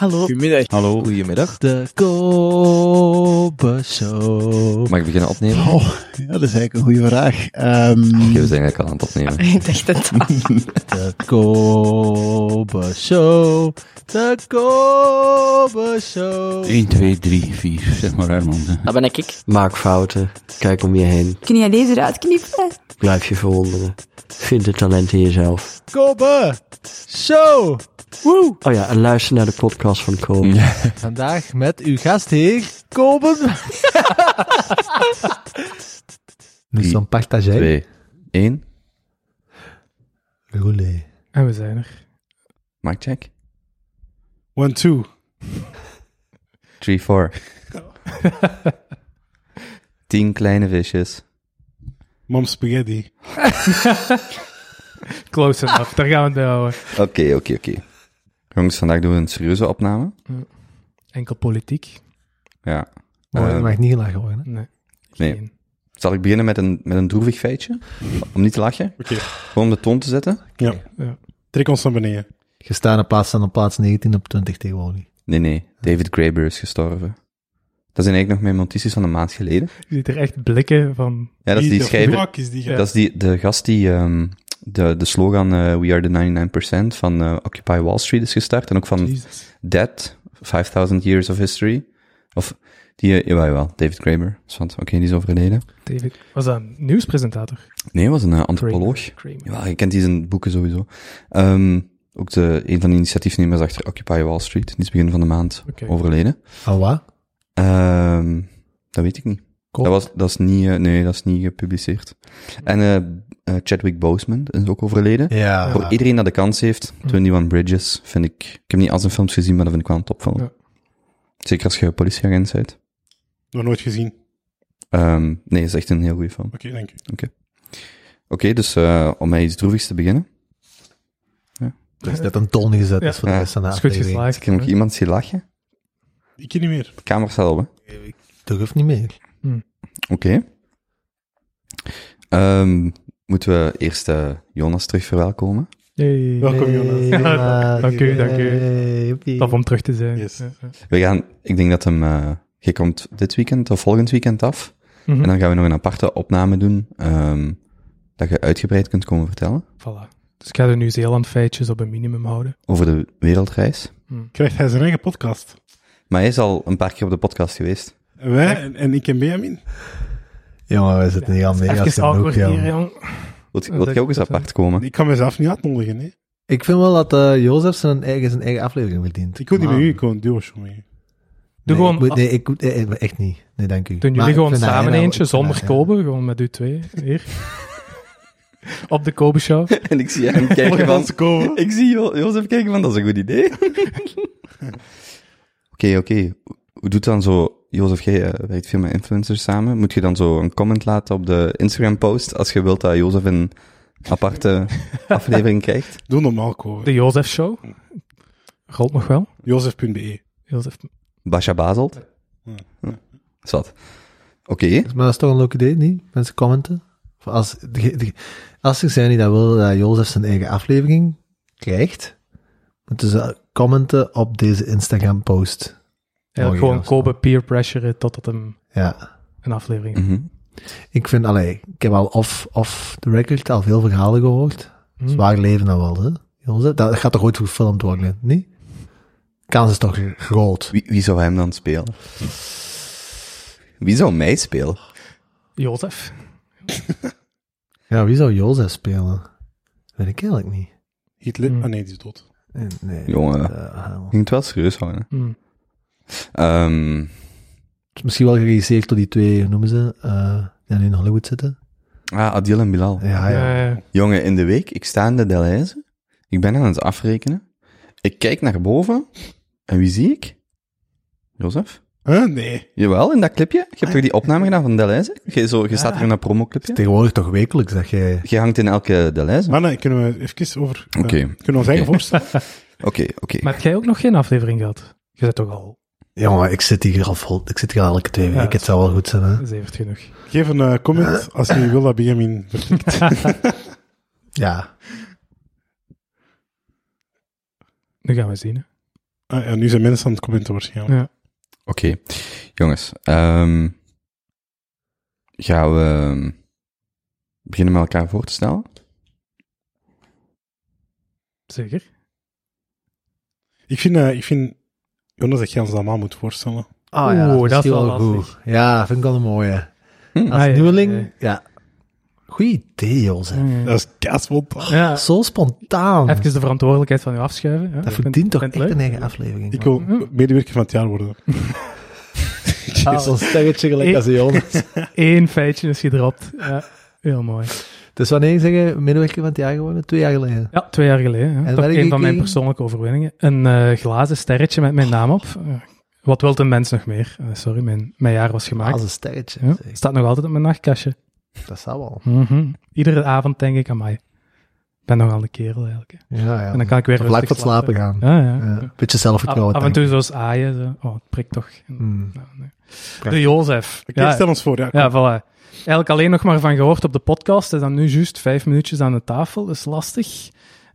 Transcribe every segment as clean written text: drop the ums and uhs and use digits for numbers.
Hallo. Goedemiddag. Hallo. Goedemiddag. De Kobe Show. Mag ik beginnen opnemen? Oh, ja, dat is eigenlijk een goede vraag. We zijn eigenlijk al aan het opnemen. Ik dacht het al. De Kobe Show. De Kobe Show. 1, 2, 3, 4. Zeg maar Herman. Dat ben ik. Maak fouten. Kijk om je heen. Kun jij deze eruit knippen? Blijf je verwonderen. Vind het talent in jezelf. Kobe Show. Woe. Oh ja, en luister naar de podcast van Kobe. Ja. Vandaag met uw gastheer, Kobe. Nous sommes partagés. 2, 1. Roulé. En we zijn er. Mic check. 1, 2. 3, 4. 10 kleine visjes. Mom spaghetti. Close enough, daar gaan we het bij houden. Oké. Jongens, vandaag doen we een serieuze opname. Enkel politiek. Ja. Oh, dat mag niet gelachen worden. Hè? Nee. Nee. Geen. Zal ik beginnen met een droevig feitje? Om niet te lachen? Oké. Gewoon om de toon te zetten? Ja. Ja. Trek ons naar beneden. Gestaande staan op plaats 19 op 20 tegenwoordig. Nee. David Graeber is gestorven. Dat zijn eigenlijk nog mijn notities van een maand geleden. Je ziet er echt blikken van... Ja, dat is die schrijver. Fuck is die Ja. Dat is de gast die de slogan We are the 99% van Occupy Wall Street is gestart. En ook van Jezus. Dead, 5000 Years of History. Of die, jawel, David Graeber. Oké, die is overleden. David. Was dat een nieuwspresentator? Nee, hij was een antropoloog. Kramer. Ja, je kent die zijn boeken sowieso. Ook een van de initiatiefnemers achter Occupy Wall Street. Die is begin van de maand Oké. overleden. Al wat? Dat weet ik niet. Klopt. Dat is niet gepubliceerd. En Chadwick Boseman is ook overleden. Ja. Voor iedereen dat de kans heeft, 21 Bridges, vind ik heb niet al zijn films gezien, maar dat vind ik wel een topfilm. Ja. Zeker als je politieagent bent. Nog nooit gezien. Nee, het is echt een heel goede film. Oké, dank u. Oké, dus om met iets droevigs te beginnen. Er is net een ton gezet, Ja. dus voor de rest van de Dat is goed aflevering. geslaagd. Ik heb nog iemand zien lachen. Ik ken niet meer. De kamer staat op, hè. Ik durf niet meer. Oké. Moeten we eerst Jonas terug verwelkomen? Yay. Welkom, Jonas. Ja, dank u. Joepie. Tof om terug te zijn. Yes. Ja. Ik denk dat je komt dit weekend of volgend weekend af. Mhm. En dan gaan we nog een aparte opname doen, dat je uitgebreid kunt komen vertellen Voilà. Dus ik ga de Nieuw-Zeeland feitjes op een minimum houden. over de wereldreis. Krijgt hij zijn eigen podcast? Maar hij is al een paar keer op de podcast geweest. Wij en ik en Benjamin. Jongen, we zitten niet aan mee. Even awkward hier, jong. Wilt je ook eens apart komen? Ik kan mezelf niet uitnodigen, hè. Ik vind wel dat Jozef zijn eigen aflevering verdient. Ik wil niet Maar- met u, ik wil een duo-show met u. Doe gewoon... echt niet. Nee, dank u. Doen Maar jullie ik gewoon vind dat samen hij eentje, ik vind zonder dat, ja. Kobe, gewoon met u twee, hier. Op de Kobe Show. En ik zie hem kijken van... Ze komen. Ik zie Jozef kijken van, dat is een goed idee. Oké. Hoe doet dan zo... Jozef, jij werkt veel met influencers samen. Moet je dan zo een comment laten op de Instagram-post als je wilt dat Jozef een aparte aflevering krijgt? Doe normaal, Kobe. De Jozef Show. Rolt nog wel. Jozef.be. Jozef. Basja Bazelt? Zat. Oké. Maar dat is toch een leuk idee, niet? Mensen commenten. Of als er zijn die dat willen dat Jozef zijn eigen aflevering krijgt, moeten ze commenten op deze Instagram-post. Eigenlijk gewoon Kobe peer pressure totdat hem Ja. een aflevering... Mhm. Ik vind, ik heb al off the record al veel verhalen gehoord. Zwaar leven dan wel, hè? Jozef, dat gaat toch ooit gefilmd worden, niet? Kans is toch groot. Wie zou hem dan spelen? Wie zou mij spelen? Jozef. Ja, wie zou Jozef spelen? Weet ik eigenlijk niet. Hitler? Ah nee, die is dood. Nee. Jongen, je moet het wel serieus houden. Hmm. Ehm, Het is misschien wel geregisseerd door die twee, hoe noemen ze, die nu in Hollywood zitten. Adil en Bilal. Ja. Jongen, in de week, ik sta in de Delhaize. Ik ben aan het afrekenen. Ik kijk naar boven. En wie zie ik? Jozef? Huh? Nee. Jawel, in dat clipje. Je hebt toch die opname gedaan van Delhaize? Je staat er in dat promoclipje. Tegenwoordig toch wekelijks dat jij... Je hangt in elke Delhaize. Mannen, kunnen we even over... Oké. Kunnen we ons eigen voorstellen? Oké. Maar heb jij ook nog geen aflevering gehad? Je zit toch al Jongen, ik zit hier al elke 2 weken. Ja. Het zou wel goed zijn, hè? zeverd genoeg. Geef een comment als je wil dat Benjamin vertrekt. Ja. Nu gaan we zien, hè. Ja, nu zijn mensen aan het commenten waarschijnlijk. Ja. Oké, jongens. Gaan we beginnen met elkaar voor te stellen? Zeker. Ik vind Jonas, dat je ons allemaal moet voorstellen. Ah ja, Oeh, dat is wel goed. lastig. Ja, vind ik wel een mooie. Als Ah, ja, nieuweling, ja. Goeie idee, Jozef. Dat is keispontaan. Ja. Zo spontaan. Even de verantwoordelijkheid van u afschuiven. Ja. Dat verdient toch echt leuk? een eigen aflevering. Ik wil medewerker van het jaar worden. Zo'n sterretje gelijk als de Jonas. 1 feitje is gedropt. Ja, heel mooi. Dus wanneer zeg je medewerker van het jaar geworden? 2 jaar geleden. Ja, 2 jaar geleden. Ja. En Toch wat heb je een van mijn gekregen? persoonlijke overwinningen. Een glazen sterretje met mijn naam op. Wat wil een mens nog meer? Sorry, mijn jaar was gemaakt. Als een sterretje. Ja, zeg. staat nog altijd op mijn nachtkastje. Dat zou wel. Iedere avond denk ik, amai, ik ben nogal een kerel eigenlijk. Hè. Ja. En dan kan ik weer Vlak rustig voor het slapen gaan. Ja, ja. Ja. Beetje zelfvertrouwen. Af en toe denk ik. zoals aaien. Zo. Oh, het prikt toch. Hmm. Nou, nee. De Jozef. Oké, stel ons voor. Ja, Ja, voilà. Eigenlijk alleen nog maar van gehoord op de podcast. En dan nu juist 5 minuutjes aan de tafel. Dat is lastig.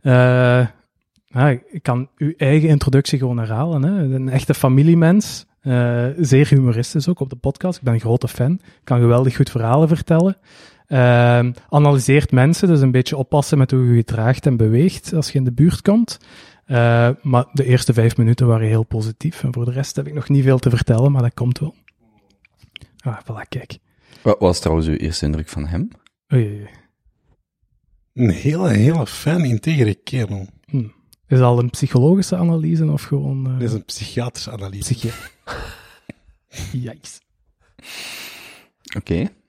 Ik kan uw eigen introductie gewoon herhalen. Hè. Een echte familiemens. Zeer humoristisch ook op de podcast. Ik ben een grote fan. Kan geweldig goed verhalen vertellen. Analyseert mensen, dus een beetje oppassen met hoe je gedraagt en beweegt als je in de buurt komt. Maar de eerste 5 minuten waren heel positief. En voor de rest heb ik nog niet veel te vertellen, maar dat komt wel. Ah, voilà, kijk. Wat was trouwens uw eerste indruk van hem? Oei, oei, oei. Een hele fijne, integere kerel. Is dat al een psychologische analyse of gewoon... Dat is een psychiatrische analyse. Yikes. Oké.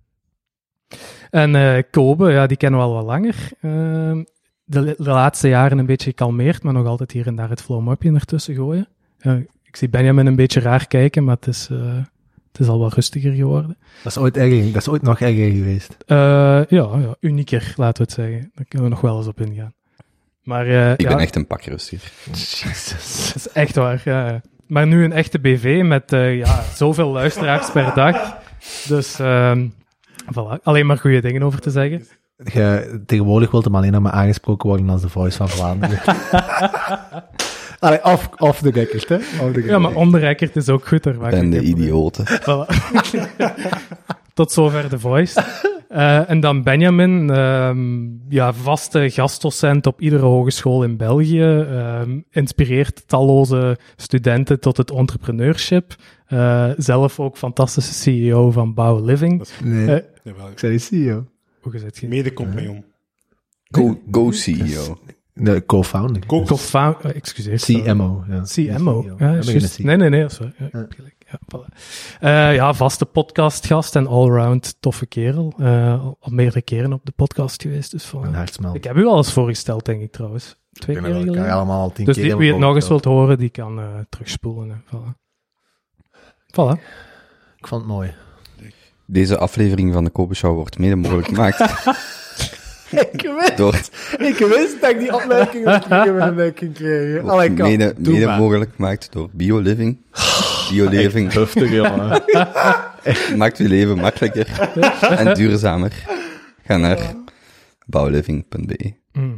En Kobe, ja, die kennen we al wat langer. De laatste jaren een beetje gekalmeerd, maar nog altijd hier en daar het flow-mapje ertussen gooien. Ik zie Benjamin een beetje raar kijken, maar het is al wat rustiger geworden. Dat is ooit nog erger geweest. Ja, unieker, laten we het zeggen. Daar kunnen we nog wel eens op ingaan. Maar, Ik ben echt een pak rustiger. Jezus. Dat is echt waar, ja. Maar nu een echte BV met zoveel luisteraars per dag. Dus, voilà. Alleen maar goede dingen over te zeggen. Tegenwoordig wil hem alleen nog maar aangesproken worden als de Voice van Vlaanderen. Allee, off de record, hè? Ja, maar on the record is ook goed. Daar En de idioten. Voilà. Tot zover de Voice. En dan Benjamin, vaste gastdocent op iedere hogeschool in België. Inspireert talloze studenten tot het entrepreneurship. Zelf ook fantastische CEO van Bouw Living. Nee, Jawel. ik zei niet CEO. Hoe gezet je? Mede-compagnon. Go CEO. De co-founder. Excuseer. CMO. Ja. CMO. Ja, Ja, dat ben juist. je Nee, dat is waar. Ja, gelijk. Ja, voilà. Vaste podcastgast en allround toffe kerel. Al meerdere keren op de podcast geweest. Dus Een hartsmeld. ik heb u al eens voorgesteld, denk ik trouwens. 2 keer geleden. allemaal al 10 Dus keer wie het nog eens wilt. wilt horen, die kan terugspoelen. Hè. Voilà. Ik vond het mooi. Deze aflevering van de Kobe Show wordt mede mogelijk gemaakt door... Ik wist dat ik die opmerking ging krijgen. Wordt mede mogelijk gemaakt door BioLiving. BioLiving Heftig, jongen. maakt uw leven makkelijker en duurzamer. Ga naar bouwliving.be.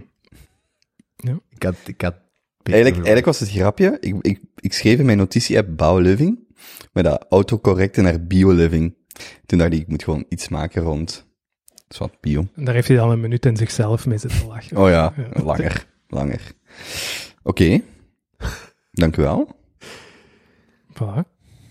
Ik had Eigenlijk was het grapje. Ik schreef in mijn notitie-app BouwLiving, maar dat autocorrecte naar BioLiving. Toen dacht ik moet gewoon iets maken rond... Zwart bio. En daar heeft hij dan een minuut in zichzelf mee zitten lachen. Oh ja, langer. Oké. Dank u wel. Voilà.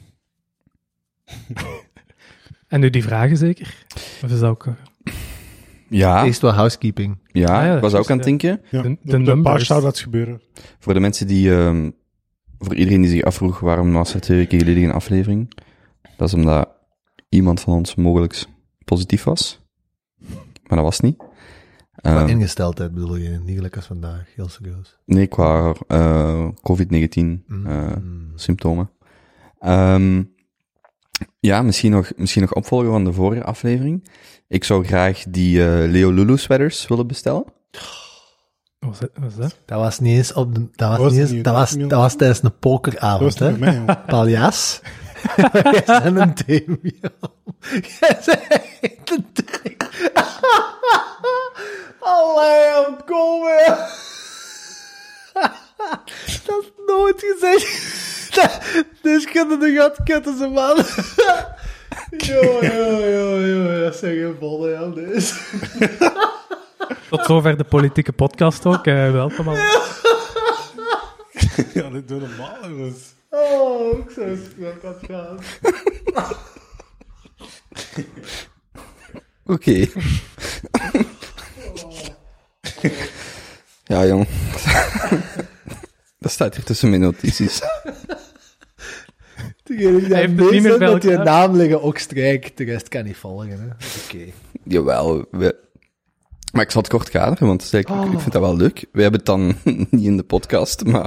En nu die vragen zeker? Of is dat ook... Ja, Eerst wel housekeeping. ja, ik was dat ook aan het denken. Ja, De een paar numbers. shout-outs gebeuren. Voor de mensen die... voor iedereen die zich afvroeg waarom was er 2 weken geleden een aflevering. Dat is omdat iemand van ons mogelijk positief was. Maar dat was niet. Qua ingesteldheid bedoel je, niet gelijk als vandaag, heel serieus. Nee, qua COVID-19 symptomen. Misschien nog opvolgen van de vorige aflevering. Ik zou graag die Leo Lulu sweaters willen bestellen. Wat is dat? Dat was niet eens op de... Dat Was was tijdens een Dat pokeravond, was toch hè? bij mij, joh. Paljas. Jij bent een Damian. Jij bent echt een Damian. Allee, kom weer. Dat is nooit gezegd. Dus kunnen de gat kutten ze, man. Jo, dat zijn geen volle, ja, dus. Tot zover de politieke podcast ook. Welkom al. Ja, dit doen normaal, jongens. Oh, ik zou het gaan. Oké. Ja, jong. Dat staat hier tussen mijn notities. Degene die Hij heeft daar het niet meer bezig bij met je elkaar. naam liggen ook strijkt. De rest kan niet volgen, hè. Oké. Jawel. Maar ik zal het kort kaderen, want ik vind dat wel leuk. We hebben het dan niet in de podcast, maar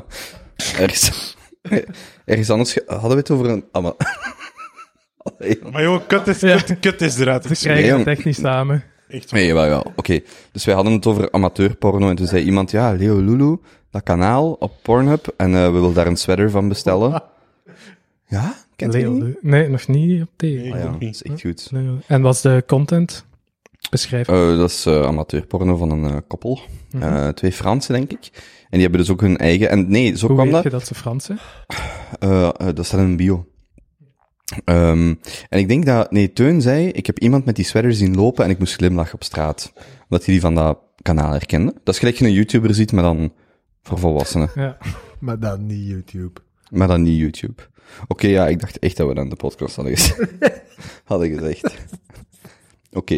ergens anders hadden we het over een... Allee, Maar joh, kut is eruit. Ze krijgen jong. het technisch samen. Echt. nee, wel. Oké. Dus wij hadden het over amateurporno en toen zei iemand, ja, Leo Lulu, dat kanaal op Pornhub, en we willen daar een sweater van bestellen. Ja? Kent je die niet? Nee, nog niet op thee. Nee. Ah ja, Nog dat niet. is echt goed. Nee. En wat is de content? Beschrijf. Dat is amateurporno van een koppel. 2 Fransen, denk ik. En die hebben dus ook hun eigen... En nee, zo Hoe kwam weet dat. je dat ze Frans zijn? Dat staat in een bio. En ik denk dat... Nee, Teun zei, ik heb iemand met die sweater zien lopen en ik moest glimlachen op straat. Omdat hij die van dat kanaal herkende. Dat is gelijk je een YouTuber ziet, maar dan voor volwassenen. Ja. Maar dan niet YouTube. Maar dan niet YouTube. Oké, ja, ik dacht echt dat we dan de podcast hadden gezegd. Oké.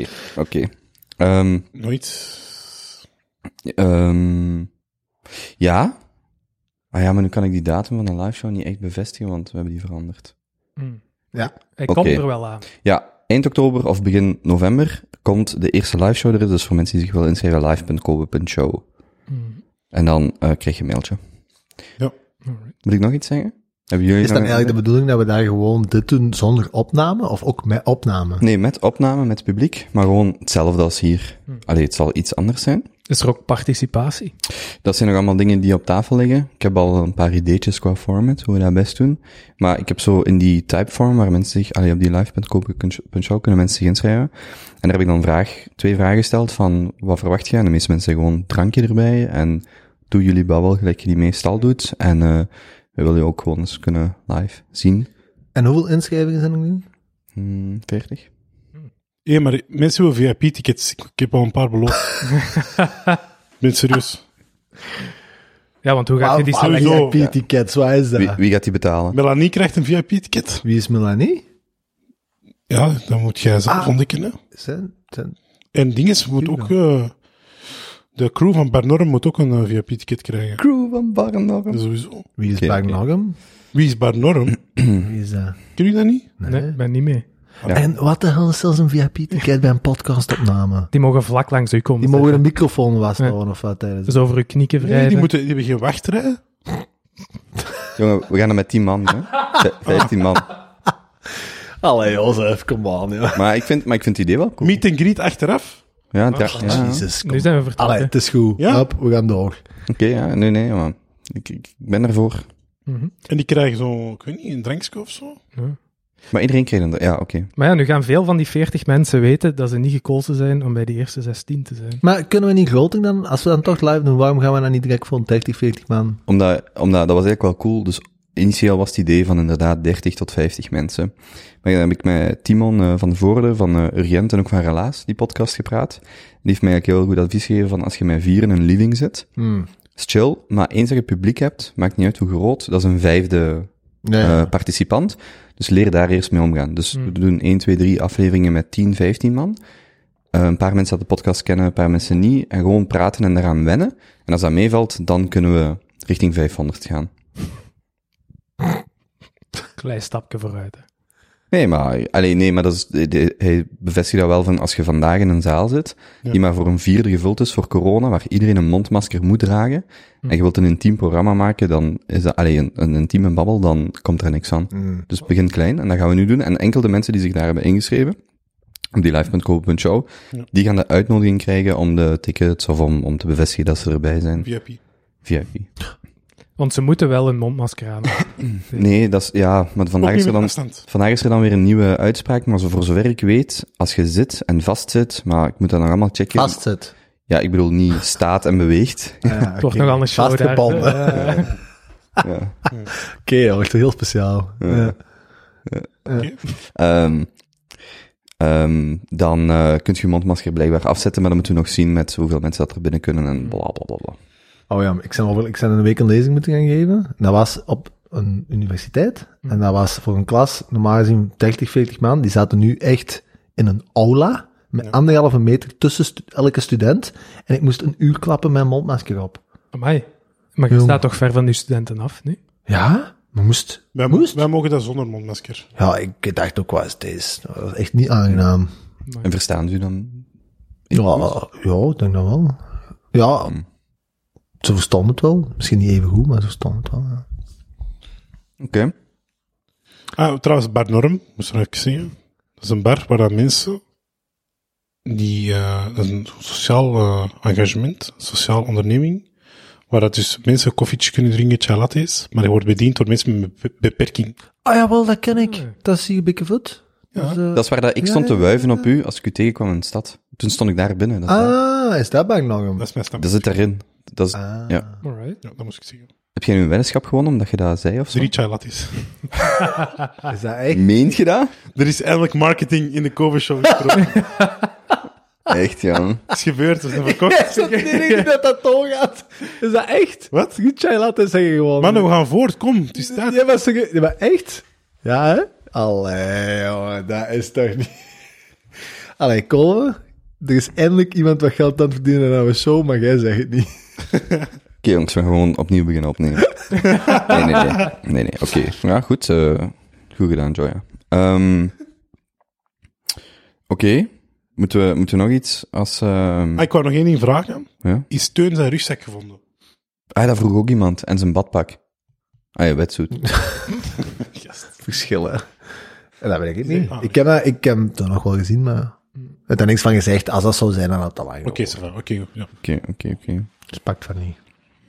Nooit. Ja. Ah ja, maar nu kan ik die datum van de liveshow niet echt bevestigen, want we hebben die veranderd. Ja. Hij Oké. komt er wel aan. Ja, eind oktober of begin november komt de eerste liveshow er. Dus voor mensen die zich willen inschrijven, live.kobe.show. En dan krijg je een mailtje. Ja. Moet ik nog iets zeggen? Hebben jullie Is dan nog eigenlijk de bedoeling dat we daar gewoon dit doen zonder opname, of ook met opname? Nee, met opname, met publiek, maar gewoon hetzelfde als hier. Allee, het zal iets anders zijn. Is er ook participatie? Dat zijn nog allemaal dingen die op tafel liggen. Ik heb al een paar ideetjes qua format, hoe we dat best doen. Maar ik heb zo in die typeform, waar mensen zich, op die live.kobe.show kunnen mensen zich inschrijven. En daar heb ik dan 2 vragen gesteld van, wat verwacht je? En de meeste mensen zeggen gewoon drankje erbij en doe jullie babbel gelijk je die meestal doet. En we willen je ook gewoon eens kunnen live zien. En hoeveel inschrijvingen zijn er nu? 40. Ja, maar mensen willen VIP-tickets. Ik heb al een paar beloofd. Ik ben serieus. Ja, want hoe gaat je die sowieso- VIP-tickets, wat is dat? Wie gaat die betalen? Melanie krijgt een VIP-ticket. Wie is Melanie? Ja, dan moet jij zelf ontdekken. Hè. En dinges moet ook... de crew van Barnorm moet ook een VIP-ticket krijgen. Crew van Barnorm. Sowieso. Wie is Oké, Barnorm? Wie is Barnorm? Wie is dat? Ken je dat niet? Nee, ik ben niet mee. Ja. En wat de hel is zelfs een VIP-ticket bij een podcastopname? Die mogen vlak langs u komen. Die mogen een zitten. microfoon vasthouden of wat tijdens. Dus over uw knieken Nee, wrijven. die hebben geen wachtrij. Jongen, we gaan er met 10 man, hè. 15 man. Allee, Jozef, come on, ja. Maar ik vind het idee wel cool. Meet and greet achteraf. Ja, ja. Jezus, kom. Nu zijn we vertrokken. Allee, het is goed. Ja? Hup, we gaan door. Oké, ja, nee, man. Ik ben ervoor. Mhm. En die krijgen zo, ik weet niet, een drankje of zo. Maar iedereen kreeg een... Ja, oké. Maar ja, nu gaan veel van die 40 mensen weten dat ze niet gekozen zijn om bij de eerste 16 te zijn. Maar kunnen we niet groter dan, als we dan toch live doen, waarom gaan we dan niet direct voor een 30, 40 man? Omdat dat was eigenlijk wel cool. Dus initieel was het idee van inderdaad 30 tot 50 mensen. Maar dan heb ik met Timon van de Voorde, van Urgent en ook van Relaas, die podcast gepraat. Die heeft mij eigenlijk heel goed advies gegeven van als je met 4 in een living zit, is chill, maar eens dat je publiek hebt, maakt niet uit hoe groot, dat is een 5e participant. Dus leer daar eerst mee omgaan. Dus we doen 1, 2, 3 afleveringen met 10, 15 man. Een paar mensen dat de podcast kennen, een paar mensen niet. En gewoon praten en daaraan wennen. En als dat meevalt, dan kunnen we richting 500 gaan. Klein stapje vooruit. Hè. Nee, maar dat is, hij bevestigt dat wel van als je vandaag in een zaal zit, die maar voor een 4e gevuld is voor corona, waar iedereen een mondmasker moet dragen, en je wilt een intiem programma maken, dan is dat, een intieme babbel, dan komt er niks van. Dus begin klein, en dat gaan we nu doen. En enkel de mensen die zich daar hebben ingeschreven, op die live.kobe.show, die gaan de uitnodiging krijgen om de tickets, of om te bevestigen dat ze erbij zijn. VIP. Want ze moeten wel een mondmasker aan. Nee, dat is, ja, maar vandaag is er dan weer een nieuwe uitspraak, maar voor zover ik weet, als je zit en vastzit, maar ik moet dat nog allemaal checken. Vastzit. Ja, ik bedoel niet staat en beweegt. Het wordt nogal een show vastgebonden. daar. Ja. Oké, dat wordt heel speciaal. Ja. Dan kunt je je mondmasker blijkbaar afzetten, maar dan moeten we nog zien met hoeveel mensen dat er binnen kunnen en bla bla bla bla. Oh ja, ik ben een week een lezing moeten gaan geven. Dat was op een universiteit. En dat was voor een klas, normaal gezien 30, 40 man. Die zaten nu echt in een aula, met 1,5 meter tussen elke student. En ik moest een uur klappen met een mondmasker op. Amai. Maar je staat toch ver van die studenten af, nu? Ja, maar moest. Wij mogen dat zonder mondmasker. Ja, ik dacht ook wel eens, deze. Dat was echt niet aangenaam. En verstaan u dan? Ja, ik denk dat wel. Ja, ze verstonden het wel. Misschien niet even goed, maar ze verstonden het wel. Ja. Oké. Trouwens, Bar Norm, moest ik even zeggen. Dat is een bar waar dat mensen die, dat is een sociaal engagement, sociaal onderneming, waar dat dus mensen een koffietje kunnen drinken, chai lattes, maar die wordt bediend door mensen met beperking. Ah jawel, dat ken ik. Dat is hier Bikkevoet. Ja. Dat is waar dat ik stond te wuiven op u als ik u tegenkwam in de stad. Toen stond ik daar binnen. Is dat Bar Norm? Dat is mijn stem. Dat zit daarin. Dat is, ja. Alright. Ja, dat moest ik zeggen. Heb jij nu een weddenschap gewonnen omdat je dat zei of zo? 3 chai lattes. Is dat echt? Meent je dat? Er is eindelijk marketing in de covershow gesproken. Echt, ja. Het is gebeurd, het is een verkocht. Dat is dat doorgaat. Is dat echt? Wat? Goed chai laten zeggen gewoon. Mannen, we gaan voort, kom. Het is tijd. Ja, maar echt? Ja, hè? Allee, jongen, dat is toch niet... Allee, Colin, er is eindelijk iemand wat geld aan het verdienen aan een show, maar jij zegt het niet. Oké, jongens, we gaan gewoon opnieuw beginnen opnemen. Nee. Oké. Ja, goed. Goed gedaan, Joya. Oké. Moeten we nog iets als... Ik wou nog één ding vragen. Ja? Is Teun zijn rugzak gevonden? Dat vroeg ook iemand. En zijn badpak. Ja, wetsuit. Verschillen. En dat weet ik niet. Ah, Ik heb het nog wel gezien, maar... Het er niks van gezegd. Als dat zou zijn, dan had het al lang Oké, gelopen. oké. Dus pakt van niet.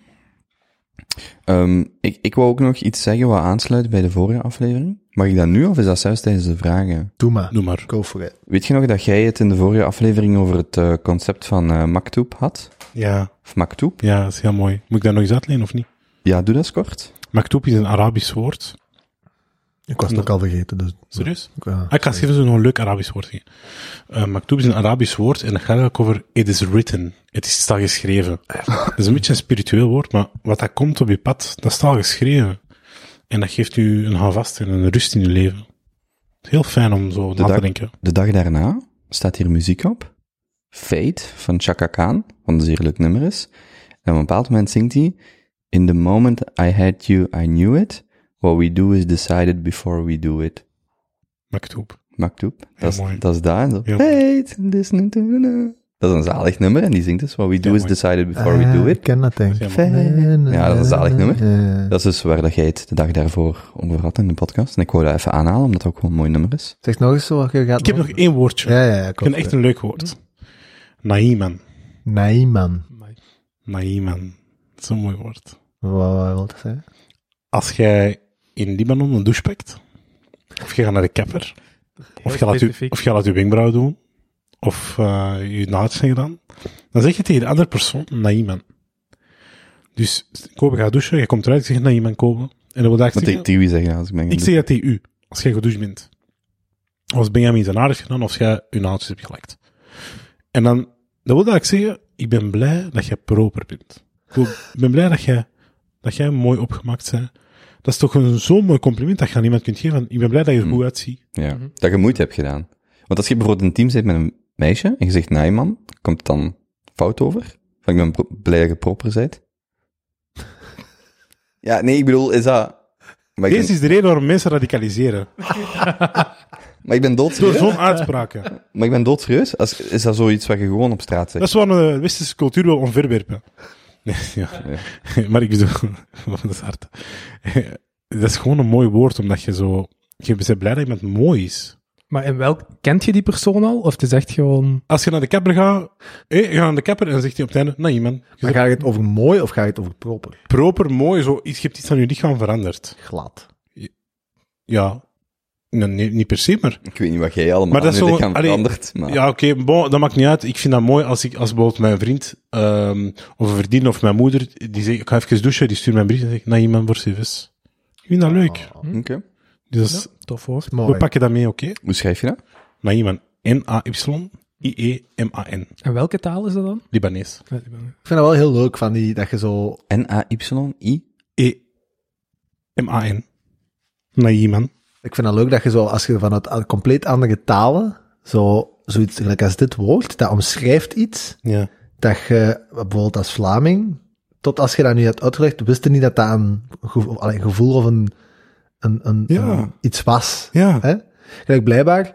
Ik wou ook nog iets zeggen wat aansluit bij de vorige aflevering. Mag ik dat nu, of is dat zelfs tijdens de vragen? Doe maar. Doe maar. Go for it. Weet je nog dat jij het in de vorige aflevering over het concept van Maktoub had? Ja, Of Maktoub? ja, dat is heel mooi. Moet ik dat nog eens uitleggen of niet? Ja, doe dat eens kort. Maktoub is een Arabisch woord. Ik was het ook al vergeten, dus... Serieus? Ja. Ik ga even zo'n leuk Arabisch woord geven. Maktoub is een Arabisch woord en dat gaat eigenlijk over it is written. Het is al geschreven. Dat is een beetje een spiritueel woord, maar wat dat komt op je pad, dat is al geschreven. En dat geeft u een houvast en een rust in je leven. Het is heel fijn om zo na te denken. De dag daarna staat hier muziek op. Fate van Chaka Khan, wat een zeer leuk nummer is. En op een bepaald moment zingt hij: In the moment I had you, I knew it. What we do is decided before we do it. Maktoub. Maktoub. Mooi. Dat is daar. Zo. Heel Fate, listening to the... Dat is een zalig nummer en die zingt dus: What we do is mooi. decided before we do Ik it. ken dat, denk ik. Ja, dat is een zalig nummer. Ja. Dat is dus waar dat jij het de dag daarvoor over had in de podcast. En ik wou dat even aanhalen, omdat het ook gewoon een mooi nummer is. Zeg nog eens zo wat je gaat Ik heb nog één woordje. Ja, Ik vind het echt een leuk woord. Naiman. Naiman. Naiman. Dat is een mooi woord. Wat wil dat zeggen? Als jij in Libanon een douche pakt, of je gaat naar de kapper, of je laat je wenkbrauw doen, of je nagels zijn gedaan, dan zeg je tegen de andere persoon Naiman. Dus Kobe gaat douchen, je komt eruit, je zegt Naiman Kobe. En dan wil ik Wat zeggen, tegen wie zeggen als ik ben ik zeg dat tegen u, als jij gedoucht bent. Als Benjamin zijn haar heeft gedaan, of jij je nagels hebt gelakt. En dan wil ik zeggen, ik ben blij dat jij proper bent. Ik ben blij dat jij mooi opgemaakt bent. Dat is toch zo'n mooi compliment dat je aan iemand kunt geven. Ik ben blij dat je er goed uitziet. Ja, dat je moeite hebt gedaan. Want als je bijvoorbeeld een team zit met een meisje en je zegt Naiman, komt het dan fout over? Van ik ben blij dat je proper bent? Ja, nee, ik bedoel, is dat... Maar Deze is de reden waarom mensen radicaliseren. Maar ik ben Door doodserieus. zo'n uitspraken. Maar ik ben doodserieus. Is dat zoiets wat je gewoon op straat zegt? Dat is waar de westerse cultuur wil omverwerpen. Nee, ja. Maar ik bedoel, dat is hard. Dat is gewoon een mooi woord, omdat je zo... Je bent blij dat iemand mooi is. Maar in welk... Kent je die persoon al? Of het is echt gewoon... Als je naar de kapper gaat... je gaat naar de kapper en dan zegt hij op het einde... Nee, man. Maar ga je het over mooi of ga je het over proper? Proper, mooi, zo. Je hebt iets aan je lichaam veranderd. Glad. Ja. Nee, niet per se, maar... Ik weet niet wat jij allemaal Maar dat is aan je zo... lichaam allee, verandert. Maar... Ja, oké, bon, dat maakt niet uit. Ik vind dat mooi als bijvoorbeeld mijn vriend, of een vriendin of mijn moeder, die zegt, ik ga even douchen, die stuurt mij een brief en zegt, Naïman voor CV's. Ik vind dat leuk. Oké. Dus Tof hoor. Mooi. we pakken dat mee, oké? Hoe schrijf je dat? Naïman, N-A-Y-I-E-M-A-N. En welke taal is dat dan? Libanees. Ik vind dat wel heel leuk, van dat je zo... N-A-Y-I? E-M-A-N. Naïman. Ik vind dat leuk dat je zo, als je vanuit compleet andere talen, zoiets gelijk als dit woord, dat omschrijft iets, Ja. dat je, bijvoorbeeld als Vlaming, tot als je dat nu hebt uitgelegd, wist je niet dat dat een gevoel of Ja. iets was. Ja. Hè? Gelijk blijkbaar,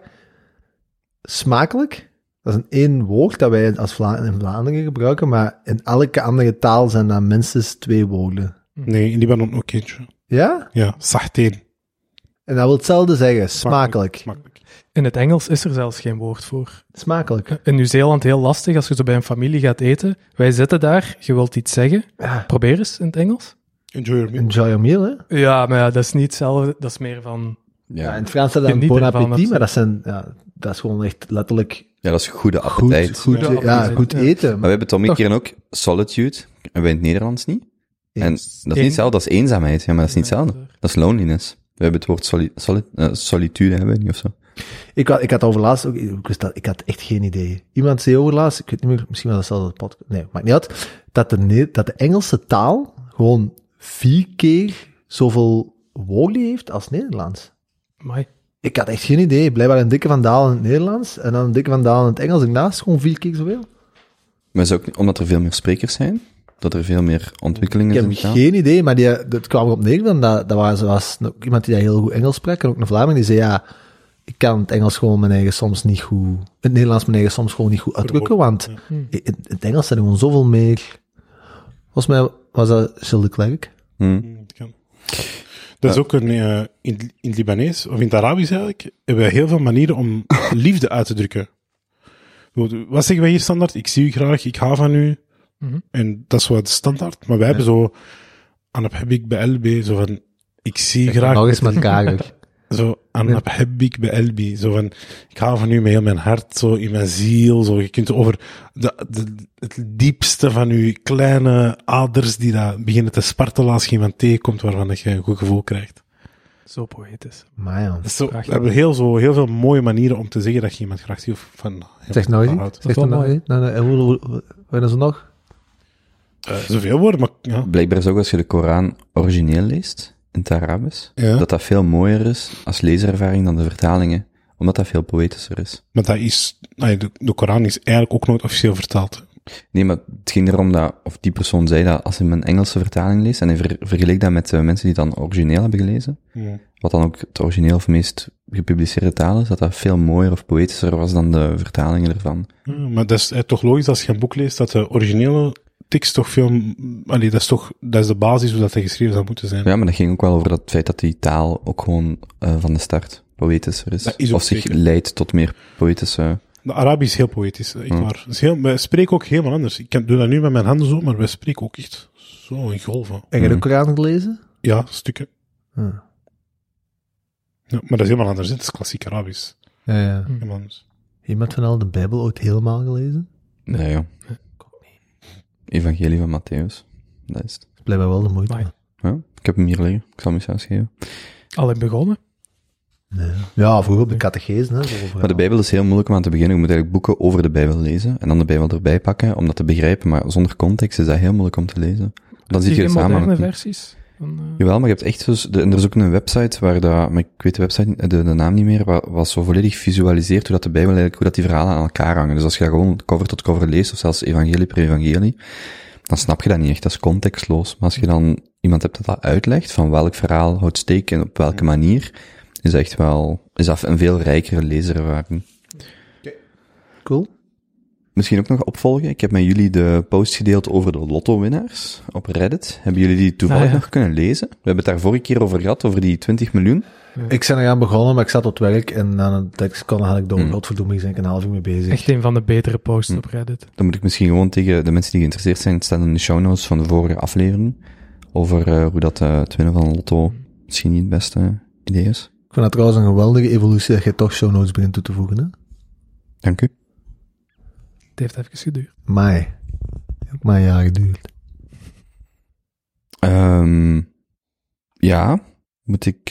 smakelijk, dat is een één woord dat wij als in Vlaanderen gebruiken, maar in elke andere taal zijn dat minstens 2 woorden. Nee, in Libanon ook eentje. Ja? Ja, sachteen. En dat wil hetzelfde zeggen, smakelijk. Smakelijk. In het Engels is er zelfs geen woord voor. Smakelijk. In Nieuw-Zeeland heel lastig als je zo bij een familie gaat eten. Wij zitten daar, je wilt iets zeggen. Ja. Probeer eens in het Engels. Enjoy your meal. Enjoy your meal, hè? Ja, maar ja, dat is niet hetzelfde. Dat is meer van... Ja, Ja. in het Frans staat dat Geniet bon ervan, appétit, maar absoluut. dat is gewoon echt letterlijk Ja, dat is goede goed, appetijt. goed, Ja, ja, appetijt, goed ja. eten. Maar we hebben het omgekeerd ook solitude. En wij in het Nederlands niet. En dat is niet hetzelfde, dat is eenzaamheid. Ja, maar dat is niet hetzelfde. Dat is loneliness. We hebben het woord solitude, hebben we niet of zo. Ik had over laatst ook, ik had echt geen idee. Iemand zei over laatst, ik weet niet meer, misschien was dat zelfs podcast, nee, maakt niet uit, dat de Engelse taal gewoon 4 keer zoveel woorden heeft als Nederlands. Amai. Ik had echt geen idee. Blijkbaar een dikke vandaal in het Nederlands en dan een dikke vandaal in het Engels. Daarnaast gewoon 4 keer zoveel. Maar is het ook omdat er veel meer sprekers zijn? Dat er veel meer ontwikkelingen Ik zijn heb in de taal? geen idee, maar dat kwam erop neer, want dat was ook iemand die dat heel goed Engels sprak, en ook een Vlaming, die zei, ja, ik kan het Engels gewoon mijn eigen soms niet goed, het Nederlands mijn eigen soms gewoon niet goed uitdrukken, want in het Engels zijn er gewoon zoveel meer, volgens mij was dat Gilles de Klerk. Kan. Dat is ook in het Libanees, of in het Arabisch eigenlijk, hebben we heel veel manieren om liefde uit te drukken. Wat zeggen wij hier standaard? Ik zie u graag, ik hou van u. En dat is wat standaard. Maar wij hebben zo, Anab Habik bij Elbi, zo van, ik zie u graag. Nog eens met Karel. Zo, Anab Habik bij Elbi, zo van, ik hou van u met heel mijn hart, zo in mijn ziel, zo. Je kunt over het diepste van uw kleine aders die dat beginnen te spartelen als je iemand tegenkomt waarvan je een goed gevoel krijgt. Zo poëtisch. Maar ja. Dat is zo, we Prachtig. hebben heel veel mooie manieren om te zeggen dat je iemand graag ziet of van hem Zeg nou eens, houdt. zeg wel dat nou mooi. eens. En hoe is het nog? Zoveel woorden, maar ja. Blijkbaar is ook als je de Koran origineel leest, in het Arabisch, Ja. dat dat veel mooier is als leeservaring dan de vertalingen, omdat dat veel poëtischer is. Maar dat is, de Koran is eigenlijk ook nooit officieel vertaald. Nee, maar het ging erom dat, of die persoon zei dat als hij een Engelse vertaling leest, en hij vergeleek dat met mensen die dan origineel hebben gelezen, wat dan ook het origineel of meest gepubliceerde taal is, dat dat veel mooier of poëtischer was dan de vertalingen ervan. Ja, maar dat is toch logisch als je een boek leest dat de originele tekst toch veel, dat is de basis hoe dat geschreven zou moeten zijn. Ja, maar dat ging ook wel over dat feit dat die taal ook gewoon van de start poëtischer is. Dat is ook Of zich zeker. leidt tot meer poëtische... De Arabisch is heel poëtisch, echt waar. Dat is wij spreken ook helemaal anders. Ik doe dat nu met mijn handen zo, maar wij spreken ook echt zo in golven. Heb je de Koran gelezen? Ja, stukken. Ah. Ja, maar dat is helemaal anders. Het is klassiek Arabisch. Ja. Helemaal anders. Iemand van al de Bijbel ooit helemaal gelezen? Nee, ja. Evangelie van Matthäus. Dat is het. Dat is blijkbaar wel de moeite. Amai. Ja, ik heb hem hier liggen. Ik zal hem eens uitgeven. Al in begonnen? Nee. Ja, vroeger op de catechese, hè. Zo overal. Maar de Bijbel is heel moeilijk om aan te beginnen. Je moet eigenlijk boeken over de Bijbel lezen en dan de Bijbel erbij pakken om dat te begrijpen. Maar zonder context is dat heel moeilijk om te lezen. Dan zie je Geen de samenhang. moderne niet. versies? Van, Jawel, maar je hebt echt dus, en er is ook een website waar dat, maar ik weet de website, de naam niet meer, wat zo volledig visualiseert hoe dat de Bijbel eigenlijk, hoe dat die verhalen aan elkaar hangen. Dus als je dat gewoon cover tot cover leest, of zelfs evangelie per evangelie, dan snap je dat niet echt, dat is contextloos. Maar als je dan iemand hebt dat uitlegt, van welk verhaal houdt steek en op welke manier, is dat echt wel, is dat een veel rijkere leeservaring. Cool. Misschien ook nog opvolgen. Ik heb met jullie de post gedeeld over de lotto-winnaars op Reddit. Hebben jullie die toevallig ja. nog kunnen lezen? We hebben het daar vorige keer over gehad, over die 20 miljoen. Ik ben eraan begonnen, maar ik zat op het werk en aan het tekst had ik door godverdomme zijn een half uur mee bezig. echt een van de betere posts op Reddit. Dan moet ik misschien gewoon tegen de mensen die geïnteresseerd zijn, het staat in de show notes van de vorige aflevering, over hoe dat het winnen van een lotto misschien niet het beste idee is. Ik vind het trouwens een geweldige evolutie dat je toch show notes begint toe te voegen, hè? Dank u. Het heeft even geduurd. Maar ook maar een jaar geduurd. Ja, moet ik...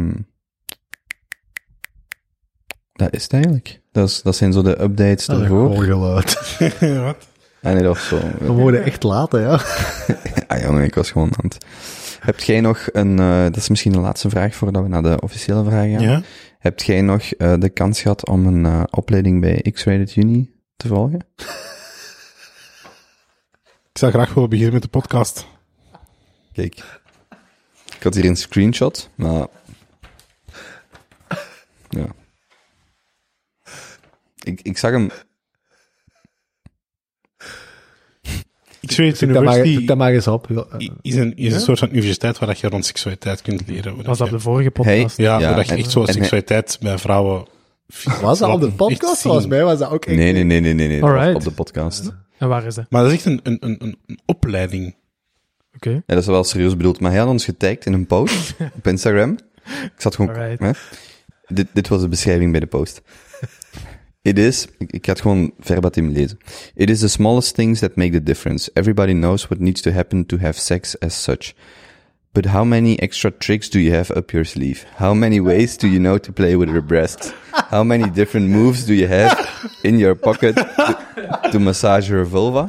Dat is het eigenlijk. Dat zijn zo de updates ervoor. Geluid. Wat? En nee, dat was zo. We worden echt laat, hè, ja. Ah jongen, ik was gewoon aan het... Hebt jij nog een... dat is misschien de laatste vraag voordat we naar de officiële vraag gaan. Ja? Hebt jij nog de kans gehad om een opleiding bij X-Rated Uni te volgen? Ik zou graag willen beginnen met de podcast. Kijk. Ik had hier een screenshot, maar... Ja. Ik zag hem... X-Rated Zoek University dat maar eens op. Ja. is een soort van universiteit waar je rond seksualiteit kunt leren. Was dat de vorige podcast? Ja, Ja, waar je en- echt zo en- seksualiteit bij vrouwen... Was dat op de podcast? Echt zien. Volgens mij was dat ook echt... Nee. Dat was Alright. op de podcast. En waar is dat? Maar dat is echt een opleiding. Oké. Ja, dat is wel serieus bedoeld. Maar hij had ons getagd in een post op Instagram. Ik zat gewoon... Alright. Hè? Dit was de beschrijving bij de post. It is... Ik ga het gewoon verbatim lezen. It is the smallest things that make the difference. Everybody knows what needs to happen to have sex as such. But how many extra tricks do you have up your sleeve? How many ways do you know to play with your breasts? How many different moves do you have in your pocket to massage your vulva?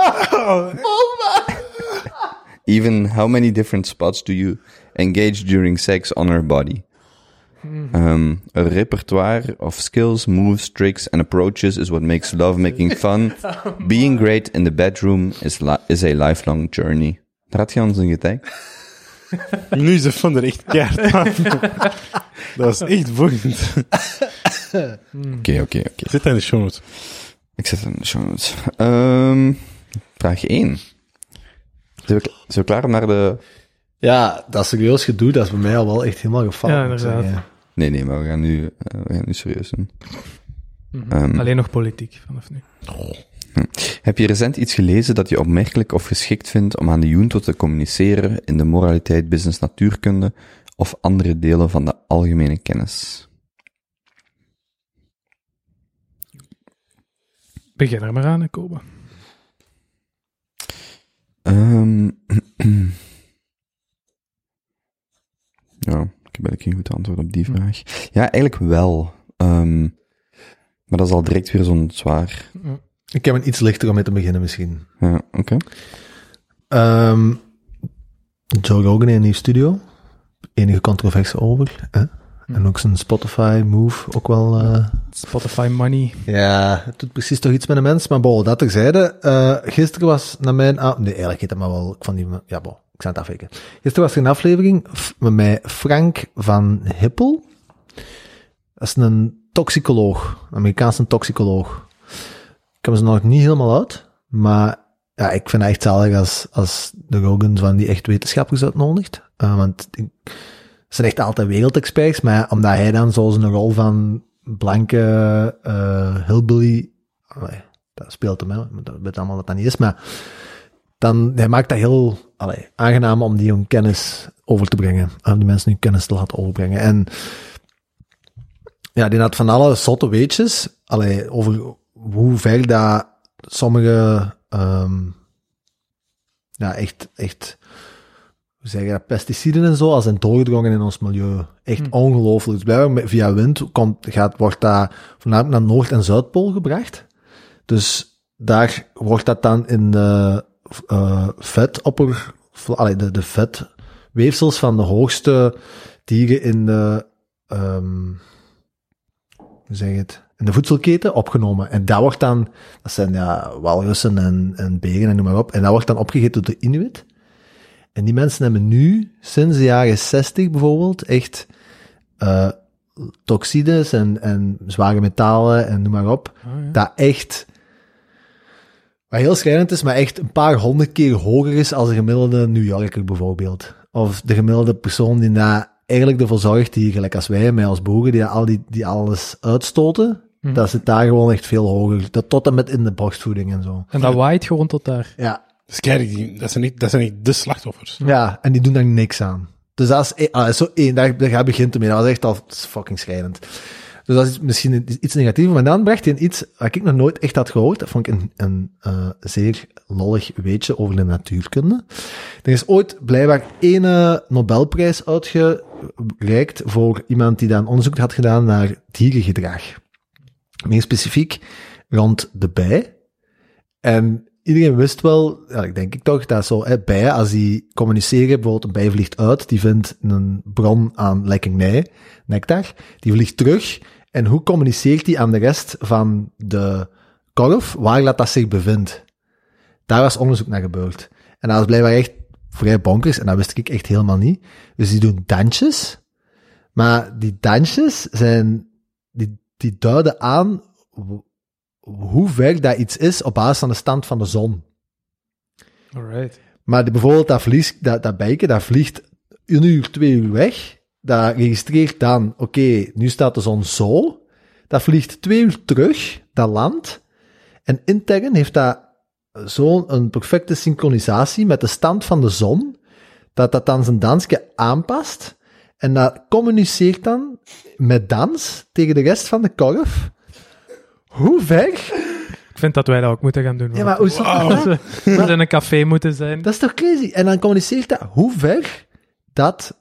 Even how many different spots do you engage during sex on her body? A repertoire of skills, moves, tricks, and approaches is what makes lovemaking fun. Being great in the bedroom is a lifelong journey. Daar had je ons in getagd. Nu is de fun er echt keihard aan. Dat is echt boeiend. Oké. Zit dat in de show notes? Ik zet het in de show notes. Vraag 1. Zijn we klaar om naar de... Ja, dat serieus gedoe, dat is bij mij al wel echt helemaal gevallen. Ja, moet ik inderdaad. zeggen. Nee, maar we gaan nu serieus doen. Alleen nog politiek vanaf nu. Heb je recent iets gelezen dat je opmerkelijk of geschikt vindt om aan de Junto te communiceren in de moraliteit, business, natuurkunde of andere delen van de algemene kennis? Begin er maar aan, hè, Koba. Ja, ik heb eigenlijk geen goed antwoord op die vraag. Ja, eigenlijk wel. Maar dat is al direct weer zo'n zwaar... Ik heb een iets lichter om mee te beginnen misschien. Ja, oké. Joe Rogan in een nieuw studio. Enige controverse over. Hè? En ook zijn Spotify move ook wel... Spotify money. Ja, het doet precies toch iets met de mens. Maar bon, dat terzijde. Gisteren was naar mijn... nee, eigenlijk heet het maar wel... Ja, bon, ik zou het afweken. Gisteren was er een aflevering met Frank van Hippel. Dat is een toxicoloog. Een Amerikaanse toxicoloog. Ik heb ze nog niet helemaal uit. Maar ja, ik vind het echt zalig als de Rogans van die echt wetenschappers uitnodigt. Want het zijn echt altijd wereldexperts. Maar omdat hij dan zo zijn rol van blanke hillbilly... dat speelt hem, hè. Dat weet allemaal wat dat niet is. Maar dan, hij maakt dat heel aangenaam om die hun kennis over te brengen. Om die mensen hun kennis te laten overbrengen. En ja, die had van alle zotte weetjes over hoe ver dat sommige echt hoe zeg je dat, pesticiden en zo, als zijn doorgedrongen in ons milieu. Echt ongelooflijk. Dus blijkbaar via wind wordt dat voornamelijk naar Noord- en Zuidpool gebracht. Dus daar wordt dat dan in de de vetweefsels van de hoogste dieren in de in de voedselketen opgenomen. En dat wordt dan, dat zijn walrussen en beren en noem maar op, en dat wordt dan opgegeten door de Inuit. En die mensen hebben nu, sinds de jaren 60 bijvoorbeeld, echt toxides en zware metalen en noem maar op, dat echt, wat heel schrijnend is, maar echt een paar 100 keer hoger is als een gemiddelde New Yorker bijvoorbeeld. Of de gemiddelde persoon die daar eigenlijk ervoor zorgt, die gelijk als wij, mij als boeren, die alles uitstoten, dat zit daar gewoon echt veel hoger. Dat tot en met in de borstvoeding en zo. En dat waait gewoon tot daar. Ja. Dus kijk, dat zijn echt de slachtoffers. Ja, en die doen daar niks aan. Dus dat is zo één, daar begint het mee. Dat was echt al fucking schrijnend. Dus dat is misschien iets negatiever. Maar dan bracht hij iets wat ik nog nooit echt had gehoord. Dat vond ik een zeer lollig weetje over de natuurkunde. Er is ooit blijkbaar één Nobelprijs uitgereikt voor iemand die dan onderzoek had gedaan naar dierengedrag. Meer specifiek rond de bij. En iedereen wist wel, ja, ik denk toch, dat zo, bijen, als die communiceren, bijvoorbeeld een bij vliegt uit, die vindt een bron aan lekkernij, nectar, die vliegt terug, en hoe communiceert die aan de rest van de korf, waar dat zich bevindt? Daar was onderzoek naar gebeurd. En dat was blijkbaar echt vrij bonkers, en dat wist ik echt helemaal niet. Dus die doen dansjes, maar die dansjes zijn, die duiden aan hoe ver dat iets is op basis van de stand van de zon. Alright. Maar bijvoorbeeld dat bijke, dat vliegt 1 uur, 2 uur weg. Dat registreert dan, oké, nu staat de zon zo. Dat vliegt 2 uur terug, dat landt. En intern heeft dat zo'n perfecte synchronisatie met de stand van de zon, dat dan zijn dansje aanpast. En dat communiceert dan met dans tegen de rest van de korf. Hoe ver? Ik vind dat wij dat ook moeten gaan doen. Ja, maar hoe we in een café moeten zijn. Dat is toch crazy? En dan communiceert dat hoe ver dat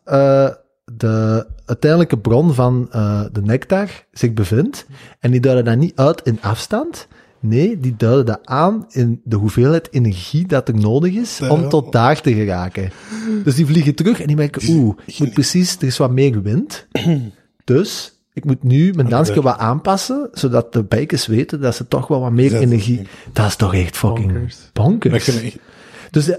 de uiteindelijke bron van de nectar zich bevindt. En die duiden dat niet uit in afstand. Nee, die duiden dat aan in de hoeveelheid energie dat er nodig is om tot daar te geraken. Dus die vliegen terug en die merken, ik moet precies, er is wat meer wind. Dus ik moet nu mijn dansje wat aanpassen, zodat de bijkers weten dat ze toch wel wat meer energie... Dat is toch echt fucking bonkers. Dus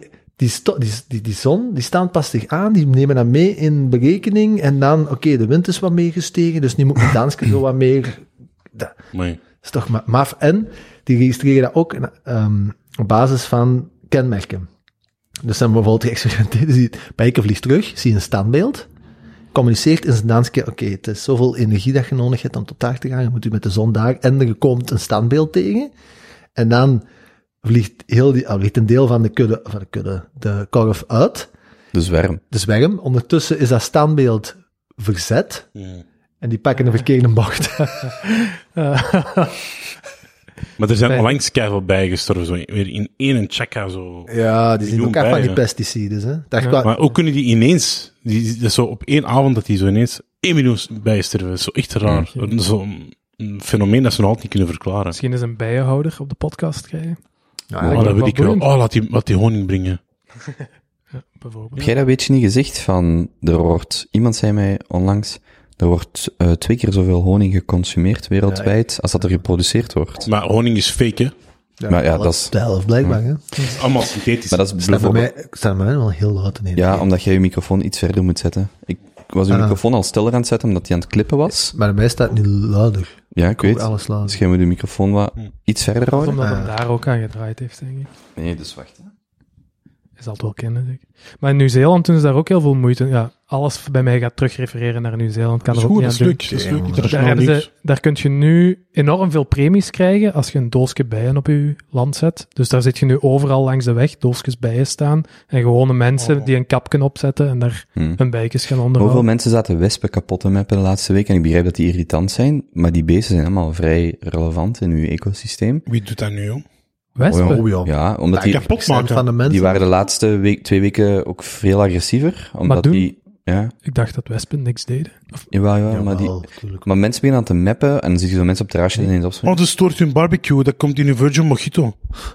die zon, die stand past zich aan, die nemen dat mee in berekening, en dan, oké, de wind is wat meer gestegen, dus nu moet mijn dansje zo wat meer... Dat is toch maf. En die registreren dat ook op basis van kenmerken. Dus dan bijvoorbeeld geëxperimenteerd, dus die bijker vliegt terug, zie je een standbeeld, communiceert in zijn dansje, oké, het is zoveel energie dat je nodig hebt om tot daar te gaan, je moet u met de zon daar, en er komt een standbeeld tegen, en dan vliegt een deel van de korf uit. De zwerm. Ondertussen is dat standbeeld verzet, en die pakken een verkeerde bocht. Maar er zijn onlangs keiveel bijen gestorven, zo weer in één checka zo. Ja, die zijn ook echt van die pesticides, hè. Maar ook kunnen die ineens, dat is zo op één avond dat die zo ineens 1 miljoen bijen sterven. Dat is zo echt raar. Zo'n fenomeen dat ze nog altijd niet kunnen verklaren. Misschien is een bijenhouder op de podcast krijgen. Ja, dat weet ik wel. Laat die honing brengen. Ja, bijvoorbeeld. Heb jij dat weet je niet gezegd van, iemand zei mij onlangs, er wordt 2 keer zoveel honing geconsumeerd wereldwijd als dat er geproduceerd wordt. Maar honing is fake, hè? Ja, maar ja, dat is... De helft blijkbaar, hè. Allemaal synthetisch. Maar dat is staat bij mij wel heel luid in. Ja, omdat jij je microfoon iets verder moet zetten. Ik was uw microfoon al stiller aan het zetten, omdat hij aan het klippen was. Maar bij mij staat het nu luider. Ja, ik weet. Alles luider. Dus jij moet de microfoon wat iets verder Of houden. omdat hem daar ook aan gedraaid heeft, denk ik. Nee, dus wacht. Hè. Je zal het wel kennen, denk ik. Maar in Nieuw-Zeeland doen ze daar ook heel veel moeite. Ja, alles bij mij gaat terugrefereren naar Nieuw-Zeeland. Kan Dat er is ook goed, niet dat is aan leuk. doen. Dat is leuk. Daar kun je nu enorm veel premies krijgen als je een doosje bijen op je land zet. Dus daar zit je nu overal langs de weg, doosjes bijen staan. En gewone mensen die een kapje opzetten en daar hun bijtjes gaan onderhouden. Hoeveel mensen zaten wespen kapot te mappen de laatste week? En ik begrijp dat die irritant zijn, maar die beesten zijn allemaal vrij relevant in uw ecosysteem. Wie doet dat nu, joh? Wespen? Ja, omdat die kapot maken. Van de mensen. die waren de laatste 2 weken ook veel agressiever. Omdat doen- die... Ja, Ik dacht dat wespen niks deden. Of, jawel, maar mensen beginnen aan te mappen en dan zie je zo mensen op het terrasje ineens opspringen. Oh, dat stoort hun barbecue. Dat komt in een Virgin Mojito.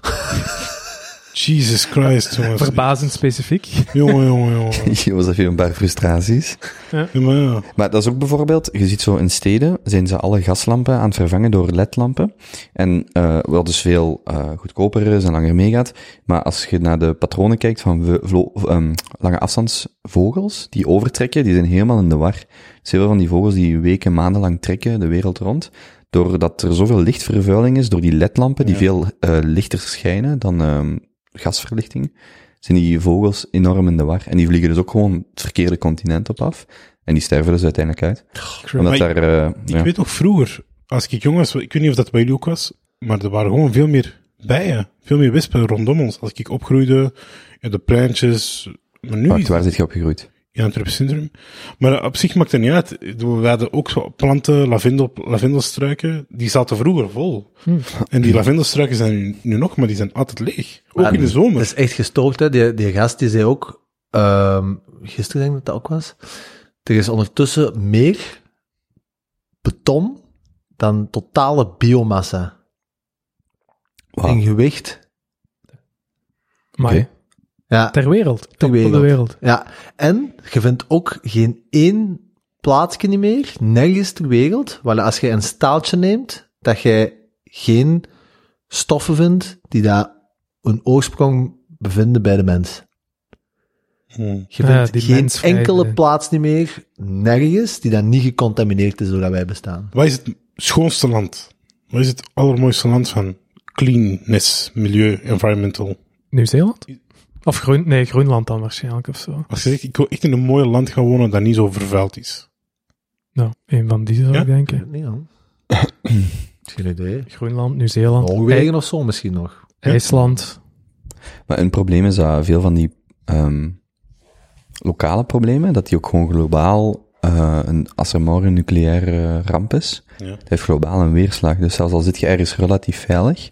Jesus Christ, jongens. verbazend specifiek. Jongen. Jozef heeft een paar frustraties. Ja, maar ja. Maar dat is ook bijvoorbeeld, je ziet zo in steden, zijn ze alle gaslampen aan het vervangen door LED-lampen. En wel dus veel goedkoper is en langer meegaat. Maar als je naar de patronen kijkt van lange afstandsvogels, die overtrekken, die zijn helemaal in de war. Dus heel veel van die vogels die weken, maanden lang trekken de wereld rond, doordat er zoveel lichtvervuiling is door die LED-lampen, die veel lichter schijnen dan gasverlichting, zijn die vogels enorm in de war. En die vliegen dus ook gewoon het verkeerde continent op af. En die sterven dus uiteindelijk uit. Omdat Maar daar, Ik weet nog vroeger, als ik jong was, ik weet niet of dat bij jullie ook was, maar er waren gewoon veel meer bijen, veel meer wespen rondom ons. Als ik opgroeide, de pleintjes, maar nu... Wacht, waar zit je opgegroeid? in Antwerpen Centrum. Maar op zich maakt het niet uit. We hadden ook zo planten, lavendelstruiken, die zaten vroeger vol. En die lavendelstruiken zijn nu nog, maar die zijn altijd leeg. Ook Maar in de zomer. Dat is echt gestoord, hè. Die gast die zei ook, gisteren denk ik dat ook was, er is ondertussen meer beton dan totale biomassa. Wauw. In gewicht. Maar Oké. Ja, ter wereld. ter Op de wereld. Ja, en je vindt ook geen één plaatsje niet meer, nergens ter wereld, waar als je een staaltje neemt, dat je geen stoffen vindt die daar een oorsprong bevinden bij de mens. Je vindt die geen mensvrije- enkele plaats niet meer, nergens, die dan niet gecontamineerd is doordat wij bestaan. Wat is het schoonste land? Wat is het allermooiste land van cleanness, milieu, environmental? Nieuw-Zeeland? Of Groenland dan waarschijnlijk of zo. Als je zegt, ik wil echt in een mooi land gaan wonen dat niet zo vervuild is. Nou, een van die zou Ja? ik denken. Nee, ja. Geen idee. Groenland, Nieuw-Zeeland, Noorwegen of zo misschien nog. IJsland. Maar een probleem is dat veel van die lokale problemen, dat die ook gewoon globaal, als er morgen een nucleaire ramp is, Ja. het heeft globaal een weerslag. Dus zelfs al zit je ergens relatief veilig,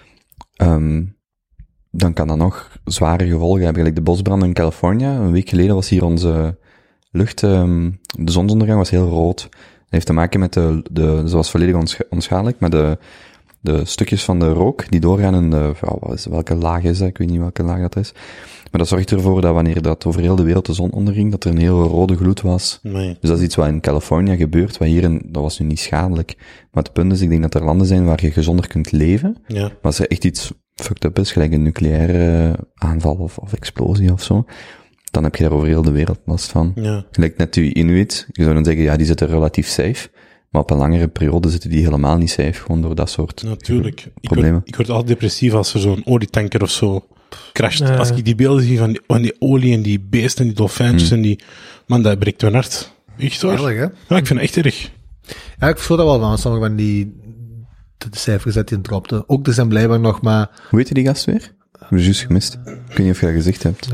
dan kan dat nog zware gevolgen hebben. Gelijk de bosbranden in Californië. Een week geleden was hier onze lucht, de zonsondergang was heel rood. Dat heeft te maken met ze was volledig onschadelijk, maar de stukjes van de rook die doorgaan in welke laag is dat? Ik weet niet welke laag dat is. Maar dat zorgt ervoor dat wanneer dat over heel de wereld de zon onderging, dat er een heel rode gloed was. Nee. Dus dat is iets wat in Californië gebeurt, wat hier dat was nu niet schadelijk. Maar het punt is, ik denk dat er landen zijn waar je gezonder kunt leven, Ja. maar als er echt iets fucked up is, gelijk een nucleaire aanval of explosie of zo, dan heb je daar over heel de wereld last van. Ja. Gelijk net die Inuit, je zou dan zeggen, ja, die zitten relatief safe, maar op een langere periode zitten die helemaal niet safe, gewoon door dat soort Natuurlijk. problemen. Ik word altijd depressief als er zo'n olietanker of zo crasht. Nee. Als ik die beelden zie van die olie en die beesten en die dolfijntjes en die... Man, dat breekt mijn hart. Echt waar? Eerlijk, hè? Ja, ik vind het echt erg. Ja, ik voel dat wel van sommige van die de cijfers dat hij dropte. Ook er zijn blijkbaar nog maar... Hoe heet die gast weer? Ik heb het juist gemist. Ik weet niet of je dat gezegd hebt.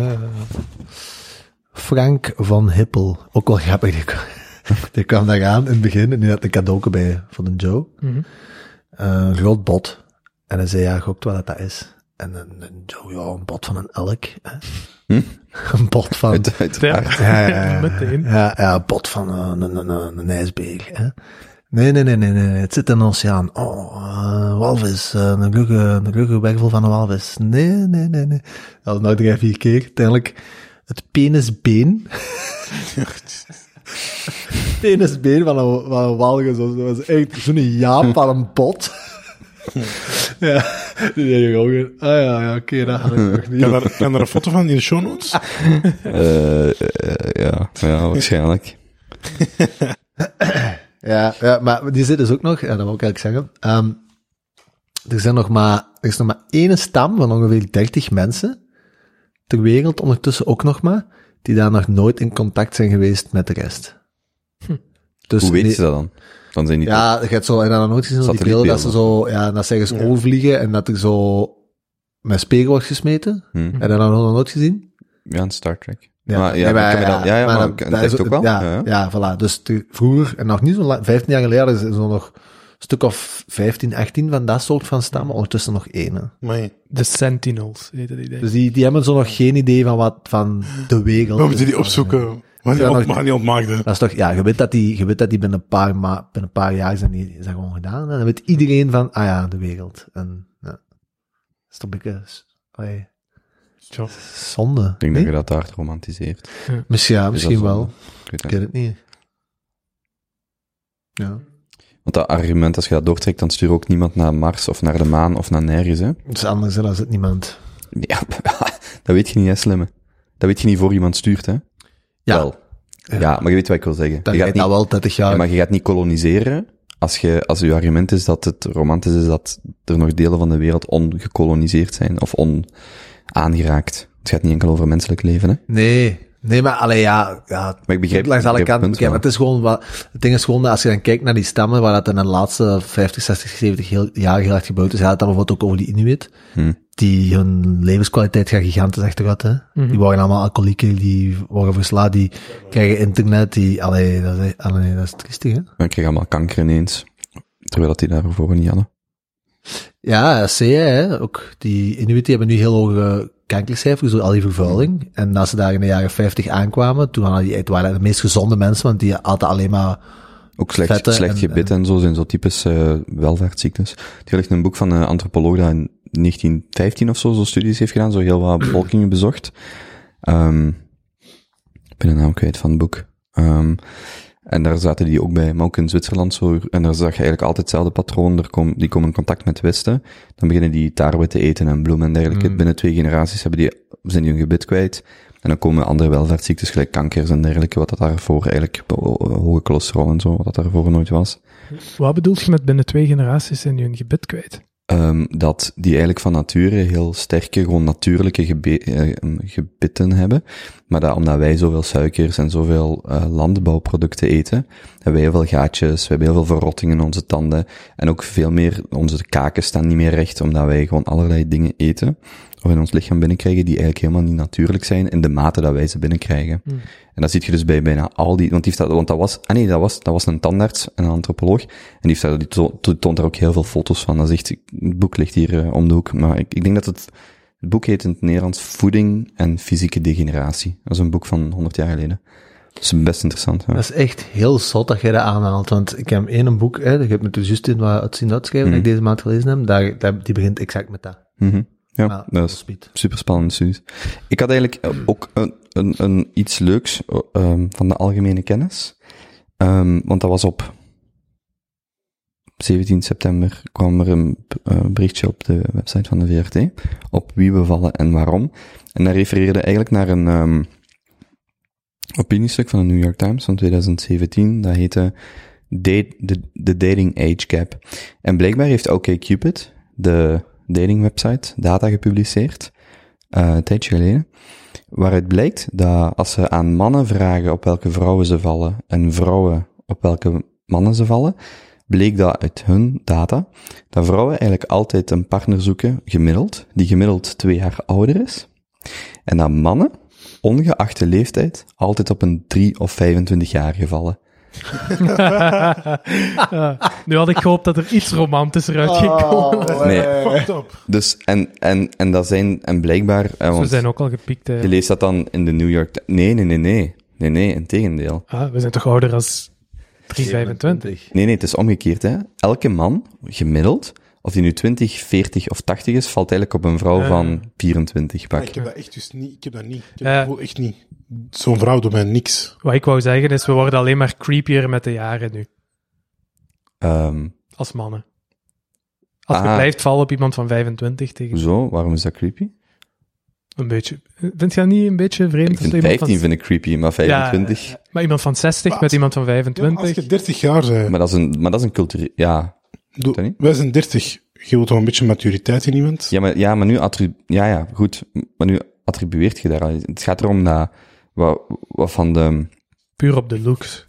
Frank van Hippel. Ook wel grappig. Die kwam daar aan in het begin en die had een cadeau bij van een Joe. Een groot bot. En hij zei, ja, gokt wat dat is. En een Joe, ja, een bot van een elk. Hè. Een bot van... Uiteraard. Ja, Meteen. een bot van een ijsbeer. Hè. Nee, het zit in de oceaan. Oh, walvis, een glugge wervel van een walvis. Nee. Dat was nou 3-4 keer. Uiteindelijk het penisbeen. Penisbeen van een walvis. Dat was echt zo'n jaap van een pot. Ja, die zei je gewoon, ja, oké, dat had ik nog niet. Kan er een foto van in de show notes? Ja, waarschijnlijk. Ja, maar die zit dus ook nog, ja, dat wil ik eigenlijk zeggen. Er is nog maar één stam van ongeveer 30 mensen ter wereld, ondertussen ook nog maar, die daar nog nooit in contact zijn geweest met de rest. Dus Hoe weten ze dat dan? Dan zijn die ja, je hebt zo, en dan nooit gezien, zo die beelden dat ze zo, ja, dat ze ergens overvliegen en dat er zo met spegel wordt gesmeten. Heb je dat nog nooit gezien? ja, een Star Trek. Ja, Maar, ja, nee, maar dat dat heeft is ook wel. Ja, voilà. Dus vroeger, en nog niet zo lang, 15 jaar geleden, is er nog een stuk of 15, 18 van dat soort van stammen, ondertussen nog één. Hè. Maar De Sentinels, heette die. Dus die hebben zo nog geen idee van de wereld. we moeten die opzoeken. We gaan die ontmaagden. Dat is toch, ja, je weet dat die binnen een paar jaar zijn die is dat gewoon gedaan. En dan weet iedereen van, de wereld. En, ja. Dat is toch een beetje, zonde. Ik denk nee? dat je dat daar romantiseert. Misschien Is dat wel. zonde? Ik weet Ik het. weet het niet. Ja. Want dat argument, als je dat doortrekt, dan stuur ook niemand naar Mars of naar de maan of naar nergens, hè? Het is anders dan als het niemand... Ja, dat weet je niet, hè, slimme. Dat weet je niet voor iemand stuurt, hè? Ja. Wel. Ja, maar je weet wat ik wil zeggen. Dan Je gaat gaat dat niet, wel 30 jaar... ja, maar je gaat niet koloniseren als je argument is dat het romantisch is dat er nog delen van de wereld ongekoloniseerd zijn of onaangeraakt. Het gaat niet enkel over menselijk leven, hè? Nee, Nee, maar allee, ja, Maar ik begrijp langs alle het kanten. punt Oké, maar wel. het is gewoon het ding is gewoon dat als je dan kijkt naar die stammen, waar dat in de laatste 50, 60, 70 jaar heel hard gebouwd is, gaat het dan bijvoorbeeld ook over die Inuit, die hun levenskwaliteit gaat gigantisch achteruit, hè. Die worden allemaal alcoholieken, die worden verslaafd, die krijgen internet, allee, dat is triestig, hè. Dan krijg je allemaal kanker ineens. Terwijl dat die daarvoor niet hadden. Ja, zie je, hè. Ook die Inuit, die hebben nu heel hoge kankercijfers door al die vervuiling. En als ze daar in de jaren 50 aankwamen, toen het waren de meest gezonde mensen, want die hadden alleen maar Ook slecht vetten gebit en zo zijn zo typisch welvaartsziektes. Er ligt een boek van een antropoloog dat in 1915 of zo studies heeft gedaan, zo heel wat bevolkingen bezocht. Ik ben de naam kwijt van het boek. En daar zaten die ook bij, maar ook in Zwitserland zo. En daar zag je eigenlijk altijd hetzelfde patroon. Die komen in contact met Westen. Dan beginnen die tarwe te eten en bloemen en dergelijke. Binnen 2 generaties zijn die hun gebit kwijt. En dan komen andere welvaartsziektes, gelijk kankers en dergelijke, wat dat daarvoor eigenlijk, hoge cholesterol en zo, wat dat daarvoor nooit was. Wat bedoelt je met binnen 2 generaties zijn die hun gebit kwijt? Dat die eigenlijk van nature heel sterke, gewoon natuurlijke gebitten hebben. Maar dat omdat wij zoveel suikers en zoveel landbouwproducten eten, hebben wij heel veel gaatjes, we hebben heel veel verrotting in onze tanden. En ook veel meer, onze kaken staan niet meer recht, omdat wij gewoon allerlei dingen eten, of in ons lichaam binnenkrijgen, die eigenlijk helemaal niet natuurlijk zijn, in de mate dat wij ze binnenkrijgen. En dat zie je dus bij bijna al die, want dat was een tandarts en een antropoloog, en die toont daar ook heel veel foto's van. Dat is echt, het boek ligt hier om de hoek, maar ik denk dat het boek heet in het Nederlands Voeding en Fysieke Degeneratie. Dat is een boek van 100 jaar geleden. Dat is best interessant. Ja. Dat is echt heel zot dat jij dat aanhaalt, want ik heb een boek, hè, dat heb me er juist in wat zien uitschrijven, dat ik deze maand gelezen heb, die begint exact met dat. Ja, dat is super spannende studies. Ik had eigenlijk ook een iets leuks van de algemene kennis. Want dat was op 17 september kwam er een berichtje op de website van de VRT op wie bevallen en waarom. En dat refereerde eigenlijk naar een opiniestuk van de New York Times van 2017. Dat heette The Dating Age Gap. En blijkbaar heeft OkCupid, de dating website, data gepubliceerd, een tijdje geleden, waaruit blijkt dat als ze aan mannen vragen op welke vrouwen ze vallen en vrouwen op welke mannen ze vallen, bleek dat uit hun data dat vrouwen eigenlijk altijd een partner zoeken, die gemiddeld 2 jaar ouder is, en dat mannen, ongeacht de leeftijd, altijd op een 3 of 25-jarige vallen. Nu had ik gehoopt dat er iets romantischer uit ging komen. Nee. Dus, en dat zijn, en blijkbaar... We zijn ook al gepiekt. Je leest dat dan in de New York... Nee, integendeel. We zijn toch ouder als 3,25? Nee, het is omgekeerd, hè. Elke man, gemiddeld, of die nu 20, 40 of 80 is, valt eigenlijk op een vrouw van 24 pak. Ik heb dat echt dus niet. Ik heb dat echt niet. Zo'n vrouw doet mij niks. Wat ik wou zeggen is, we worden alleen maar creepier met de jaren nu. Als mannen. Als je blijft vallen op iemand van 25 tegen... Hoezo? Waarom is dat creepy? Een beetje. Vind je dat niet een beetje vreemd? Ik vind 15 vind ik creepy, maar 25... Ja, maar iemand van 60 met iemand van 25... Ja, als je 30 jaar bent... Maar dat is een cultuur... Ja. Wij zijn 30. Je wilt toch een beetje maturiteit in iemand? Ja, maar nu... goed. Maar nu attribueert je daar al... Het gaat erom dat... Wat van de... Puur op de looks.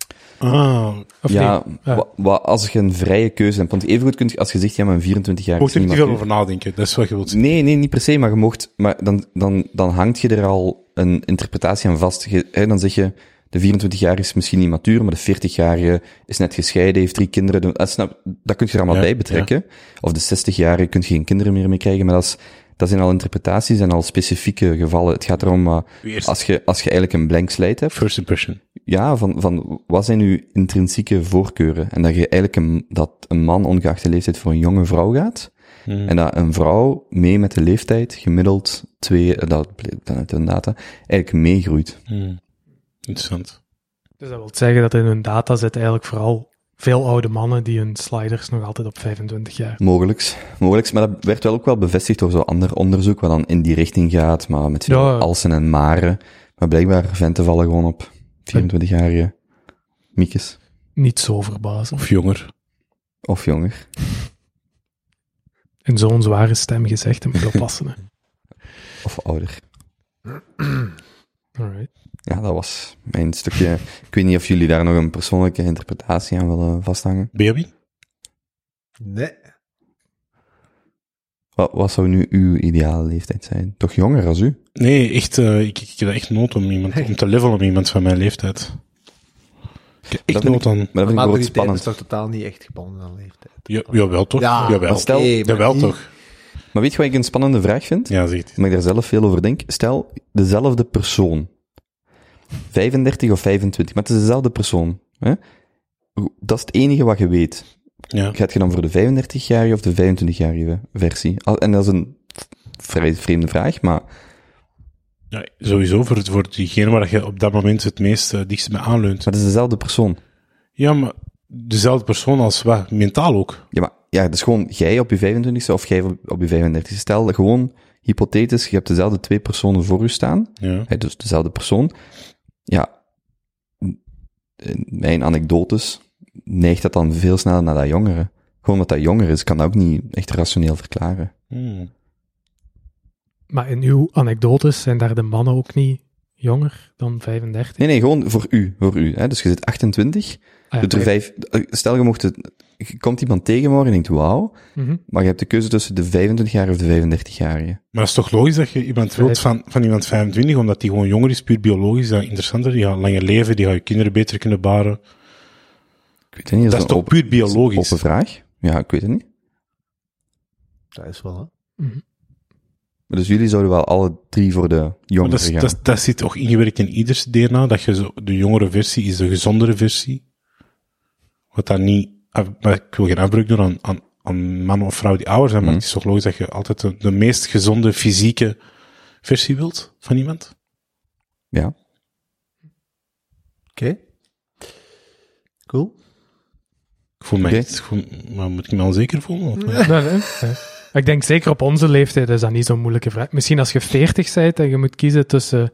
Als je een vrije keuze hebt. Want evengoed kun je, als je zegt, ja, maar een 24 jaar... Mocht er niet te veel over nadenken, dat is wat je wilt zeggen. Nee, niet per se, maar je mocht... Maar dan hangt je er al een interpretatie aan vast. Dan zeg je, de 24-jarige is misschien niet matuur, maar de 40-jarige is net gescheiden, heeft 3 kinderen. Dat kun je er allemaal bij betrekken. Ja. Of de 60-jarige kun je geen kinderen meer mee krijgen, maar dat zijn al interpretaties en al specifieke gevallen. Het gaat erom, als je eigenlijk een blank slate hebt... First impression. Ja, van wat zijn uw intrinsieke voorkeuren? En dat je eigenlijk dat een man ongeacht de leeftijd voor een jonge vrouw gaat. En dat een vrouw mee met de leeftijd gemiddeld 2, dat bleek dan uit hun data, eigenlijk meegroeit. Interessant. Dus dat wil zeggen dat in hun data zit eigenlijk vooral veel oude mannen die hun sliders nog altijd op 25 jaar. Mogelijks, maar dat werd wel ook wel bevestigd door zo'n ander onderzoek, wat dan in die richting gaat, maar met veel alsen en maren. Maar blijkbaar venten vallen gewoon op 24-jarige miekes. Niet zo verbazend. Of jonger. In zo'n zware stem gezegd, dat moet oppassen. Hè. Of ouder. Alright. Ja, dat was mijn stukje. Ik weet niet of jullie daar nog een persoonlijke interpretatie aan willen vasthangen. Baby? Nee. Wat zou nu uw ideale leeftijd zijn? Toch jonger als u? Nee, echt, ik heb echt nood om te levelen om iemand van mijn leeftijd. Ik heb echt Dat vind nood aan... Maar dat vind ik Maar wel is spannend. toch totaal niet echt gebonden aan leeftijd? Jawel, toch? Ja, Jawel, maar stel- jawel toch? Maar weet je wat ik een spannende vraag vind? Ja, zeg het. Maar ik daar zelf veel over denk. Stel, dezelfde persoon. 35 of 25, maar het is dezelfde persoon. Hè? Dat is het enige wat je weet. Ja. Gaat je dan voor de 35-jarige of de 25-jarige versie? En dat is een vrij vreemde vraag, maar Ja, sowieso voor diegene waar je op dat moment het meest dichtst bij aanleunt. het is dezelfde persoon. Ja, maar dezelfde persoon als wat? Mentaal ook. Ja, maar ja, het is gewoon jij op je 25e of jij op je 35e. Stel, gewoon hypothetisch, je hebt dezelfde twee personen voor u staan. Ja. Dus dezelfde persoon. Ja, in mijn anekdotes neigt dat dan veel sneller naar dat jongere. Gewoon omdat dat jonger is, kan dat ook niet echt rationeel verklaren. Maar in uw anekdotes zijn daar de mannen ook niet jonger dan 35? Nee, gewoon voor u. Hè? Dus je zit 28, Ah, ja, doet er 5... Stel, je komt iemand tegen morgen en denkt, wauw, Mhm. maar je hebt de keuze tussen de 25-jarige of de 35-jarige. Maar dat is toch logisch dat je iemand wilt van iemand 25, omdat die gewoon jonger is, puur biologisch, dat is interessanter, die gaat langer leven, die gaat je kinderen beter kunnen baren. Ik weet het niet. Dat is toch puur biologisch? Open vraag? Ja, ik weet het niet. Dat is wel, hè. Maar dus jullie zouden wel alle drie voor de Maar jongere gaan. dat zit toch ingewerkt in ieders DNA, dat je de jongere versie is de gezondere versie. Wat dan niet, maar ik wil geen afbreuk doen aan man of vrouw die ouder zijn, maar het is toch logisch dat je altijd de meest gezonde fysieke versie wilt van iemand? Ja. Oké. Cool. Ik voel mij Oké. echt, maar moet ik me al zeker voelen? Of- Nee. Ik denk zeker op onze leeftijd is dat niet zo'n moeilijke vraag. Misschien als je 40 bent en je moet kiezen tussen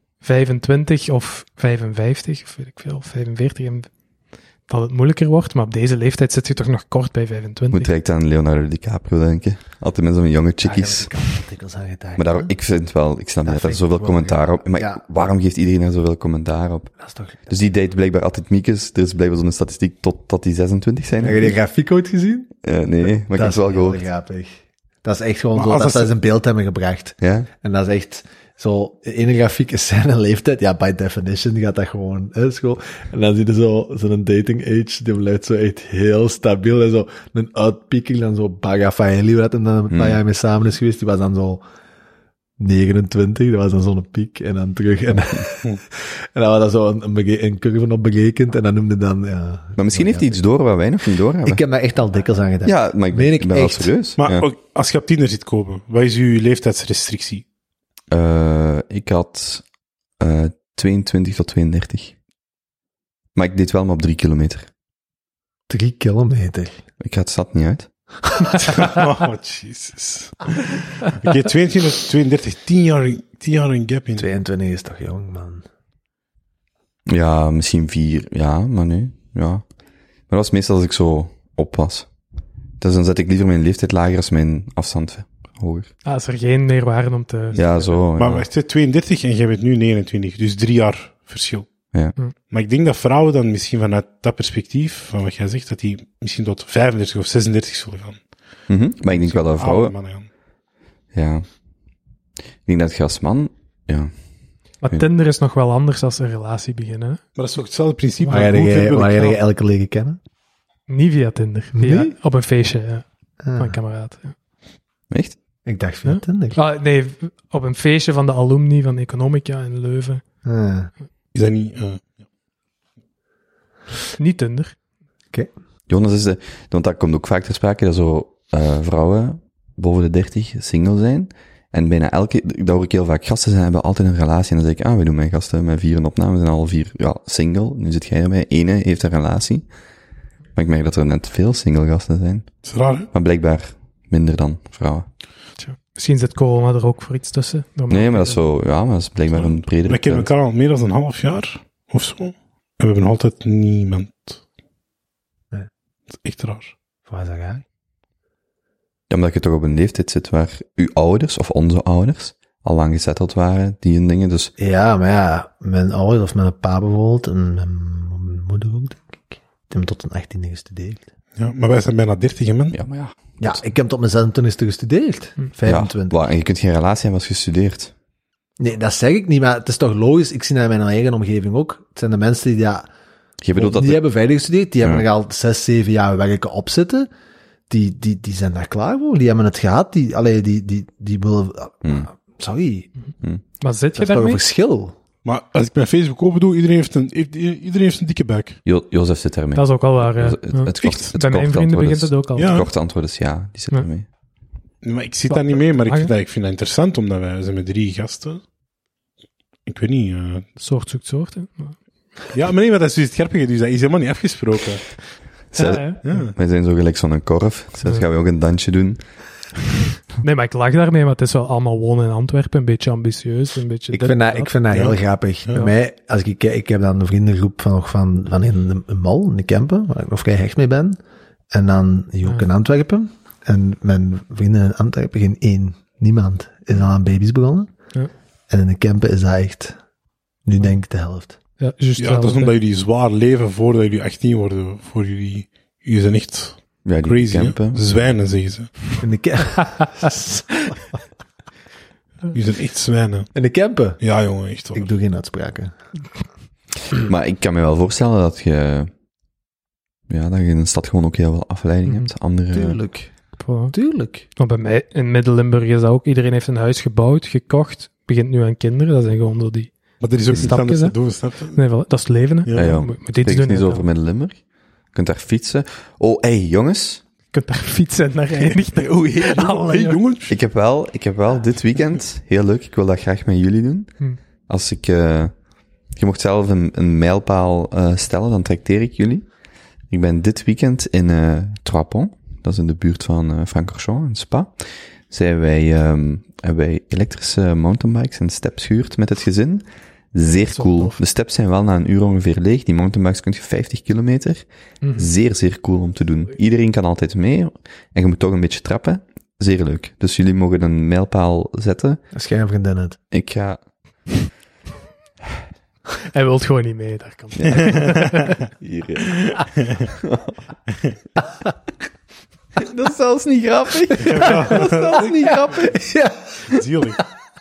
25 of 55, of weet ik veel, of 45, en dat het moeilijker wordt. Maar op deze leeftijd zit je toch nog kort bij 25. Moet direct aan Leonardo DiCaprio denken. Altijd met zo'n jonge chickies. Ik had artikels aan gedacht. Maar daar, ik vind wel, ik snap niet dat er vind zoveel ik wel commentaar graag. op. Maar Ja. waarom geeft iedereen daar zoveel commentaar op? Dat is toch... Dus die date blijkbaar altijd Miekes. Er is blijkbaar zo'n statistiek tot die 26 zijn. Heb je die grafiek ooit gezien? Nee, maar ik heb Dat het wel heel gehoord. grappig. Dat is echt gewoon Maar zo, als dat dat ze een beeld hebben gebracht. Ja? En dat is echt zo, in een grafiek is zijn leeftijd, ja, by definition gaat dat gewoon, hè, school. En dan zie je zo'n dating age, die blijft zo echt heel stabiel en zo, een uitpieking dan zo, Raffaelli, waar het dan een paar jaar mee samen is geweest, die was dan zo 29, dat was dan zo'n piek, en dan terug, en dan was dat zo een curve op berekend, en dan noemde dan, ja. Maar misschien heeft hij iets door wat wij nog niet door hebben. Ik heb daar echt al dikwijls aan gedacht. Ja, maar ik Meen ben, ik ik ben wel echt. serieus. Maar Ja. ook, als je op Tinder zit kopen, wat is uw leeftijdsrestrictie? Ik had 22 tot 32. Maar ik deed wel maar op 3 kilometer. 3 kilometer. Ik ga het stad niet uit. Oh, jezus. Oké, 22, 32, 10 jaar een gap in. 22 is toch jong, man. Ja, misschien 4. Ja, maar nee. Ja. Maar dat was meestal als ik zo op was. Dus dan zet ik liever mijn leeftijd lager als mijn afstand hoger. Als er geen meer waren om te... Ja, zo. Maar ja. wacht, hè, 32 en jij bent nu 29, dus 3 jaar verschil. Ja. Maar ik denk dat vrouwen dan misschien vanuit dat perspectief, van wat jij zegt, dat die misschien tot 35 of 36 zullen gaan. Maar ik denk wel dat Oude vrouwen... mannen gaan. Ja. Ik denk dat je als man... Ja. Maar Tinder is nog wel anders als een relatie beginnen. Hè? Maar dat is ook hetzelfde principe. Waar van hoe ver wil ik jij gaan? elke leren kennen? Niet via Tinder. Nee? Op een feestje ja, Ah, van een kameraad. Ja. Echt? ik dacht via Huh? Tinder. Ah, nee, op een feestje van de alumni van Economica in Leuven. Ah. Is dat niet... Niet Tinder. Jonas is want dat komt ook vaak ter sprake, dat zo vrouwen boven de 30 single zijn. En bijna dat hoor ik heel vaak, gasten zijn, hebben altijd een relatie. En dan zeg ik, we doen mijn gasten met 4 opnames, zijn al 4 single. Nu zit jij erbij, ene heeft een relatie. Maar ik merk dat er net veel single gasten zijn. Dat is raar, hè? Maar blijkbaar minder dan vrouwen. Tja, misschien zit corona er ook voor iets tussen. Nee, maar dat is zo, maar dat is blijkbaar een bredere We kennen elkaar al meer dan een half jaar, of zo. En we hebben nog altijd niemand. Nee. Dat is echt raar. Waar is dat raar? Ja, omdat je toch op een leeftijd zit waar uw ouders, of onze ouders, al lang gezetteld waren, die en dingen. Dus Ja, maar ja, mijn ouders of mijn pa bijvoorbeeld, en mijn moeder ook, denk ik. Die hebben tot een 18e gestudeerd. Ja, maar wij zijn bijna 30, hè, man. ja, maar ja. Ja, ik heb tot mijn 26e gestudeerd. 25. Ja, en je kunt geen relatie hebben als je studeert. Nee, dat zeg ik niet, maar het is toch logisch. Ik zie dat in mijn eigen omgeving ook. Het zijn de mensen die Je bedoelt dat die hebben veilig gestudeerd, die Ja. hebben er al 6, 7 jaar werken op zitten. Die zijn daar klaar voor. Die hebben het gehad. Die willen... Sorry, Maar zit je dat is toch een daarmee? verschil. Maar als ik mijn Facebook open doe, iedereen heeft een dikke buik. Jozef zit daarmee. Dat is ook wel waar. Ja. Het kort, Bij mijn vrienden begint het ook al. Ja. Het korte antwoord is ja, die zit Ja. ermee. Nee, maar ik zit daar niet mee, maar Ah, ja. ik vind dat interessant, omdat wij zijn met 3 gasten. Ik weet niet... Soort zoekt soort. Hè. Ja, maar nee, maar dat is dus het grappige, dus dat is helemaal niet afgesproken. Zij- Ja. Ja. Wij zijn zo gelijk zo'n korf. Dus dat gaan we ook een dansje doen. Nee, maar ik lach daarmee, maar het is wel allemaal wonen in Antwerpen, een beetje ambitieus, een beetje... Ik dit, vind dat dat. heel grappig. Ja. Bij mij, als ik heb dan een vriendengroep van in een mall, in de Kempen, waar ik nog vrij hecht mee ben. En dan hier ook in Antwerpen. En mijn vrienden in Antwerpen, geen één, niemand, is al aan baby's begonnen. Ja. En in de Kempen is dat echt, nu denk ik de helft. Ja, juist Ja, dat is omdat jullie zwaar leven voordat jullie 18 worden. Voor jullie zijn echt Ja, die crazy, hè? campen. Zwijnen, zeggen ze. In de, Jullie zijn echt zwijnen. in de Kempen? Ja, jongen, echt hoor. Ik doe geen uitspraken. Maar ik kan me wel voorstellen dat je in een stad gewoon ook heel veel afleiding hebt. Andere... Tuurlijk. Voilà. Tuurlijk. Maar bij mij in Midden-Limburg is dat ook, iedereen heeft een huis gebouwd, gekocht, begint nu aan kinderen, dat zijn gewoon door die... Maar er is ook iets Stapjes, anders te hè? doen, snap je? Nee, wel, dat is het leven, hè. Ja. Ja, ja. Moet iets Spreek doen. niet hè. over Midden-Limburg. Je kunt daar fietsen. Oh, hey, jongens. Je kunt daar fietsen en daar eindigt. Oh, hey, jongens. Ik heb wel dit weekend, heel leuk, ik wil dat graag met jullie doen. Als ik, je mocht zelf een mijlpaal stellen, dan trakteer ik jullie. Ik ben dit weekend in Trois Ponts, dat is in de buurt van Francorchamps, in Spa. Hebben wij elektrische mountainbikes en steps gehuurd met het gezin. Zeer Zo cool. tof. De steps zijn wel na een uur ongeveer leeg. Die mountainbikes kun je 50 kilometer. Zeer, zeer cool om te doen. Iedereen kan altijd mee. En je moet toch een beetje trappen. Zeer leuk. Dus jullie mogen een mijlpaal zetten. Als jij een vriendin hebt. Ik ga... Hij wil gewoon niet mee, daar kan Hier. Dat is zelfs niet grappig. Dat is zelfs niet grappig. Ja, Zielig.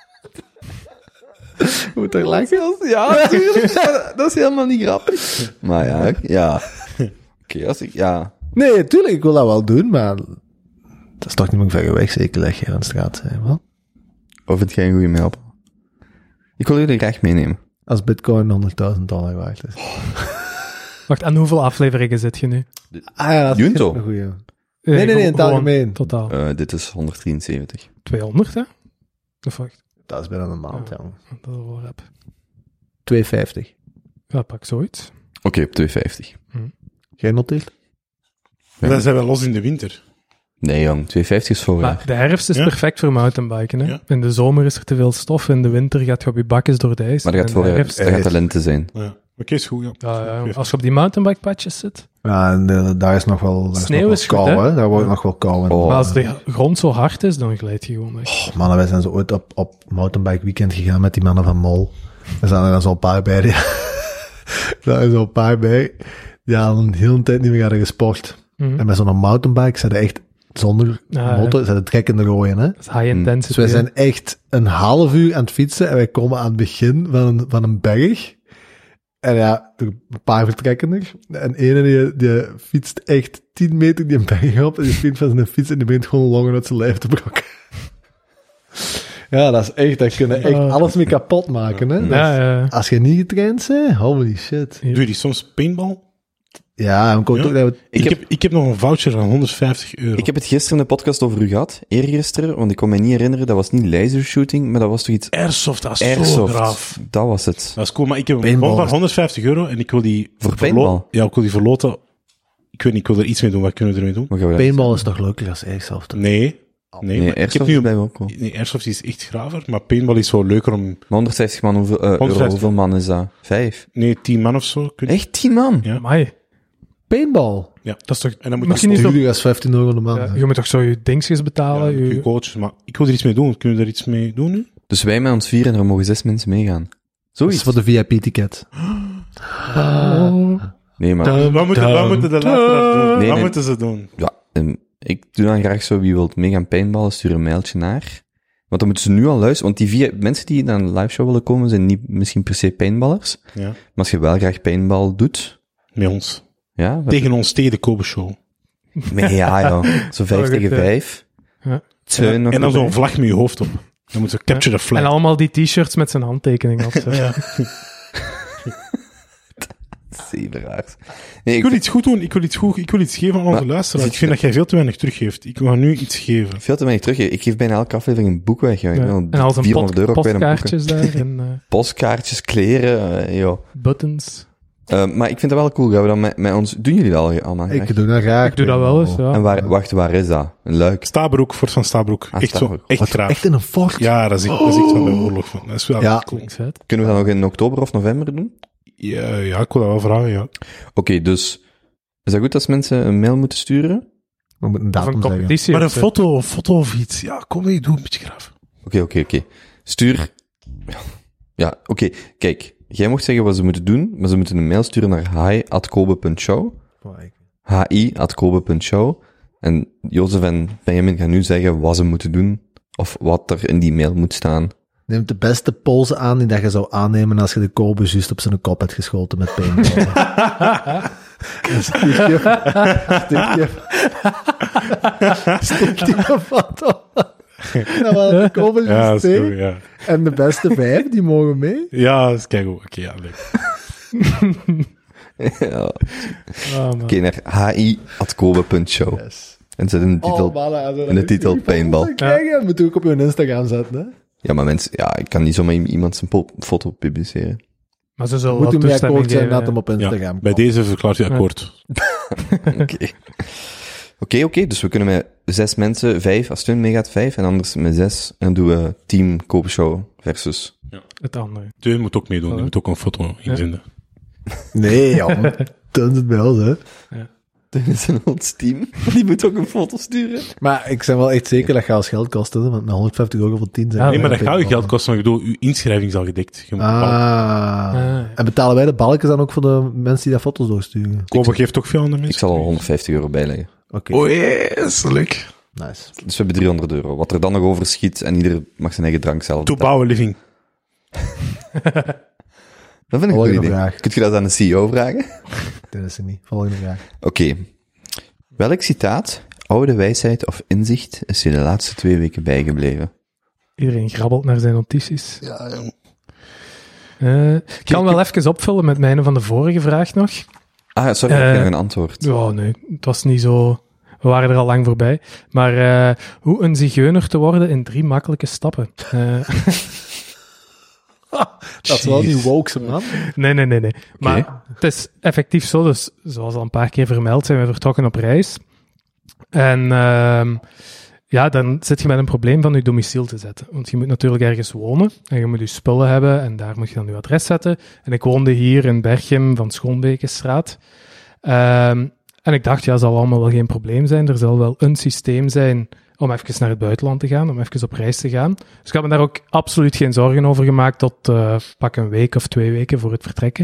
moet er lachen. Ja, natuurlijk. Dat is helemaal niet grappig. Maar ja. Oké, als ik... Ja. Nee, tuurlijk, ik wil dat wel doen, maar dat is toch niet meer ver weg, zeker leg je aan de straat zijn, wel? Of vind jij een goede mijlpaal? Ik wil jullie graag meenemen. Als bitcoin $100.000 waard is. Wacht, aan hoeveel afleveringen zit je nu? Ah ja, dat is Junto. een goeie. Nee, in het gewoon algemeen. Totaal. Dit is 173. 200, hè? Of wacht, Dat is bijna een maand, Ja. jongen. dat is wel rap. 2,50. Ja, pak zoiets. Oké, op 250. Jij noteert? Dan zijn we los in de winter. Nee, jong. 250 is voorjaar. Maar de herfst is Ja. perfect voor mountainbiken, hè? Ja. In de zomer is er te veel stof, in de winter gaat je op je bakjes door de ijs. Maar dat gaat En in de voorjaar. herfst- Dat gaat de lente zijn. Ja. Oké, is goed, ja. Ja, als je op die mountainbikepadjes zit. Ja, en daar is nog wel, daar Sneeuw is is nog wel goed, kou, hè? hè? Daar wordt nog wel kou in. Oh. Maar als de grond zo hard is, dan glijd je gewoon weg. Oh, mannen, wij zijn zo ooit op mountainbike weekend gegaan met die mannen van Mol. Er zijn er dan zo'n paar bij. Daar is zo'n paar bij. Die hadden de hele tijd niet meer hadden gesport. En met zo'n mountainbike zijn echt zonder Ja, motor, zijn de trekkende rooien, hè? Dat is high intensity. Dus wij zijn echt een half uur aan het fietsen en wij komen aan het begin van een berg. En ja, er een paar vertrekken er. En ene die fietst echt 10 meter die een berg op en die springt van zijn fiets en die begint gewoon longen uit zijn lijf te brokken. Ja, dat is echt, daar kunnen echt alles mee kapot maken, hè. Ja. Als je niet getraind bent, holy shit. Doe je die soms paintball? Ja, en komt Ja? ook dat we... Ik heb nog een voucher van €150. Ik heb het gisteren in de podcast over u gehad. Eergisteren, want ik kon me niet herinneren. Dat was niet lasershooting, maar dat was toch iets... Airsoft, dat is zo Airsoft. graaf. Dat was het. Dat is cool, maar ik heb een Paintball bon van is- €150 en ik wil die... Voor paintball? Ja, ik wil die verloten. Ik weet niet, ik wil er iets mee doen. Wat kunnen we ermee doen? Wat gaan we Paintball is toch leuker als airsoft? Nee. Nee, Nee, maar ik heb Airsoft nu... is bij me ook wel. Nee, Airsoft is echt graver, maar paintball is zo leuker om... Maar 150 man, euro, 150. hoeveel man is dat? 5? Nee, 10 man of zo. Echt 10 man? Ja. Amai, Paintball? Ja. dat is toch... En dan moet Misschien je niet zo... Duurder als €15 de man. Ja, je moet toch zo je dingetjes betalen? je je... coaches, maar ik wil er iets mee doen. Kunnen we er iets mee doen nu? Dus wij met ons 4 en er mogen 6 mensen meegaan. Dat is Zoiets. voor de VIP-ticket. Nee, maar... Wat moeten de luisteraars doen? Nee, Wat nee. moeten ze doen? Ja, ik doe dan graag zo, wie wilt meegaan paintballen, stuur een mailtje naar. Want dan moeten ze nu al luisteren, want die mensen die naar een liveshow willen komen, zijn niet misschien per se paintballers. Ja. Maar als je wel graag paintball doet, Met ons. ja... Tegen ons, tegen de Kobe Show. Nee, ja, joh. Zo 5 tegen 5. Ja. Teun nog En dan erbij. zo'n vlag met je hoofd op. Dan moeten ze capture the flag. En allemaal die t-shirts met zijn handtekening op. Zo. Ja. Zeveraars. Nee, Ik wil iets goed doen. Ik wil iets geven aan onze Maar- luisteraars. Ik vind dat jij veel te weinig teruggeeft. Ik ga nu iets geven. veel te weinig terug. Ik geef bijna elke aflevering een boek weg. Joh. Ik Ja. ben al En al zijn €400 kwijt aan boeken. postkaartjes daar en Postkaartjes, kleren, joh. buttons. Maar ik vind dat wel cool. Gaan we dan met ons... Doen jullie dat al allemaal graag? Ik doe dat graag. Ik doe dat wel eens, ja. En waar is dat? Een Luik? Stabroek, Fort van Stabroek. Ah, Echt zo, Stabroek. echt Wat, graag. echt in een fort? Ja, dat is echt van de oorlog van. Dat is wel Ja. cool. Klinkt vet. Kunnen we dat nog in oktober of november doen? Ja, ik wil dat wel vragen, ja. Oké, dus... Is dat goed als mensen een mail moeten sturen? We moeten een Of datum een zeggen. competitie. Maar een of zo. foto of iets. Ja, kom mee, doe een beetje graaf. Oké. Stuur... Ja, oké. Kijk, jij mocht zeggen wat ze moeten doen, maar ze moeten een mail sturen naar hi@kobe.show. hi@kobe.show. En Jozef en Benjamin gaan nu zeggen wat ze moeten doen, of wat er in die mail moet staan. Neem de beste polsen aan die dat je zou aannemen als je de Kobe juist op zijn kop hebt geschoten met paintballen. Een stikje foto. Nou, wat de Kobe Ja, juist dat is deed. goed, ja. En de beste 5, die mogen mee. Ja, dat is kijk goed. Oké, ja, leuk. Ja. Ah, man. Oké, naar hi@kobe.show. Yes. En zet in de titel... in de titel paintball. Krijgen, dat moet je ook op je Instagram zetten, hè. Ja, maar mensen... Ja, ik kan niet zomaar iemand zijn foto publiceren. Maar ze zullen Moet wel u mee toestemming akkoord zijn geven. dat hem op Instagram Ja, komt. bij deze verklaart u akkoord. Oké, dus we kunnen met 6 mensen, 5, als Teun meegaat 5, en anders met 6, en dan doen we Team Kobe Show versus... Het andere. Teun moet ook meedoen. Die moet ook een foto inzenden. Nee, joh. Toen het bij ons, hè. Teun is in ons team. Die moet ook een foto sturen. Maar ik ben wel echt zeker dat gaat als geld kosten, hè, want met €150 voor 10 zijn. Ja, Nee, maar ja, dat gaat je geld kosten, maar ik bedoel, uw inschrijving is al gedekt. Je moet Ah. En betalen wij de balkjes dan ook voor de mensen die daar foto's doorsturen? Kobe geeft ook veel aan de mensen. Ik zal al €150 bijleggen. Oké, Oh, yes, leuk. nice. Dus we hebben €300. Wat er dan nog over schiet, en ieder mag zijn eigen drank zelf To betalen. bouwen living. Dat vind ik een goed Volgende idee. vraag. Kun je dat aan de CEO vragen? Dat is er niet. Volgende vraag. Oké. Welk citaat, oude wijsheid of inzicht is je de laatste 2 weken bijgebleven? Iedereen grabbelt naar zijn notities. Ja, jong. Ik kan wel even opvullen met mijn van de vorige vraag nog. Ah, sorry, ik heb nog een antwoord. Ja, nee, het was niet zo... We waren er al lang voorbij. Maar hoe een zigeuner te worden in 3 makkelijke stappen. Dat is wel niet woke, man. Nee. Maar het is effectief zo, dus zoals al een paar keer vermeld, zijn we vertrokken op reis. En ja, dan zit je met een probleem van je domiciel te zetten. Want je moet natuurlijk ergens wonen en je moet je spullen hebben en daar moet je dan je adres zetten. En ik woonde hier in Berchem van Schoonbekenstraat. En ik dacht, ja, zal allemaal wel geen probleem zijn. Er zal wel een systeem zijn om even naar het buitenland te gaan, om even op reis te gaan. Dus ik had me daar ook absoluut geen zorgen over gemaakt tot pak een week of 2 weken voor het vertrekken.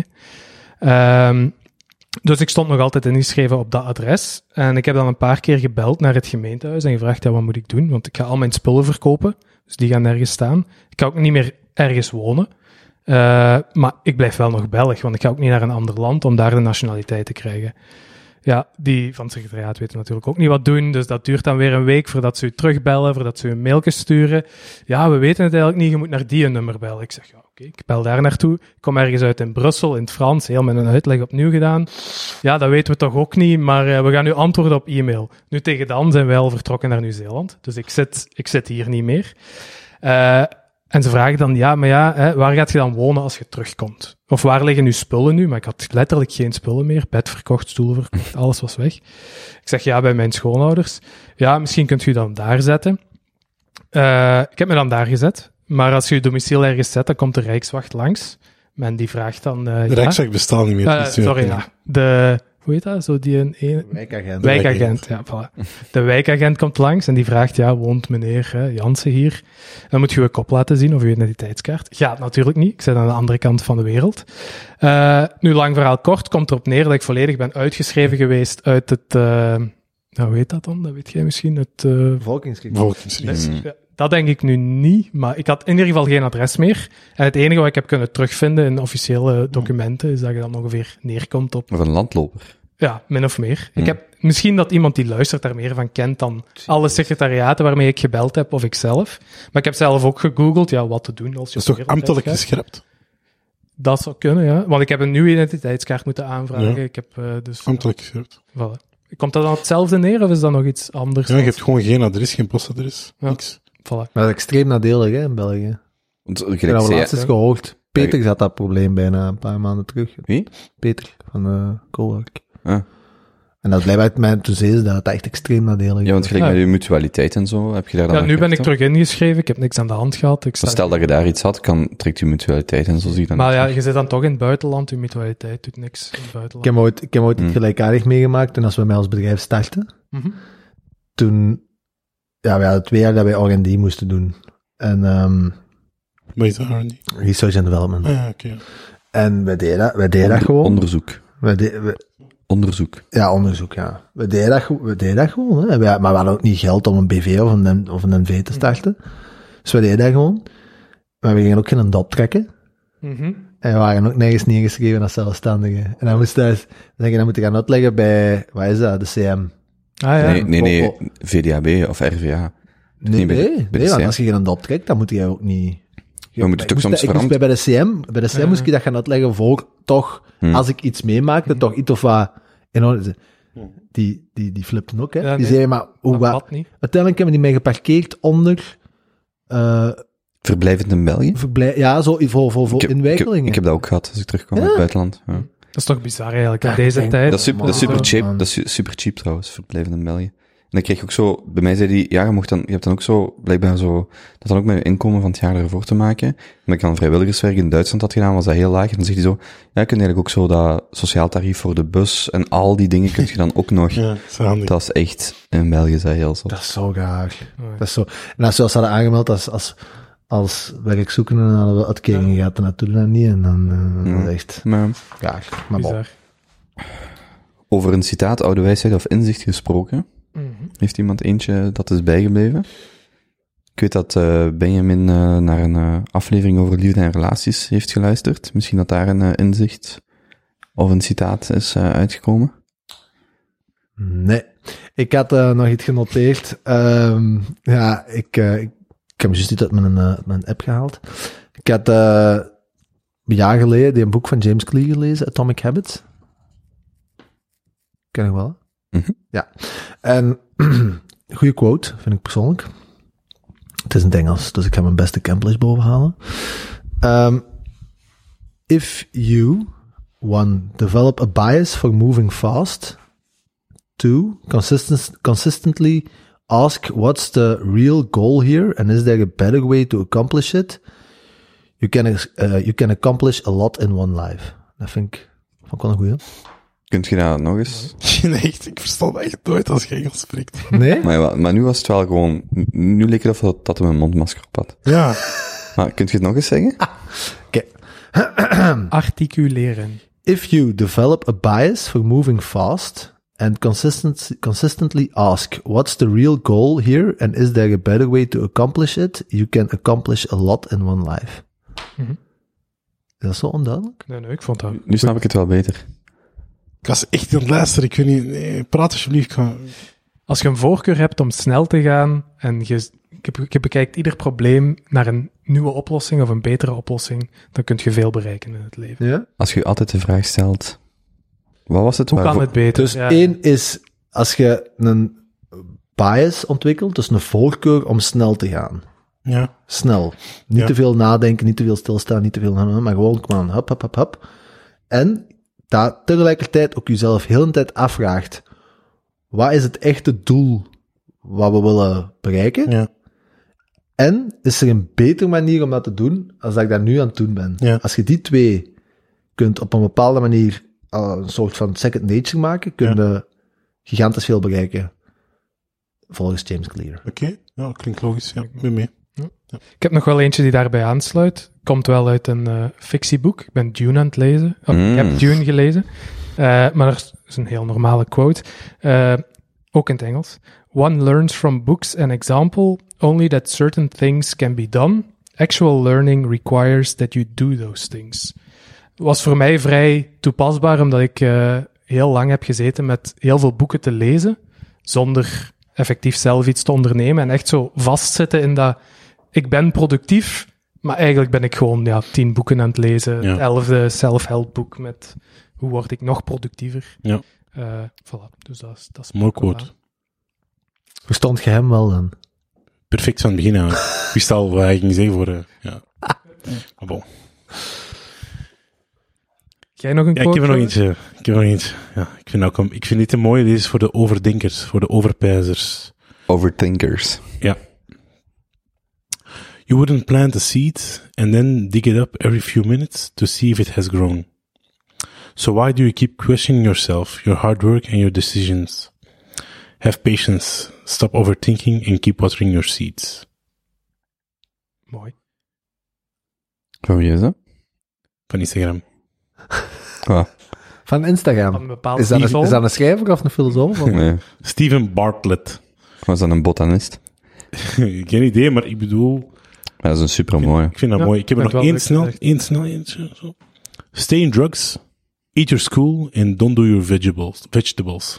Dus ik stond nog altijd ingeschreven op dat adres. En ik heb dan een paar keer gebeld naar het gemeentehuis en gevraagd, ja, wat moet ik doen? Want ik ga al mijn spullen verkopen, dus die gaan nergens staan. Ik ga ook niet meer ergens wonen. Maar ik blijf wel nog Belg, want ik ga ook niet naar een ander land om daar de nationaliteit te krijgen. Ja, die van het secretariaat weten natuurlijk ook niet wat doen, dus dat duurt dan weer een week voordat ze u terugbellen, voordat ze u een mailtje sturen. Ja, we weten het eigenlijk niet, je moet naar die nummer bellen. Ik zeg, ja, oké, ik bel daar naartoe. Ik kom ergens uit in Brussel, in het Frans, heel met een uitleg opnieuw gedaan. Ja, dat weten we toch ook niet, maar we gaan nu antwoorden op e-mail. Nu tegen dan zijn wij al vertrokken naar Nieuw-Zeeland, dus ik zit hier niet meer. En ze vragen dan, ja, maar ja, hè, waar gaat je dan wonen als je terugkomt? Of waar liggen nu spullen nu? Maar ik had letterlijk geen spullen meer. Bed verkocht, stoelen verkocht, alles was weg. Ik zeg, ja, bij mijn schoonouders. Ja, misschien kunt u dan daar zetten. Ik heb me dan daar gezet. Maar als je je domiciel ergens zet, dan komt de Rijkswacht langs. En die vraagt dan... De Rijkswacht bestaat niet meer. sorry, ja. De hoe heet dat? Zo die Wijkagent. Wijkagent, ja, voilà. De wijkagent komt langs en die vraagt, woont meneer Jansen hier? Dan moet je je kop laten zien of je identiteitskaart. Gaat natuurlijk niet, ik zit aan de andere kant van de wereld. Nu, lang verhaal kort, komt erop neer dat ik volledig ben uitgeschreven geweest uit het, hoe heet dat dan? Dat weet jij misschien, het... Bevolkingsregister. Ja, dat denk ik nu niet, maar ik had in ieder geval geen adres meer. En het enige wat ik heb kunnen terugvinden in officiële documenten is dat je dan ongeveer neerkomt op... Of een landloper. Ja, min of meer. Ik heb misschien dat iemand die luistert daar meer van kent dan alle secretariaten waarmee ik gebeld heb, of ik zelf. Maar ik heb zelf ook gegoogeld, wat te doen als je... Dat is toch ambtelijk geschrapt? Dat zou kunnen, ja. Want ik heb een nieuwe identiteitskaart moeten aanvragen. Ja. Ik heb dus... Ambtelijk geschrapt. Voilà. Komt dat dan hetzelfde neer, of is dat nog iets anders? Ja, je hebt gewoon geen adres, geen postadres, Ja. niks. Voilà. Maar dat is extreem nadelig, hè, in België. Want, Ik heb dat laatst eens gehoord. Peter had dat probleem bijna een paar maanden terug. Wie? Peter van Cowork. Ah. En dat blijft uit mijn toezees dat het echt extreem nadelig is. Ja, want gelijk met je mutualiteit en zo, heb je daar dan... Ja, nu ben ik terug. terug ingeschreven, ik heb niks aan de hand gehad. Stel dat je daar iets had, trekt je mutualiteit en zo zie je dan... Maar ja, je zit dan toch in het buitenland, je mutualiteit doet niks in het buitenland. Ik heb ooit iets gelijkaardig meegemaakt toen als we met ons bedrijf startten. Mhm. Toen, we hadden 2 jaar dat wij R&D moesten doen. En Wat is dat, Randy? Research and Development. Ah, ja, oké. En wij deden dat gewoon. Onderzoek. Onderzoek. Ja, onderzoek, ja. We deden dat gewoon, hè. Maar we hadden ook niet geld om een BV of een NV te starten. Dus we deden dat gewoon. Maar we gingen ook geen dot trekken. Mhm. En we waren ook nergens neergeschreven als zelfstandigen. En dan moet je gaan uitleggen bij, wat is dat, de CM? Ah ja. Nee, VDAB of RVA. Nee, bij de want CM. als je geen dot trekt, dan moet je ook niet... We moeten het ook soms veranderen. Bij de CM moest je dat gaan uitleggen voor toch, als ik iets meemaakte, toch iets of wat in orde. Die flipten ook, hè. Ja, die nee. zeiden, maar hoe Dat wat? pad niet. Uiteindelijk hebben die mij geparkeerd onder, Verblijvend in België? voor inwijkelingen. Ik heb dat ook gehad als ik terugkwam uit het buitenland. Ja. Dat is toch bizar eigenlijk, in deze tijd. Dat is super cheap. man. Dat is super cheap trouwens, verblijven in België. En dan kreeg je ook zo, bij mij zei hij, je hebt dan ook zo, blijkbaar zo, dat dan ook met je inkomen van het jaar ervoor te maken. En ik dan vrijwilligerswerk in Duitsland had gedaan, was dat heel laag. En dan zegt hij zo, je kunt eigenlijk ook zo dat sociaal tarief voor de bus en al die dingen kun je dan ook nog. Ja, dat is handig. Dat is echt, in België is dat heel zot. Dat is zo raar. Dat is zo. En als ze hadden aangemeld als werkzoekende, dan hadden we uitkeringen gehad en dat doen we dan niet. En dan, dat is echt Maar raar. Maar bon. Bizar. over een citaat oude wijsheid of inzicht gesproken, heeft iemand eentje dat is bijgebleven? Ik weet dat Benjamin naar een aflevering over liefde en relaties heeft geluisterd. Misschien dat daar een inzicht of een citaat is uitgekomen. Nee. Ik had nog iets genoteerd. Ik heb hem juist niet uit mijn app gehaald. Ik had een jaar geleden een boek van James Clear gelezen, Atomic Habits. Ken je wel? Mhm. Ja. En goede quote, vind ik persoonlijk. Het is in het Engels, dus ik ga mijn beste Cambridge bovenhalen. If you, 1, develop a bias for moving fast. 2, consistently ask what's the real goal here and is there a better way to accomplish it? You can accomplish a lot in one life. Dat vond ik wel een goeie. Kunt je dat nog eens? Nee, echt, ik versta dat echt nooit als je Engels spreekt. Nee? Maar nu was het wel gewoon, nu leek het of dat hij een mondmasker op had. Ja. Maar kunt je het nog eens zeggen? Oké. Articuleren. If you develop a bias for moving fast and consistently ask what's the real goal here and is there a better way to accomplish it, you can accomplish a lot in one life. Mhm. Is dat zo onduidelijk? Nee, ik vond dat... Nu snap ik het wel beter. Ik was echt aan het luisteren, ik weet niet, nee, praat alsjeblieft. Als je een voorkeur hebt om snel te gaan en je bekijkt ieder probleem naar een nieuwe oplossing of een betere oplossing, dan kun je veel bereiken in het leven. Ja. Als je altijd de vraag stelt, wat was het? Hoe kan het beter? Dus Ja. 1 is, als je een bias ontwikkelt, dus een voorkeur om snel te gaan. Ja. Snel. Niet Ja. te veel nadenken, niet te veel stilstaan, niet te veel, maar gewoon, kom aan, hop, hop, hop, hop. En dat tegelijkertijd ook jezelf heel de tijd afvraagt, wat is het echte doel wat we willen bereiken? Ja. En is er een betere manier om dat te doen, als dat ik dat nu aan het doen ben? Ja. Als je die twee kunt op een bepaalde manier een soort van second nature maken, kun je gigantisch veel bereiken. Volgens James Clear. Oké, ja, klinkt logisch. Ja, ik ben mee. Ik heb nog wel eentje die daarbij aansluit. Komt wel uit een fictieboek. Ik ben Dune aan het lezen. Ik heb Dune gelezen. Maar er is een heel normale quote. Ook in het Engels. One learns from books and example only that certain things can be done. Actual learning requires that you do those things. Was voor mij vrij toepasbaar, omdat ik heel lang heb gezeten met heel veel boeken te lezen, zonder effectief zelf iets te ondernemen. En echt zo vastzitten in dat, ik ben productief, maar eigenlijk ben ik gewoon 10 boeken aan het lezen. Ja. Het 11e self-help boek met hoe word ik nog productiever. Ja. Voilà, dus dat is Mooi quote. Verstond je hem wel dan? Perfect van het begin aan. Ik wist al wat hij ging zeggen voor... ja. Maar bon. Jij nog een Ja, ik quote? heb er nog eentje. Ja, ik vind dit een mooie. Dit is voor de overdenkers, voor de overpijzers. Overthinkers. Ja. You wouldn't plant a seed and then dig it up every few minutes to see if it has grown. So why do you keep questioning yourself, your hard work and your decisions? Have patience, stop overthinking and keep watering your seeds. Mooi. Van wie is dat? Van Instagram. Ah, Van Instagram. Van een bepaald Is dat niveau. een schrijver of een filosoof? Of- nee. Steven Bartlett. Was dat een botanist? Geen idee, maar ik bedoel... Ja, dat is een supermooi. Ik vind dat Ja, mooi. Ik heb er vind nog het wel leuk één snel eentje. Zo. Stay in drugs, eat your school, and don't do your vegetables.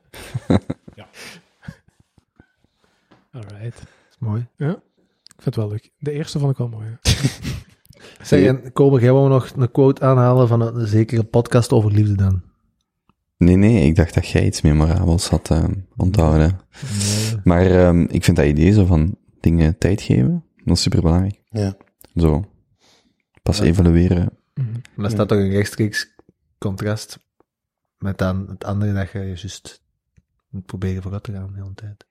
Alright. Dat is mooi. Ja, ik vind het wel leuk. De eerste vond ik wel mooi. Zeg, en Kober, jij wou nog een quote aanhalen van een zekere podcast over liefde dan? Nee, ik dacht dat jij iets memorabels had onthouden. Nee. Maar ik vind dat idee zo van dingen tijd geven, dat is superbelangrijk. Ja. Zo. Pas Ja. evalueren. Maar dat staat toch een rechtstreeks contrast met dan het andere dat je juist moet proberen vooruit te gaan de hele tijd.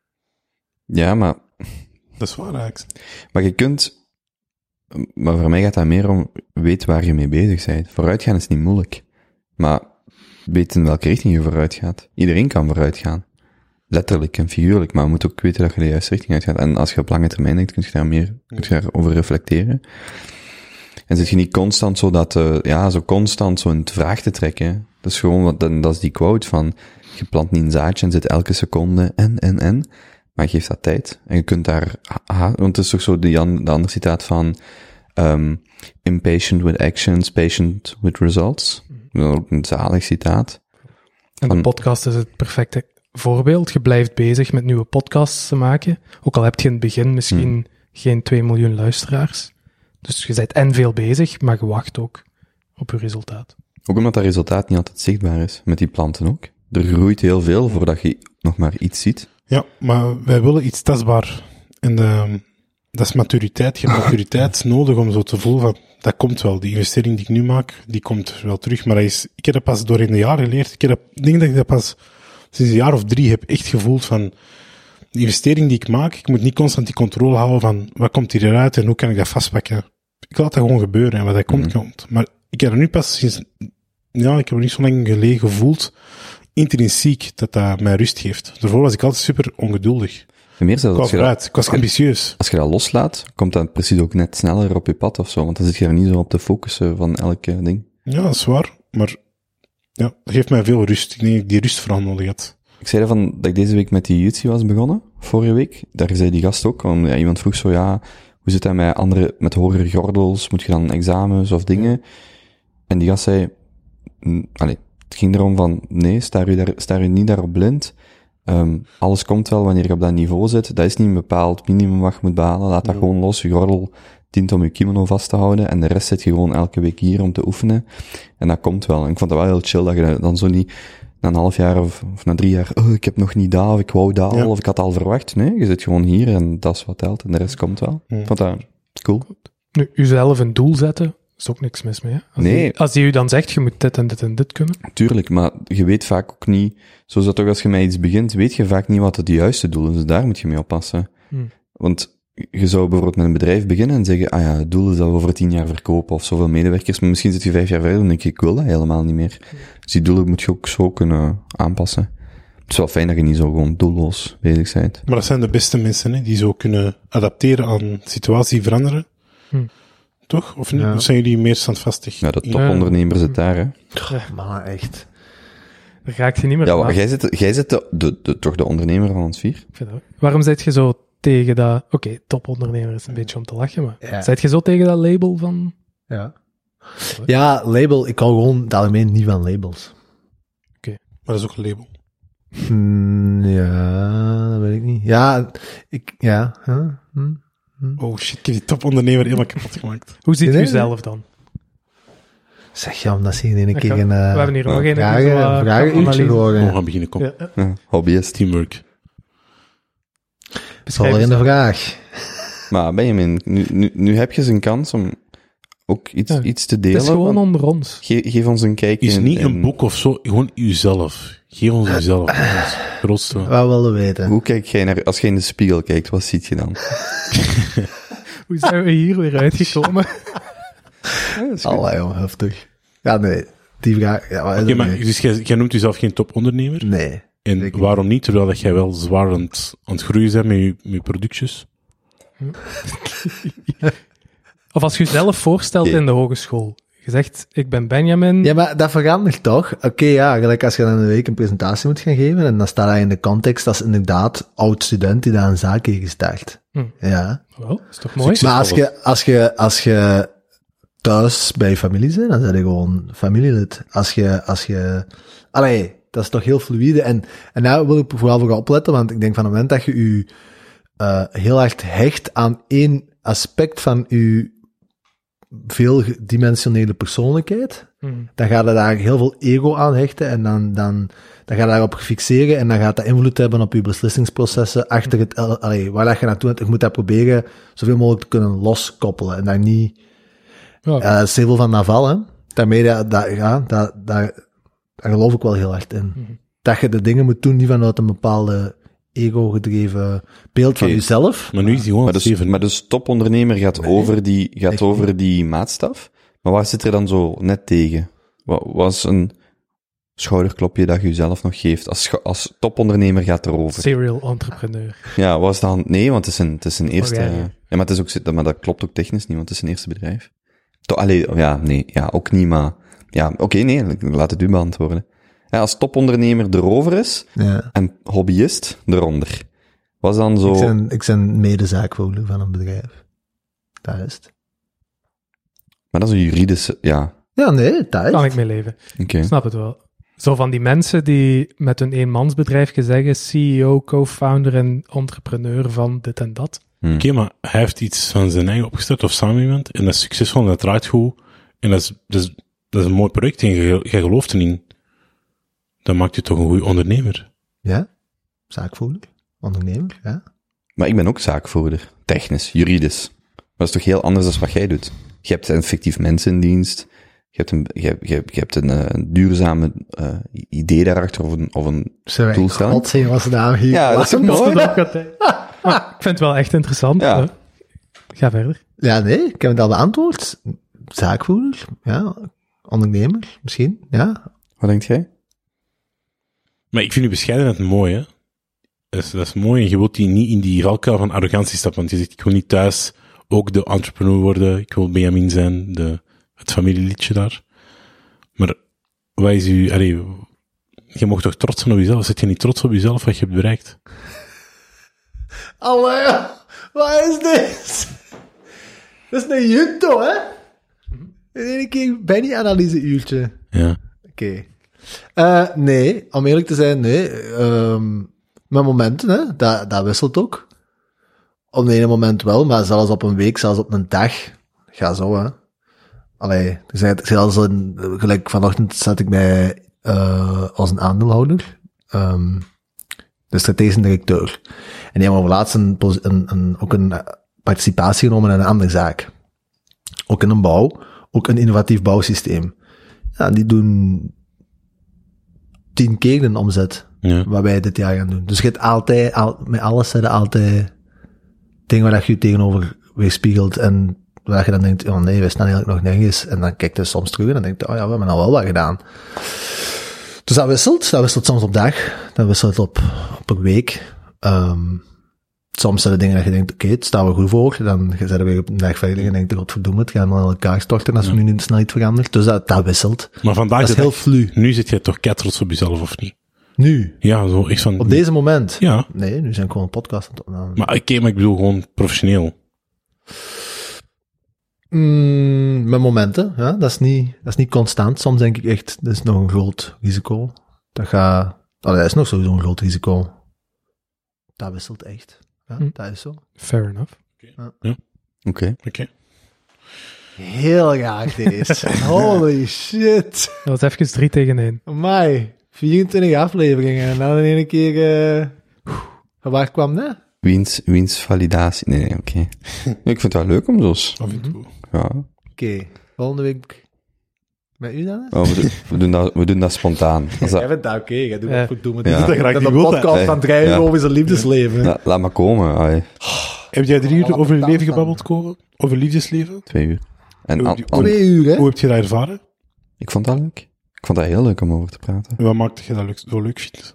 Ja, maar Dat is waar eigenlijk. Maar je kunt... Maar voor mij gaat dat meer om... Weet waar je mee bezig bent. Vooruitgaan is niet moeilijk. Maar weet in welke richting je vooruit gaat. Iedereen kan vooruit gaan. Letterlijk en figuurlijk. Maar je moet ook weten dat je de juiste richting uitgaat. En als je op lange termijn denkt, kun je daarover reflecteren. En zit je niet constant zo dat... zo constant zo in het vraag te trekken. Dat is gewoon... Dat is die quote van... Je plant niet een zaadje en zit elke seconde en... Maar je geeft dat tijd. En je kunt daar... want het is toch zo de andere citaat van... impatient with actions, patient with results. Dat is ook een zalig citaat. En de podcast is het perfecte voorbeeld. Je blijft bezig met nieuwe podcasts te maken. Ook al heb je in het begin misschien geen 2 miljoen luisteraars. Dus je bent en veel bezig, maar je wacht ook op je resultaat. Ook omdat dat resultaat niet altijd zichtbaar is. Met die planten ook. Er groeit heel veel voordat je nog maar iets ziet. Ja, maar wij willen iets tastbaar. En dat is maturiteit. Je hebt maturiteit nodig om zo te voelen van, dat komt wel. Die investering die ik nu maak, die komt wel terug. Maar ik heb dat pas doorheen de jaren geleerd. Ik denk dat ik dat pas sinds een jaar of 3 heb echt gevoeld van, de investering die ik maak, ik moet niet constant die controle houden van, wat komt hieruit en hoe kan ik dat vastpakken. Ik laat dat gewoon gebeuren en wat dat komt, komt. Maar ik heb er nu pas sinds, ik heb er niet zo lang geleden gevoeld, intrinsiek, dat mij rust geeft. Daarvoor was ik altijd super ongeduldig. En meer zelfs Ik als was je, vooruit, ik was ambitieus. als je dat loslaat, komt dat precies ook net sneller op je pad of zo. Want dan zit je er niet zo op te focussen van elke ding. Ja, dat is waar. Maar ja, dat geeft mij veel rust. Ik denk dat ik die rust vooral nodig had. Ik zei dat ik deze week met die Jutsi was begonnen, vorige week. Daar zei die gast ook, want iemand vroeg zo, hoe zit dat met hogere gordels? Moet je dan examens of dingen? En die gast zei, het ging erom van, nee, sta u niet daarop blind. Alles komt wel wanneer je op dat niveau zit. Dat is niet een bepaald minimum wat je moet behalen. Laat dat gewoon los. Je gordel dient om je kimono vast te houden. En de rest zit je gewoon elke week hier om te oefenen. En dat komt wel. En ik vond dat wel heel chill dat je dan zo niet na een half jaar of na 3 jaar, ik heb nog niet dat, of ik wou dat al, of ik had al verwacht. Nee, je zit gewoon hier en dat is wat telt. En de rest komt wel. Ik vond dat cool. Nu, jezelf een doel zetten, is ook niks mis mee. Hè? Als die u dan zegt, je moet dit en dit en dit kunnen. Tuurlijk, maar je weet vaak ook niet, zoals dat ook als je met iets begint, weet je vaak niet wat het juiste doel is. Dus daar moet je mee oppassen. Want je zou bijvoorbeeld met een bedrijf beginnen en zeggen, ah ja, het doel is dat we over 10 jaar verkopen of zoveel medewerkers, maar misschien zit je 5 jaar verder en denk ik wil dat helemaal niet meer. Dus die doelen moet je ook zo kunnen aanpassen. Het is wel fijn dat je niet zo gewoon doelloos bezig bent. Maar dat zijn de beste mensen, hè, die zo kunnen adapteren aan situaties die veranderen. Toch? Of niet? Ja. Of zijn jullie meer standvastig? Ja, de topondernemer zit daar, hè. Maar echt. Daar raakt je niet meer Ja, van maar af. jij zit toch de ondernemer van ons 4? Ik vind dat- Waarom zit je zo tegen dat... Oké, topondernemer is een beetje om te lachen, maar... Ja. Zit je zo tegen dat label van... Ja. Ja, label. Ik hou gewoon in het algemeen niet van labels. Maar dat is ook een label. Ja, dat weet ik niet. Ja, Oh shit, ik heb die topondernemer helemaal kapot gemaakt. Hoe ziet je Nee, jezelf dan? Zeg je, omdat ze in een keer een We hebben hier nog een vragenuurtje We horen. gaan beginnen, kom. Ja, Ja, hobbyist. Teamwork. beschrijf Volgende jezelf. vraag. Maar Benjamin, nu heb je zijn kans om ook iets te delen. Het is gewoon want- onder ons. Geef ons een kijkje Is in- niet in- een boek of zo, gewoon uzelf. Geef ons uzelf. Dat is het grootste. Wat willen weten? Hoe kijk jij naar, als je in de spiegel kijkt, wat ziet je dan? Hoe zijn we hier weer uitgekomen? Allee, joh, heftig. Ja, nee. Die vraag... Ja, wat is Oké, dat maar nu? dus jij noemt jezelf geen topondernemer? Nee. En zeker waarom niet? Terwijl dat jij wel zwaar aan het groeien bent met je productjes. Of als je jezelf voorstelt Oké. in de hogeschool. Je zegt, ik ben Benjamin. Ja, maar dat verandert toch? Oké, ja, gelijk als je dan een week een presentatie moet gaan geven, en dan staat dat in de context als inderdaad oud-student die daar een zaak heeft gestart. Ja. Wel, is toch mooi? Maar als je thuis bij je familie bent, dan ben je gewoon familielid. Allee, dat is toch heel fluïde. En daar wil ik vooral voor opletten, want ik denk van het moment dat je je heel erg hecht aan één aspect van je veeldimensionele persoonlijkheid, dan gaat je daar heel veel ego aan hechten en dan ga je daarop fixeren en dan gaat dat invloed hebben op je beslissingsprocessen achter het, waar dat je naartoe bent. Je moet dat proberen zoveel mogelijk te kunnen loskoppelen en daar niet, Ja. Civil van Naval, hè. Daarmee, daar geloof ik wel heel hard in. Dat je de dingen moet doen die vanuit een bepaalde ego-gedreven beeld van Oké. jezelf. Maar nu is die gewoon Maar aan het dus, zeven. maar dus topondernemer gaat over die maatstaf. Maar wat zit er dan zo net tegen? Wat is een schouderklopje dat je jezelf nog geeft? Als topondernemer gaat erover. Serial entrepreneur. Ja, wat is dan? Nee, want het is een eerste... jij niet. Ja, maar, het is ook, maar dat klopt ook technisch niet, want het is een eerste bedrijf. Ook niet, maar... Ja, oké, nee, laat het u beantwoorden. Ja, als topondernemer erover is, Ja. en hobbyist eronder. Was dan zo... Ik ben medezaakvoerder van een bedrijf. Dat is het. Maar dat is een juridische... Ja, Ja, nee, dat is Kan ik het. mee leven. oké. Ik snap het wel. Zo van die mensen die met hun eenmansbedrijfje zeggen CEO, co-founder en entrepreneur van dit en dat. Oké, maar hij heeft iets van zijn eigen opgestart of samen iemand en dat is succesvol en dat draait goed. En dat is een mooi project en jij gelooft erin. Dan maakt je toch een goede ondernemer. Ja, zaakvoerder, ondernemer, ja. Maar ik ben ook zaakvoerder. Technisch, juridisch. Maar dat is toch heel anders dan wat jij doet? Je hebt effectief mensen in dienst. Je hebt een duurzame idee daarachter of een Sorry, doelstelling. godsnaam hier. Ja, dat is ook mooi. Maar ik vind het wel echt interessant. Ja. Hè? Ga verder. Ja, nee, ik heb het al beantwoord. Zaakvoerder, ja. Ondernemer, misschien, ja. Wat denkt jij? Maar ik vind je bescheidenheid mooi, hè. Dat is mooi en je wilt die niet in die valkuil van arrogantie stappen, want je zegt, ik wil niet thuis ook de entrepreneur worden, ik wil Benjamin zijn, het familieliedje daar. Maar wat is je mag toch trots zijn op jezelf? Zit je niet trots op jezelf wat je hebt bereikt? Allee, wat is dit? Dat is een junto, hè? In een keer Benny-analyse-uurtje. Ja. Oké. Nee, om eerlijk te zijn, nee. Met momenten, hè, dat wisselt ook. Op een ene moment wel, maar zelfs op een week, zelfs op een dag, ga zo, hè. Allee, zelfs gelijk vanochtend zat ik bij, als een aandeelhouder, de strategische directeur. En die hebben over laatst ook een participatie genomen in een andere zaak. Ook in een bouw, ook een innovatief bouwsysteem. Ja, die doen 10 keer de omzet, Ja. wat wij dit jaar gaan doen. Dus je hebt altijd, met alles zijn er altijd dingen waar je tegenover weerspiegelt en waar je dan denkt, oh nee, wij staan eigenlijk nog nergens. En dan kijk je soms terug en dan denk je, oh ja, we hebben al wel wat gedaan. Dus dat wisselt soms op dag, dat wisselt op een week. Soms zijn er dingen dat je denkt, oké, het staan we goed voor. Dan zijn we weer op een dag verder en denk je, godverdomme, het gaat maar aan elkaar storten als we nu niet snel iets veranderen. Dus dat wisselt. Maar vandaag Dat is heel flu. Nu zit jij toch ketrots op jezelf, of niet? Nu? Ja, zo echt van... Op deze moment? Ja. Nee, nu zijn we gewoon een podcast aan het opnemen. Maar oké, maar ik bedoel gewoon professioneel. Met momenten, ja, dat is niet constant. Soms denk ik echt, dat is nog een groot risico. Dat is nog sowieso een groot risico. Dat wisselt echt. Ja, dat is zo. Fair enough. Oké. Heel raar deze. Holy shit. Dat was even 3-1. Amai, 24 afleveringen en dan in één keer... waar kwam dat? Wiens validatie? Nee, oké. Ik vind het wel leuk om zo's. Af en toe. Ja. Oké, volgende week met u dan? Oh, we doen dat spontaan. Als dat- Jij vindt dat oké, jij doet dat goed doen. Maar Ja. die Dat graag dat niet de wil, podcast hè. aan het rijden Ja. over zijn liefdesleven. Laat maar komen. Ai. Heb jij 3 uur over je leven staan. gebabbeld, Kobe? Over liefdesleven? 2 uur. En Hoe- an- 2 uur, hè? Hoe heb je dat ervaren? ik vond dat leuk. Ik vond dat heel leuk om over te praten. En wat maakte je dat zo leuk vindt?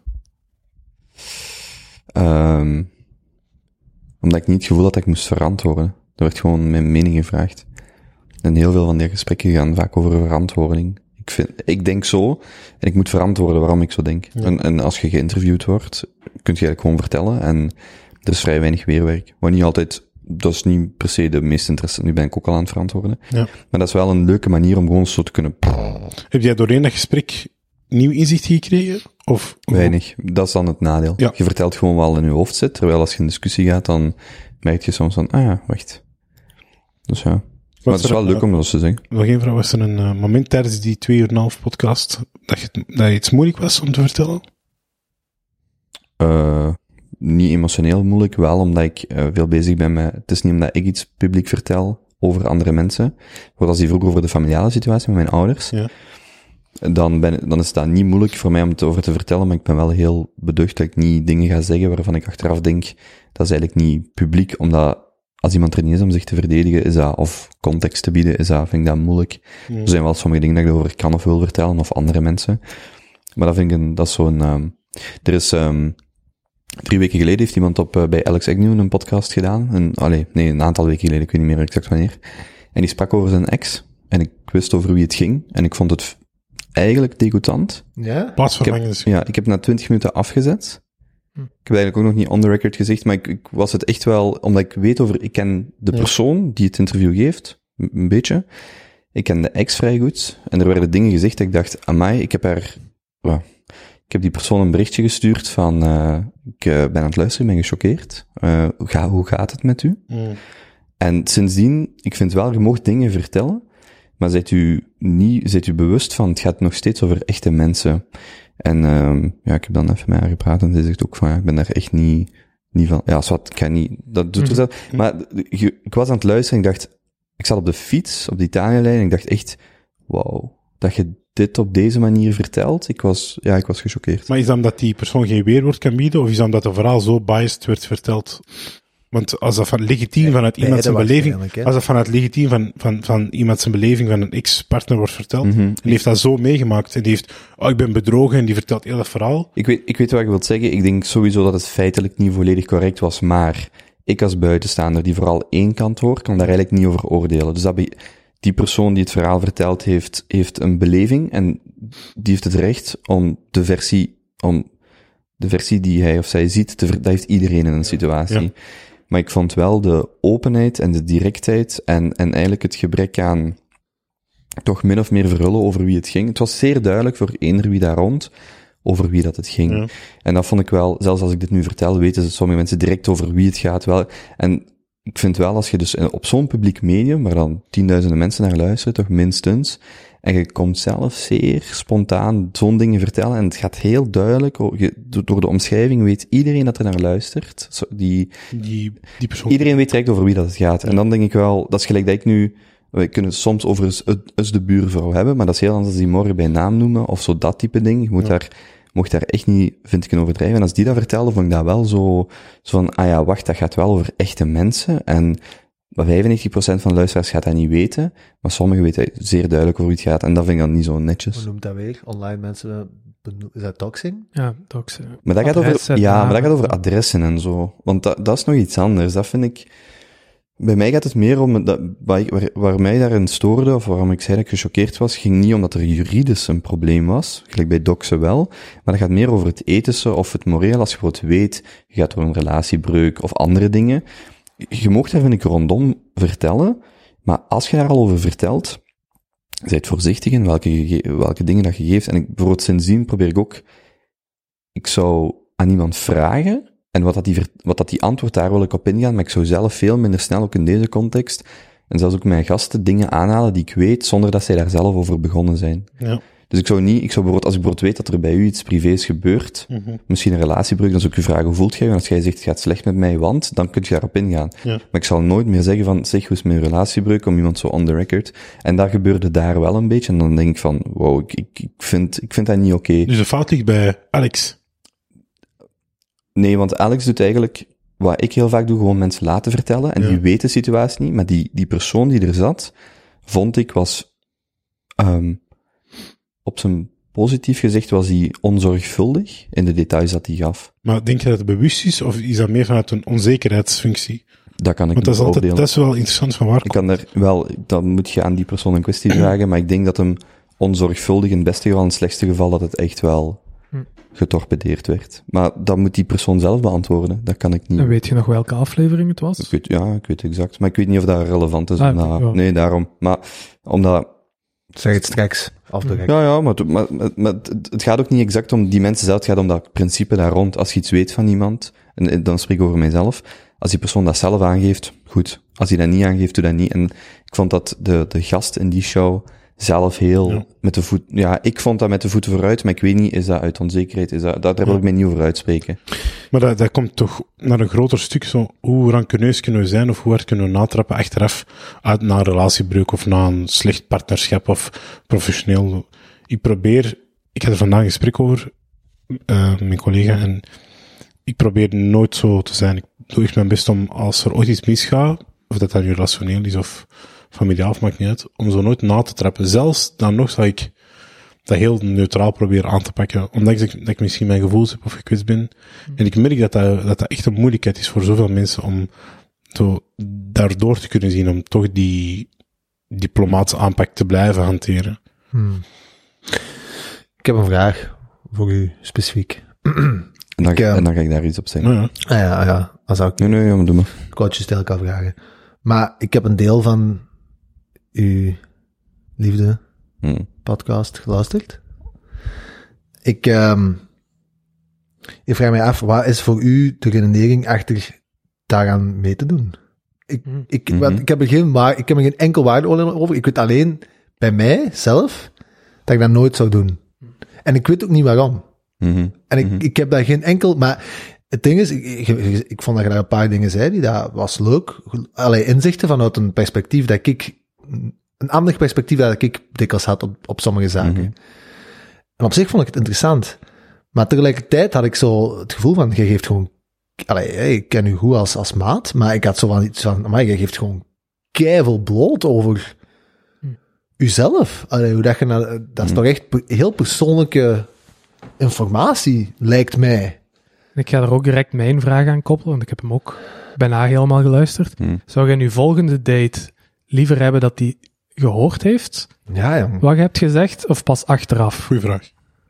Omdat ik niet het gevoel had dat ik moest verantwoorden. Er werd gewoon mijn mening gevraagd. En heel veel van die gesprekken gaan vaak over verantwoording. Ik denk zo, en ik moet verantwoorden waarom ik zo denk. Ja. En als je geïnterviewd wordt, kun je eigenlijk gewoon vertellen. En er is vrij weinig weerwerk. Maar niet altijd, dat is niet per se de meest interessante. Nu ben ik ook al aan het verantwoorden. Ja. Maar dat is wel een leuke manier om gewoon zo te kunnen... Heb jij doorheen dat gesprek nieuw inzicht gekregen? Of Weinig. Dat is dan het nadeel. Ja. Je vertelt gewoon wat al in je hoofd zit, terwijl als je in discussie gaat, dan merk je soms van, wacht. Dus ja. Maar het is wel leuk om dat te zeggen. Nog één vraag, was er een moment tijdens die 2,5 uur podcast dat iets moeilijk was om te vertellen? Niet emotioneel moeilijk, wel omdat ik veel bezig ben met... Het is niet omdat ik iets publiek vertel over andere mensen. Zoals die vroeg over de familiale situatie met mijn ouders. Ja. Dan is dat niet moeilijk voor mij om het over te vertellen, maar ik ben wel heel beducht dat ik niet dingen ga zeggen waarvan ik achteraf denk, dat is eigenlijk niet publiek, omdat als iemand er niet is om zich te verdedigen, is dat, of context te bieden, vind ik dat moeilijk. Ja. Er zijn wel sommige dingen dat ik erover kan of wil vertellen, of andere mensen. Maar dat vind ik dat is zo'n... er is... 3 weken geleden heeft iemand bij Alex Agnew een podcast gedaan. Een aantal weken geleden, ik weet niet meer exact wanneer. En die sprak over zijn ex. En ik wist over wie het ging. En ik vond het eigenlijk degoutant. Ja? Plaatsvervangend. Ik heb na 20 minuten afgezet. Ik heb eigenlijk ook nog niet on the record gezegd, maar ik was het echt wel, omdat ik weet ik ken de persoon die het interview geeft, een beetje. Ik ken de ex vrij goed. En er werden dingen gezegd dat ik dacht, amai, ik heb die persoon een berichtje gestuurd van, ik ben aan het luisteren, ben gechoqueerd. Hoe gaat het met u? En sindsdien, ik vind wel, je mag dingen vertellen, maar zijt u bewust van, het gaat nog steeds over echte mensen. En ik heb dan even met haar gepraat en zij zegt ook van, ik ben daar echt niet van, zwart, ik ga niet, dat doet er zelf. Maar ik was aan het luisteren en ik dacht, ik zat op de fiets, op die Italië-lijn en ik dacht echt, wauw, dat je dit op deze manier vertelt. Ik was gechoqueerd. Maar is dat omdat die persoon geen weerwoord kan bieden, of is dat omdat het verhaal zo biased werd verteld? Want als dat legitiem vanuit iemand zijn beleving, als dat vanuit legitiem van iemand zijn beleving van een ex-partner wordt verteld, en die heeft dat zo meegemaakt, en die heeft, ik ben bedrogen, en die vertelt heel dat verhaal. Ik weet wat ik wil zeggen. Ik denk sowieso dat het feitelijk niet volledig correct was, maar ik als buitenstaander, die vooral één kant hoort, kan daar eigenlijk niet over oordelen. Dus die persoon die het verhaal vertelt, heeft een beleving, en die heeft het recht om de versie die hij of zij ziet, dat heeft iedereen in een situatie. Ja. Maar ik vond wel de openheid en de directheid en eigenlijk het gebrek aan toch min of meer verhullen over wie het ging. Het was zeer duidelijk voor eender wie daar rond over wie dat het ging. Ja. En dat vond ik wel, zelfs als ik dit nu vertel, weten sommige mensen direct over wie het gaat wel. En ik vind wel, als je dus op zo'n publiek medium, waar dan 10.000 mensen naar luisteren, toch minstens, en je komt zelf zeer spontaan zo'n dingen vertellen, en het gaat heel duidelijk, door de omschrijving weet iedereen dat er naar luistert. Die persoon. Iedereen weet direct over wie dat het gaat. En dan denk ik wel, dat is gelijk dat ik nu, we kunnen het soms over eens de buurvrouw hebben, maar dat is heel anders als die morgen bij naam noemen, of zo dat type ding. Je moet daar mocht daar echt niet, vind ik, in overdrijven. En als die dat vertelde, vond ik dat wel zo van, wacht, dat gaat wel over echte mensen. En 95% van de luisteraars gaat dat niet weten, maar sommigen weten zeer duidelijk over wie het gaat. En dat vind ik dan niet zo netjes. Hoe noemt dat weer? Online mensen, is dat doxing? Ja, doxen. Maar dat gaat over adressen en zo. Want dat is nog iets anders. Dat vind ik... Bij mij gaat het meer om... Waar mij daarin stoorde, of waarom ik zei dat ik gechoqueerd was, ging niet omdat er juridisch een probleem was, gelijk bij doxen wel, maar dat gaat meer over het ethische of het moreel. Als je bijvoorbeeld weet, je gaat door een relatiebreuk of andere dingen. Je mocht daar, vind ik, rondom vertellen, maar als je daar al over vertelt, zijt voorzichtig in welke dingen dat je geeft. En bijvoorbeeld sindsdien probeer ik ook... Ik zou aan iemand vragen, en wat dat die antwoord, daar wil ik op ingaan, maar ik zou zelf veel minder snel, ook in deze context, en zelfs ook mijn gasten, dingen aanhalen die ik weet, zonder dat zij daar zelf over begonnen zijn. Ja. Dus ik zou bijvoorbeeld, als ik bijvoorbeeld weet dat er bij u iets privés gebeurt, misschien een relatiebreuk, dan zou ik u vragen, hoe voelt jij? En als jij zegt, het gaat slecht met mij, want, dan kun je daarop ingaan. Ja. Maar ik zal nooit meer zeggen van, zeg, hoe is mijn relatiebreuk, om iemand zo on the record. En dat gebeurde daar wel een beetje, en dan denk ik van, wow, ik vind dat niet oké. Dus de fout ligt bij Alex. Nee, want Alex doet eigenlijk, wat ik heel vaak doe, gewoon mensen laten vertellen, en die weten de situatie niet, maar die persoon die er zat, vond ik was, op zijn positief gezegd, was hij onzorgvuldig in de details dat hij gaf. Maar denk je dat het bewust is, of is dat meer vanuit een onzekerheidsfunctie? Dat kan ik Want niet dat is wel interessant van waar. Ik kan er wel, dan moet je aan die persoon in kwestie vragen, maar ik denk dat hem onzorgvuldig, in het beste geval, in het slechtste geval, dat het echt wel getorpedeerd werd. Maar dat moet die persoon zelf beantwoorden. Dat kan ik niet. En weet je nog welke aflevering het was? Ik weet exact. Maar ik weet niet of dat relevant is. Nee, daarom. Maar omdat... Zeg het straks. Ja, maar het gaat ook niet exact om die mensen zelf. Het gaat om dat principe daar rond. Als je iets weet van iemand, en dan spreek ik over mijzelf, als die persoon dat zelf aangeeft, goed. Als hij dat niet aangeeft, doe dat niet. En ik vond dat de gast in die show zelf heel met de voet... Ja, ik vond dat met de voeten vooruit, maar ik weet niet, is dat uit onzekerheid? Daar wil ik mij niet over uitspreken. Maar dat komt toch naar een groter stuk zo, hoe rankeneus kunnen we zijn, of hoe hard kunnen we natrappen achteraf na een relatiebreuk, of na een slecht partnerschap, of professioneel. Ik had er vandaag een gesprek over, mijn collega, en ik probeer nooit zo te zijn. Ik doe echt mijn best om, als er ooit iets misgaat, of dat nu relationeel is, of familiaal, maakt niet uit, om zo nooit na te trappen. Zelfs dan nog zou ik dat heel neutraal proberen aan te pakken, omdat ik misschien mijn gevoel heb of gekwetst ben. En ik merk dat echt een moeilijkheid is voor zoveel mensen om zo daardoor te kunnen zien, om toch die diplomatische aanpak te blijven hanteren. Ik heb een vraag voor u specifiek. En dan ga ik daar iets op zeggen. Ja. Dan zou ik... Nee, maar doe maar. Ik wou het je stel elkaar vragen. Maar ik heb een deel van uw liefde podcast geluisterd. Ik vraag mij af, wat is voor u de redenering achter daaraan mee te doen? Ik heb er geen enkel waardeoordeel over. Ik weet alleen bij mij zelf dat ik dat nooit zou doen. En ik weet ook niet waarom. En ik heb daar geen enkel... Maar het ding is, ik vond dat je daar een paar dingen zei, dat was leuk. Allerlei inzichten vanuit een perspectief dat ik... Een ander perspectief dat ik dikwijls had op sommige zaken. En op zich vond ik het interessant. Maar tegelijkertijd had ik zo het gevoel van, je geeft gewoon... ik ken u goed als maat, maar ik had zo van iets van, maar je geeft gewoon keiveel bloot over uzelf. Hoe dat je dat is toch echt heel persoonlijke informatie, lijkt mij. Ik ga er ook direct mijn vraag aan koppelen, want ik heb hem ook bijna helemaal geluisterd. Zou je in uw volgende date liever hebben dat die gehoord heeft wat je hebt gezegd, of pas achteraf? Goeie vraag.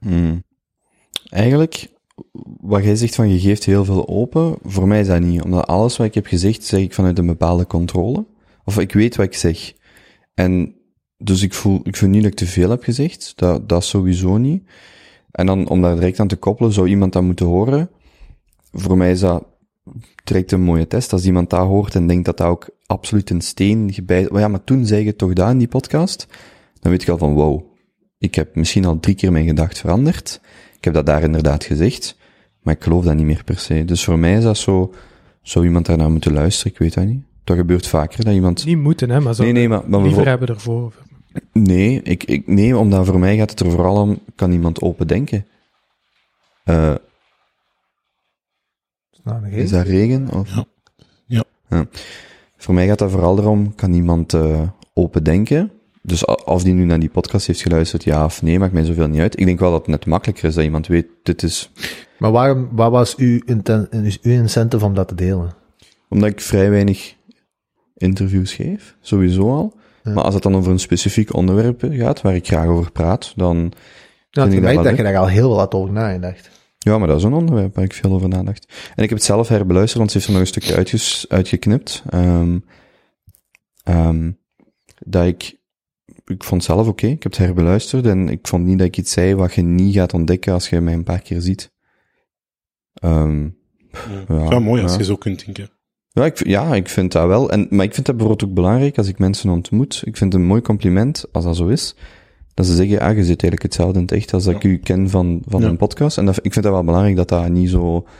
Eigenlijk, wat jij zegt van je geeft heel veel open, voor mij is dat niet. Omdat alles wat ik heb gezegd, zeg ik vanuit een bepaalde controle. Of ik weet wat ik zeg. En dus ik voel niet dat ik te veel heb gezegd. Dat sowieso niet. En dan, om daar direct aan te koppelen, zou iemand dat moeten horen. Voor mij is dat direct een mooie test. Als iemand dat hoort en denkt dat dat ook absoluut een steen gebijt... maar toen zei je toch dat in die podcast? Dan weet ik al van, wow. Ik heb misschien al 3 keer mijn gedacht veranderd. Ik heb dat daar inderdaad gezegd. Maar ik geloof dat niet meer per se. Dus voor mij is dat zo... Zou iemand daarnaar moeten luisteren? Ik weet dat niet. Dat gebeurt vaker, dat iemand... Niet moeten, hè, maar zo maar liever hebben ervoor. Nee, omdat voor mij gaat het er vooral om, kan iemand open denken? Nou, Is dat regen? Of? Ja. Voor mij gaat dat vooral erom, kan iemand open denken? Dus of die nu naar die podcast heeft geluisterd, ja of nee, maakt mij zoveel niet uit. Ik denk wel dat het net makkelijker is dat iemand weet, dit is... Maar waar was uw incentive om dat te delen? Omdat ik vrij weinig interviews geef, sowieso al. Ja. Maar als het dan over een specifiek onderwerp gaat, waar ik graag over praat, dan... Ja, vind ik het dat wel dat je leuk. daar al heel wat over nagedacht. Ja, maar dat is een onderwerp waar ik veel over nadacht. En ik heb het zelf herbeluisterd, want ze heeft er nog een stukje uitgeknipt. Dat ik vond het zelf oké. Ik heb het herbeluisterd en ik vond niet dat ik iets zei wat je niet gaat ontdekken als je mij een paar keer ziet. Het is wel mooi als je zo kunt denken. Ja, ik vind dat wel. Maar ik vind dat bijvoorbeeld ook belangrijk als ik mensen ontmoet. Ik vind het een mooi compliment, als dat zo is, dat ze zeggen, je zit eigenlijk hetzelfde in het echt als dat ik u ken van een podcast. En ik vind dat wel belangrijk dat je niet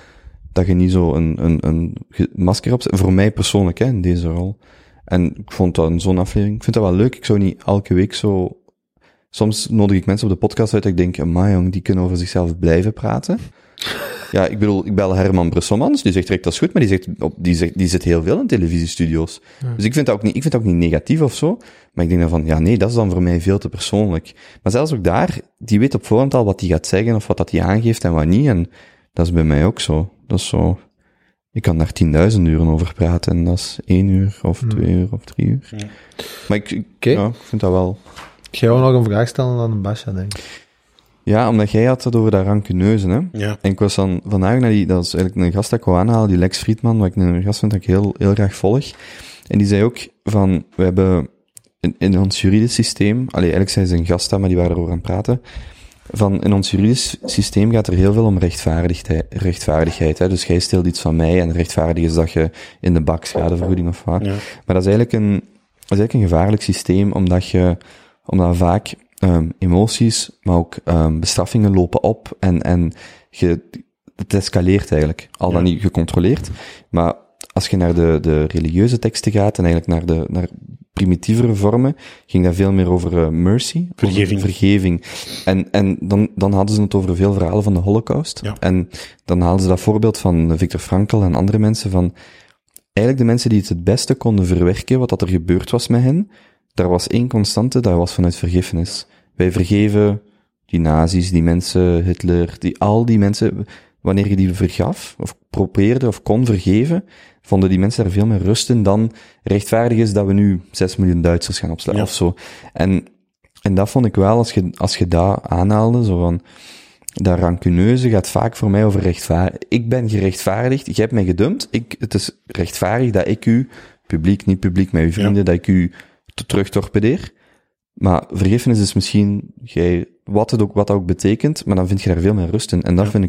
zo een masker op zet. Voor mij persoonlijk, in deze rol. En ik vond dat in zo'n aflevering, ik vind dat wel leuk. Ik zou niet elke week zo... Soms nodig ik mensen op de podcast uit dat ik denk, amai jong, die kunnen over zichzelf blijven praten. Ja, ik bedoel, ik bel Herman Brusselmans, die zegt direct dat is goed, maar die zit heel veel in televisiestudio's. Ja. Dus ik vind dat ook niet negatief of zo, maar ik denk dan van, ja nee, dat is dan voor mij veel te persoonlijk. Maar zelfs ook daar, die weet op voorhand al wat hij gaat zeggen of wat dat hij aangeeft en wat niet, en dat is bij mij ook zo. Dat is zo, ik kan daar 10.000 uren over praten en dat is 1 uur of 2 uur of 3 uur. Ja. Maar ik vind dat wel... Ik ga jou nog een vraag stellen aan Basja, denk ik. Ja, omdat jij had het over dat rancuneuze, hè? Ja. En ik was dan vandaag naar dat is eigenlijk een gast dat ik wou aanhalen, die Lex Friedman, wat ik een gast vind dat ik heel, heel graag volg. En die zei ook van, we hebben in ons juridisch systeem, eigenlijk zei ze een gast daar, maar die waren erover aan het praten, van in ons juridisch systeem gaat er heel veel om rechtvaardigheid, hè? Dus jij steelt iets van mij en rechtvaardig is dat je in de bak schadevergoeding of wat. Ja. Maar dat is eigenlijk een gevaarlijk systeem, omdat vaak emoties, maar ook bestraffingen lopen op en het escaleert eigenlijk. Al dan niet gecontroleerd. Maar als je naar de religieuze teksten gaat en eigenlijk naar primitievere vormen, ging dat veel meer over mercy. Vergeving. En dan hadden ze het over veel verhalen van de Holocaust. Ja. En dan haalden ze dat voorbeeld van Viktor Frankl en andere mensen van, eigenlijk de mensen die het beste konden verwerken wat dat er gebeurd was met hen, daar was één constante, dat was vanuit vergiffenis. Wij vergeven die nazi's, die mensen, Hitler, al die mensen, wanneer je die vergaf, of probeerde, of kon vergeven, vonden die mensen daar veel meer rust in dan rechtvaardig is dat we nu 6 miljoen Duitsers gaan opslaan, of zo. En dat vond ik wel, als je dat aanhaalde, zo van, dat rancuneuze gaat vaak voor mij over rechtvaardig. Ik ben gerechtvaardigd, jij hebt mij gedumpt, het is rechtvaardig dat ik u, publiek, niet publiek, met uw vrienden, dat ik u terug torpedeer. Maar vergiffenis is misschien, wat dat ook betekent, maar dan vind je daar veel meer rust in. En dat vind ik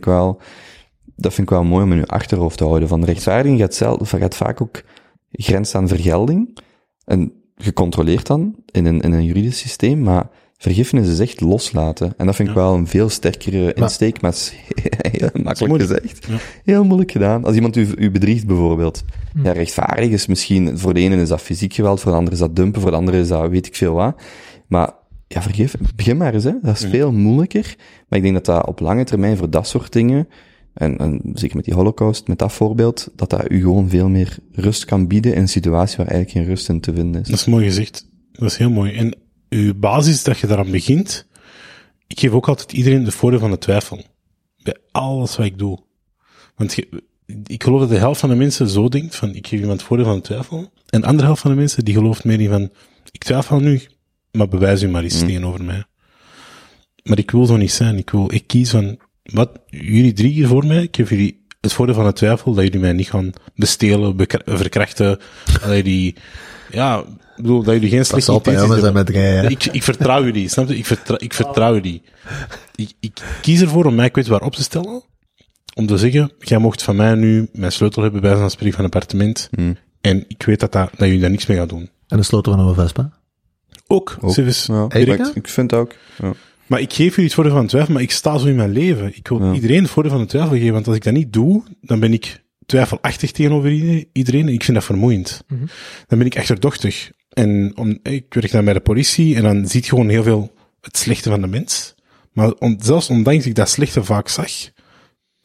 wel mooi om in je achterhoofd te houden. Van rechtvaardiging gaat vaak ook grens aan vergelding. En gecontroleerd dan, in een juridisch systeem, maar vergiffenis is echt loslaten. En dat vind ik wel een veel sterkere insteek, maar het is heel makkelijk gezegd. Ja. Heel moeilijk gedaan. Als iemand u bedriegt bijvoorbeeld. Ja, rechtvaardig is misschien, voor de ene is dat fysiek geweld, voor de andere is dat dumpen, voor de andere is dat weet ik veel wat. Maar ja, begin maar eens, hè. Dat is veel moeilijker. Maar ik denk dat op lange termijn voor dat soort dingen, en zeker met die Holocaust, met dat voorbeeld, dat u gewoon veel meer rust kan bieden in een situatie waar eigenlijk geen rust in te vinden is. Dat is mooi gezegd. Dat is heel mooi. En uw basis dat je daaraan begint, ik geef ook altijd iedereen de voordeel van de twijfel. Bij alles wat ik doe. Want ik geloof dat de helft van de mensen zo denkt van, ik geef iemand het voordeel van de twijfel. En de andere helft van de mensen, die gelooft meer in van, ik twijfel nu, maar bewijs u maar eens tegenover mij. Maar ik wil zo niet zijn. Ik kies van, jullie 3 hier voor mij, ik geef jullie het voordeel van de twijfel dat jullie mij niet gaan bestelen, verkrachten, dat jullie, dat jullie geen slechte intenties hebben. Ik vertrouw jullie, snap je? Ik vertrouw jullie. Ik kies ervoor om mij kwetsbaar op te stellen, om te zeggen, jij mocht van mij nu mijn sleutel hebben bij zo'n spreken van een appartement, en ik weet dat jullie daar niks mee gaan doen. En de sleutel van een Vespa? Ook. Ik vind ook. Ja. Maar ik geef jullie het voordeel van de twijfel, maar ik sta zo in mijn leven. Ik wil iedereen het voordeel van de twijfel geven, want als ik dat niet doe, dan ben ik twijfelachtig tegenover iedereen en ik vind dat vermoeiend. Mm-hmm. Dan ben ik achterdochtig. En ik werk dan bij de politie en dan zie je gewoon heel veel het slechte van de mens. Maar zelfs ondanks ik dat slechte vaak zag,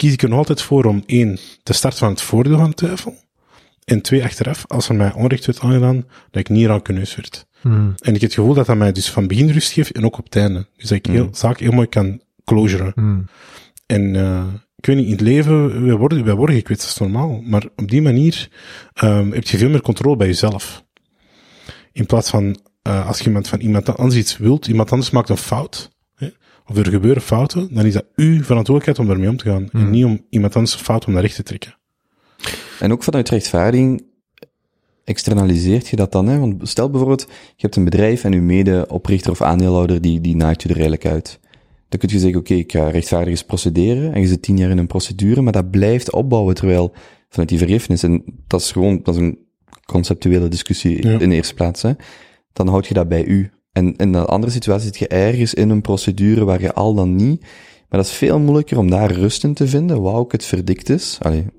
kies ik er nog altijd voor om 1, te starten van het voordeel van de twijfel. En 2, achteraf, als er mij onrecht werd aangedaan, dat ik niet rancuneus werd. En ik heb het gevoel dat mij dus van begin rust geeft en ook op het einde. Dus dat ik zaken heel mooi kan closuren. En ik weet niet, in het leven, wij worden gekwetst, dat is normaal. Maar op die manier heb je veel meer controle bij jezelf. In plaats van, als je van iemand anders iets wilt, iemand anders maakt een fout, hè, of er gebeuren fouten, dan is dat uw verantwoordelijkheid om daarmee om te gaan. En niet om iemand anders een fout om naar recht te trekken. En ook vanuit rechtvaardiging externaliseert je dat dan, hè? Want stel bijvoorbeeld, je hebt een bedrijf en uw mede-oprichter of aandeelhouder, die naait u er eigenlijk uit. Dan kun je zeggen, oké, ik ga rechtvaardig eens procederen, en je zit 10 jaar in een procedure, maar dat blijft opbouwen, terwijl vanuit die vergiffenis, en dat is een conceptuele discussie in de eerste plaats, hè, dan houd je dat bij u. En in een andere situatie zit je ergens in een procedure waar je al dan niet, maar dat is veel moeilijker om daar rust in te vinden, wou ook het verdikt is,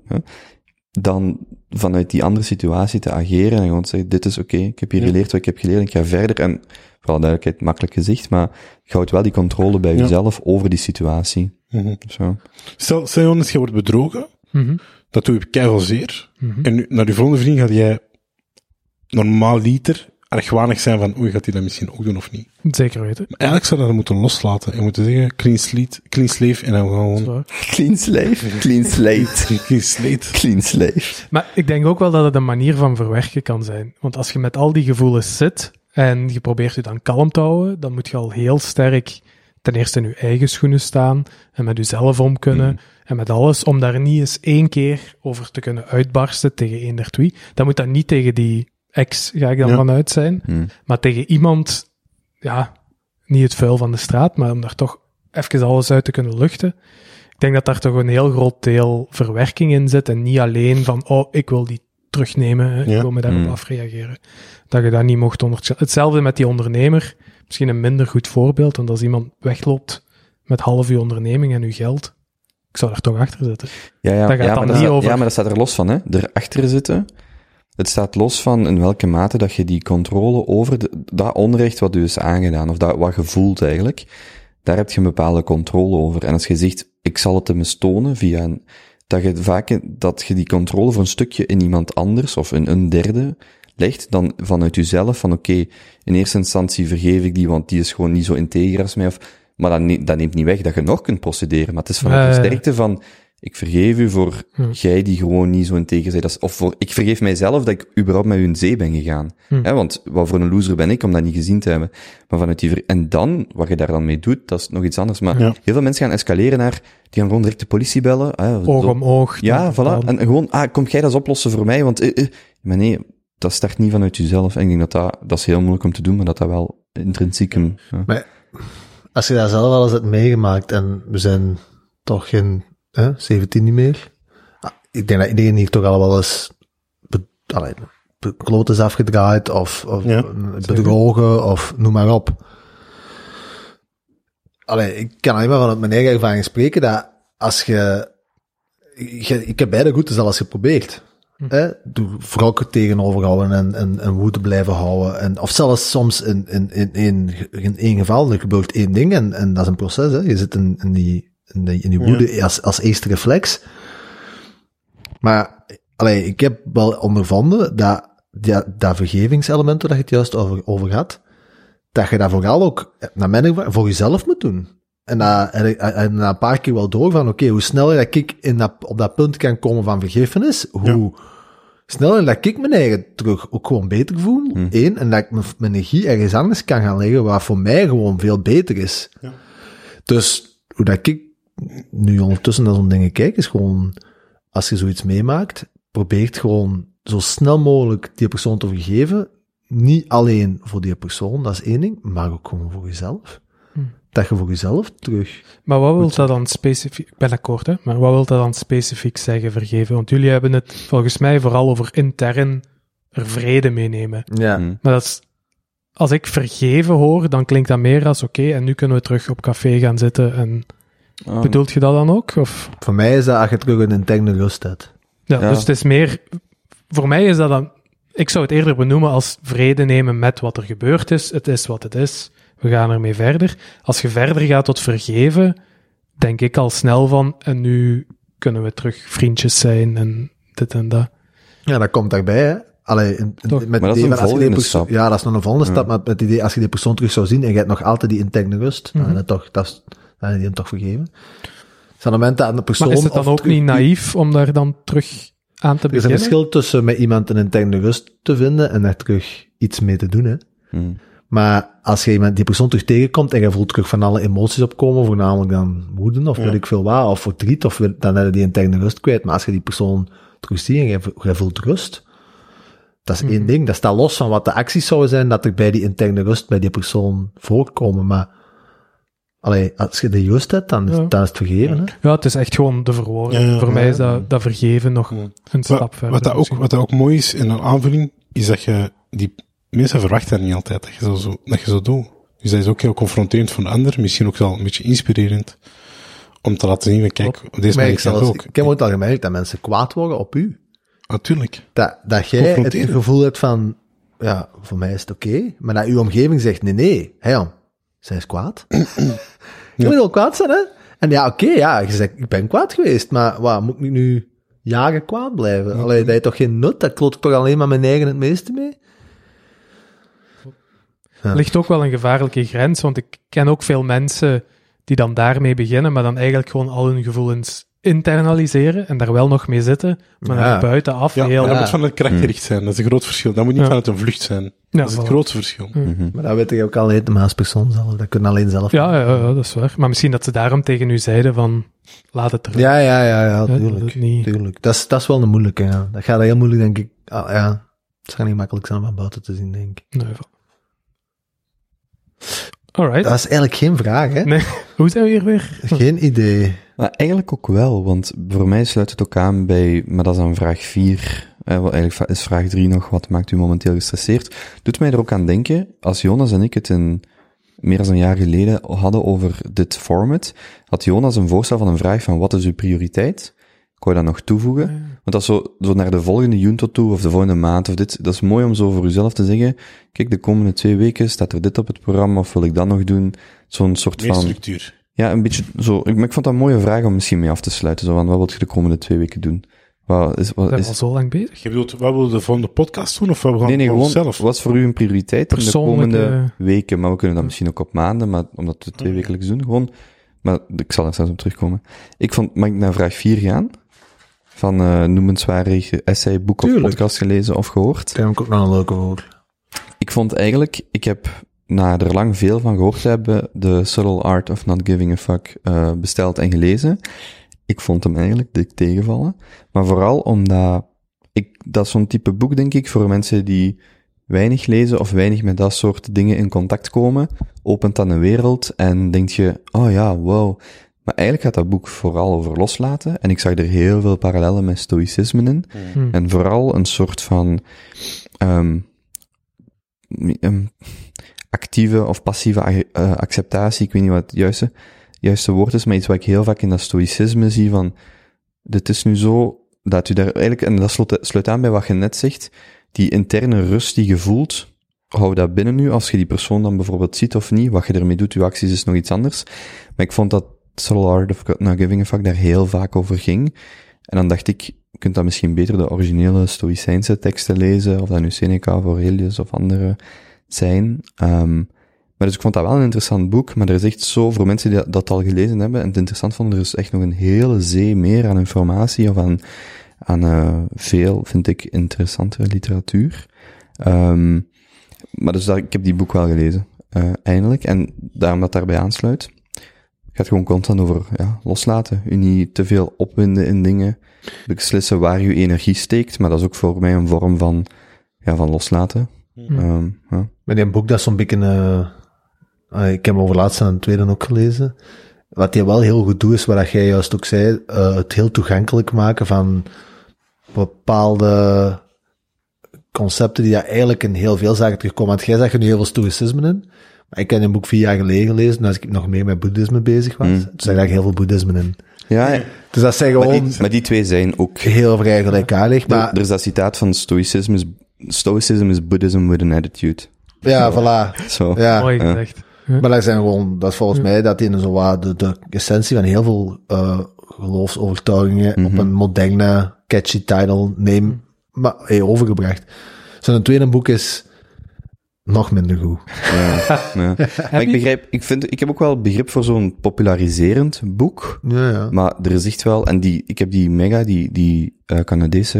dan vanuit die andere situatie te ageren en gewoon te zeggen, dit is oké, ik heb hier geleerd wat ik heb geleerd, ik ga verder, en voor alle duidelijkheid, makkelijk gezegd, maar je houdt wel die controle bij jezelf over die situatie. Zo. Stel Jonas, je wordt bedrogen, dat doe je keihard zeer, en nu, naar je volgende vriend gaat jij normaal liter argwanig zijn van, oei, gaat hij dat misschien ook doen of niet? Zeker weten. Maar eigenlijk zou je dat moeten loslaten en moeten zeggen, clean slave, en dan gewoon... Clean slave? Clean slate. Clean slate. Clean slave. Maar ik denk ook wel dat het een manier van verwerken kan zijn. Want als je met al die gevoelens zit en je probeert je dan kalm te houden, dan moet je al heel sterk ten eerste in je eigen schoenen staan en met jezelf om kunnen en met alles, om daar niet eens 1 keer over te kunnen uitbarsten tegen eender wie. Dan moet dat niet tegen die ex, ga ik dan vanuit zijn, maar tegen iemand, niet het vuil van de straat, maar om daar toch even alles uit te kunnen luchten. Ik denk dat daar toch een heel groot deel verwerking in zit en niet alleen van, ik wil die terugnemen, ik wil me daarop afreageren. Dat je dat niet mocht onderschatten. Hetzelfde met die ondernemer, misschien een minder goed voorbeeld, want als iemand wegloopt met half uw onderneming en uw geld, ik zou daar toch achter zitten. Maar dat staat er los van, hè. Erachter zitten, het staat los van in welke mate dat je die controle over dat onrecht wat u is aangedaan, of dat wat je voelt eigenlijk, daar heb je een bepaalde controle over. En als je zegt, ik zal het hem tonen via dat je die controle voor een stukje in iemand anders, of in een derde, legt, dan vanuit jezelf, van oké, in eerste instantie vergeef ik die, want die is gewoon niet zo integer als mij, maar dat neemt niet weg dat je nog kunt procederen, maar het is vanuit de sterkte van, ik vergeef u voor jij die gewoon niet zo integer bent, of voor, ik vergeef mijzelf dat ik überhaupt met u in zee ben gegaan. Want wat voor een loser ben ik om dat niet gezien te hebben. Maar vanuit en dan, wat je daar dan mee doet, dat is nog iets anders. Maar heel veel mensen gaan escaleren naar, die gaan gewoon direct de politie bellen. Oog om oog. Ja, voilà. En gewoon, kom jij dat eens oplossen voor mij, want, maar nee, dat start niet vanuit jezelf. En ik denk dat is heel moeilijk om te doen, maar dat wel intrinsiek Maar als je dat zelf wel eens hebt meegemaakt, en we zijn toch geen 17 niet meer. Ik denk dat iedereen hier toch al wel eens kloot is afgedraaid, of bedrogen, of noem maar op. Ik kan alleen maar vanuit mijn eigen ervaring spreken, dat als ik heb beide routes al eens geprobeerd. Door wrok tegenoverhouden en woede blijven houden. Of zelfs soms in één geval, er gebeurt 1 ding en dat is een proces. Hè. Je zit in die woede als eerste reflex. Maar ik heb wel ondervonden dat vergevingselement waar je het juist over had, dat je dat vooral ook, naar mijn ervaring, voor jezelf moet doen. En na een paar keer wel door van, hoe sneller dat ik op dat punt kan komen van vergiffenis, hoe sneller dat ik mijn eigen terug ook gewoon beter voel. 1, en dat ik mijn energie ergens anders kan gaan leggen, waar voor mij gewoon veel beter is. Ja. Dus, hoe dat ik nu ondertussen naar zo'n dingen kijk, is gewoon, als je zoiets meemaakt, probeert gewoon zo snel mogelijk die persoon te vergeven. Niet alleen voor die persoon, dat is 1 ding, maar ook gewoon voor jezelf. Dat je voor jezelf terug... Maar wat wil dat dan specifiek... Ik ben akkoord, hè? Maar wat wil dat dan specifiek zeggen, vergeven? Want jullie hebben het volgens mij vooral over intern er vrede meenemen. Ja. Maar dat is... Als ik vergeven hoor, dan klinkt dat meer als oké, en nu kunnen we terug op café gaan zitten en... Bedoelt je dat dan ook? Of? Voor mij is dat als je terug een interne rust hebt. Ja, dus het is meer... Voor mij is dat dan... Ik zou het eerder benoemen als vrede nemen met wat er gebeurd is. Het is wat het is. We gaan ermee verder. Als je verder gaat tot vergeven, denk ik al snel van, en nu kunnen we terug vriendjes zijn en dit en dat. Ja, dat komt daarbij, hè. Allee, Toch. met Maar dat is idee een van als je die volgende persoon- stap. Ja, dat is nog een volgende stap, maar met het idee, als je die persoon terug zou zien en je hebt nog altijd die interne rust, dan heb je hem toch vergeven. Dus aan het moment dat een persoon... Maar is het dan of ook terug- niet naïef om daar dan terug aan te Er is een beginnen? verschil tussen met iemand een interne rust te vinden en daar terug iets mee te doen, hè. Hmm. Maar als je die persoon terug tegenkomt en je voelt terug van alle emoties opkomen, voornamelijk dan woede of weet ik veel wat, of verdriet, dan heb je die interne rust kwijt. Maar als je die persoon terug ziet en je voelt rust, dat is één ding. Dat staat los van wat de acties zouden zijn dat er bij die interne rust bij die persoon voorkomen. Maar als je de rust hebt, dan is het vergeven. Hè? Ja, het is echt gewoon de verwoording. Ja, Voor ja. mij is dat vergeven nog een stap verder. misschien. Wat dat ook mooi is in een aanvulling, is dat je die mensen verwachten dat niet altijd, dat je zo doet. Dus dat is ook heel confronterend voor een ander, misschien ook wel een beetje inspirerend, om te laten zien, van, kijk, deze Maar man is ook. ik heb ook al gemerkt dat mensen kwaad worden op u. Natuurlijk. Dat jij het Confronteren. gevoel hebt van, ja, voor mij is het oké, maar dat uw omgeving zegt, nee, Jan, zij is kwaad. Je moet wel kwaad zijn, hè? En ja, oké, je zegt, ik ben kwaad geweest, maar wat, moet ik nu jaren kwaad blijven? Allee, dat heeft toch geen nut? Dat kloot ik toch alleen maar mijn eigen het meeste mee? Er ligt ook wel een gevaarlijke grens, want ik ken ook veel mensen die dan daarmee beginnen, maar dan eigenlijk gewoon al hun gevoelens internaliseren en daar wel nog mee zitten, maar Ja. naar buitenaf Ja, heel... maar dat moet van het karaktericht zijn, dat is een groot verschil. Dat moet niet Ja. vanuit een vlucht zijn. Dat is het voilà. grootste verschil. Maar dat weet je ook altijd, maar als persoon zelf, dat kunnen alleen zelf. Ja, dat is waar. Maar misschien dat ze daarom tegen u zeiden van, laat het eruit. Ja, dat tuurlijk. het niet- Tuurlijk. Dat is wel een moeilijke, ja. Dat gaat heel moeilijk, denk ik. Het gaat niet makkelijk zijn om van buiten te zien, denk ik. Nee, alright. Dat is eigenlijk geen vraag, hè? Nee, hoe zijn we hier weer? Geen idee. Maar eigenlijk ook wel, want voor mij sluit het ook aan bij, maar dat is dan vraag 4. Eigenlijk is vraag 3 nog, wat maakt u momenteel gestresseerd? Doet mij er ook aan denken, als Jonas en ik het meer dan een jaar geleden hadden over dit format, had Jonas een voorstel van een vraag van wat is uw prioriteit? Ik wou dat nog toevoegen. Want dat is zo naar de volgende Junto toe, of de volgende maand, of dit. Dat is mooi om zo voor uzelf te zeggen, kijk, de komende 2 weken staat er dit op het programma, of wil ik dat nog doen? Zo'n soort Meer van... structuur. Ja, een beetje zo. Maar ik vond dat een mooie vraag om misschien mee af te sluiten. Zo van, wat wil je de komende 2 weken doen? We zijn al zo lang bezig. Je bedoelt, wat wil je de volgende podcast doen, of wat we gaan Nee, voor gewoon, onszelf? wat is voor u een prioriteit in de Persoonlijke- komende weken? Maar we kunnen dat misschien ook op maanden, maar omdat we het 2 wekelijks doen, gewoon. Maar ik zal er straks op terugkomen. Mag ik naar vraag 4 gaan? Van noemenswaardig essay, boek of Tuurlijk. podcast gelezen of gehoord? Daar heb ik ook nog een leuke voor. Ik vond eigenlijk, ik heb na er lang veel van gehoord te hebben, The Subtle Art of Not Giving a Fuck besteld en gelezen. Ik vond hem eigenlijk dik tegenvallen. Maar vooral omdat dat is zo'n type boek, denk ik, voor mensen die weinig lezen of weinig met dat soort dingen in contact komen, opent dan een wereld en denk je, oh ja, wow. Maar eigenlijk gaat dat boek vooral over loslaten. En ik zag er heel veel parallellen met stoïcisme in. En vooral een soort van actieve of passieve acceptatie. Ik weet niet wat het juiste woord is, maar iets wat ik heel vaak in dat stoïcisme zie van, dit is nu zo, dat u daar eigenlijk, en dat sluit aan bij wat je net zegt, die interne rust die je voelt, hou dat binnen nu, als je die persoon dan bijvoorbeeld ziet of niet, wat je ermee doet, je acties is nog iets anders. Maar ik vond dat Subtle Art of Not Giving a Fuck daar heel vaak over ging. En dan dacht ik, je kunt dan misschien beter de originele Stoïcijnse teksten lezen, of dat nu Seneca of Aurelius of andere zijn. Maar dus ik vond dat wel een interessant boek, maar er is echt zo, voor mensen die dat al gelezen hebben, en het interessant vonden, er is echt nog een hele zee meer aan informatie, of aan veel, vind ik, interessantere literatuur. Maar dus ik heb die boek wel gelezen, eindelijk, en daarom dat daarbij aansluit. Het gaat gewoon constant over loslaten. U niet te veel opwinden in dingen. Beslissen waar je energie steekt. Maar dat is ook voor mij een vorm van loslaten. Met die boek, dat is zo'n beetje... ik heb over laatst aan het tweede ook gelezen. Wat hij wel heel goed doet, is wat jij juist ook zei, het heel toegankelijk maken van bepaalde concepten die daar eigenlijk in heel veel zaken terugkomen. Want jij zegt er nu heel veel stoïcisme in. Maar ik heb een boek 4 jaar geleden gelezen, dus ik nog meer met boeddhisme bezig was. Toen zag ik daar heel veel boeddhisme in. Ja, Dus dat zijn gewoon maar die twee zijn ook... heel vrij gelijkaardig. Maar Er is dat citaat van Stoicism is Buddhism with an attitude. ja, voilà. Zo. Ja. Mooi gezegd. Maar dat zijn gewoon, dat is volgens mij dat in zo wat de essentie van heel veel geloofsovertuigingen op een moderne, catchy title maar overgebracht. Zo'n tweede boek is nog minder goed. Ja. Maar ik heb ook wel begrip voor zo'n populariserend boek. Ja. Maar er is echt wel, en ik heb die Canadese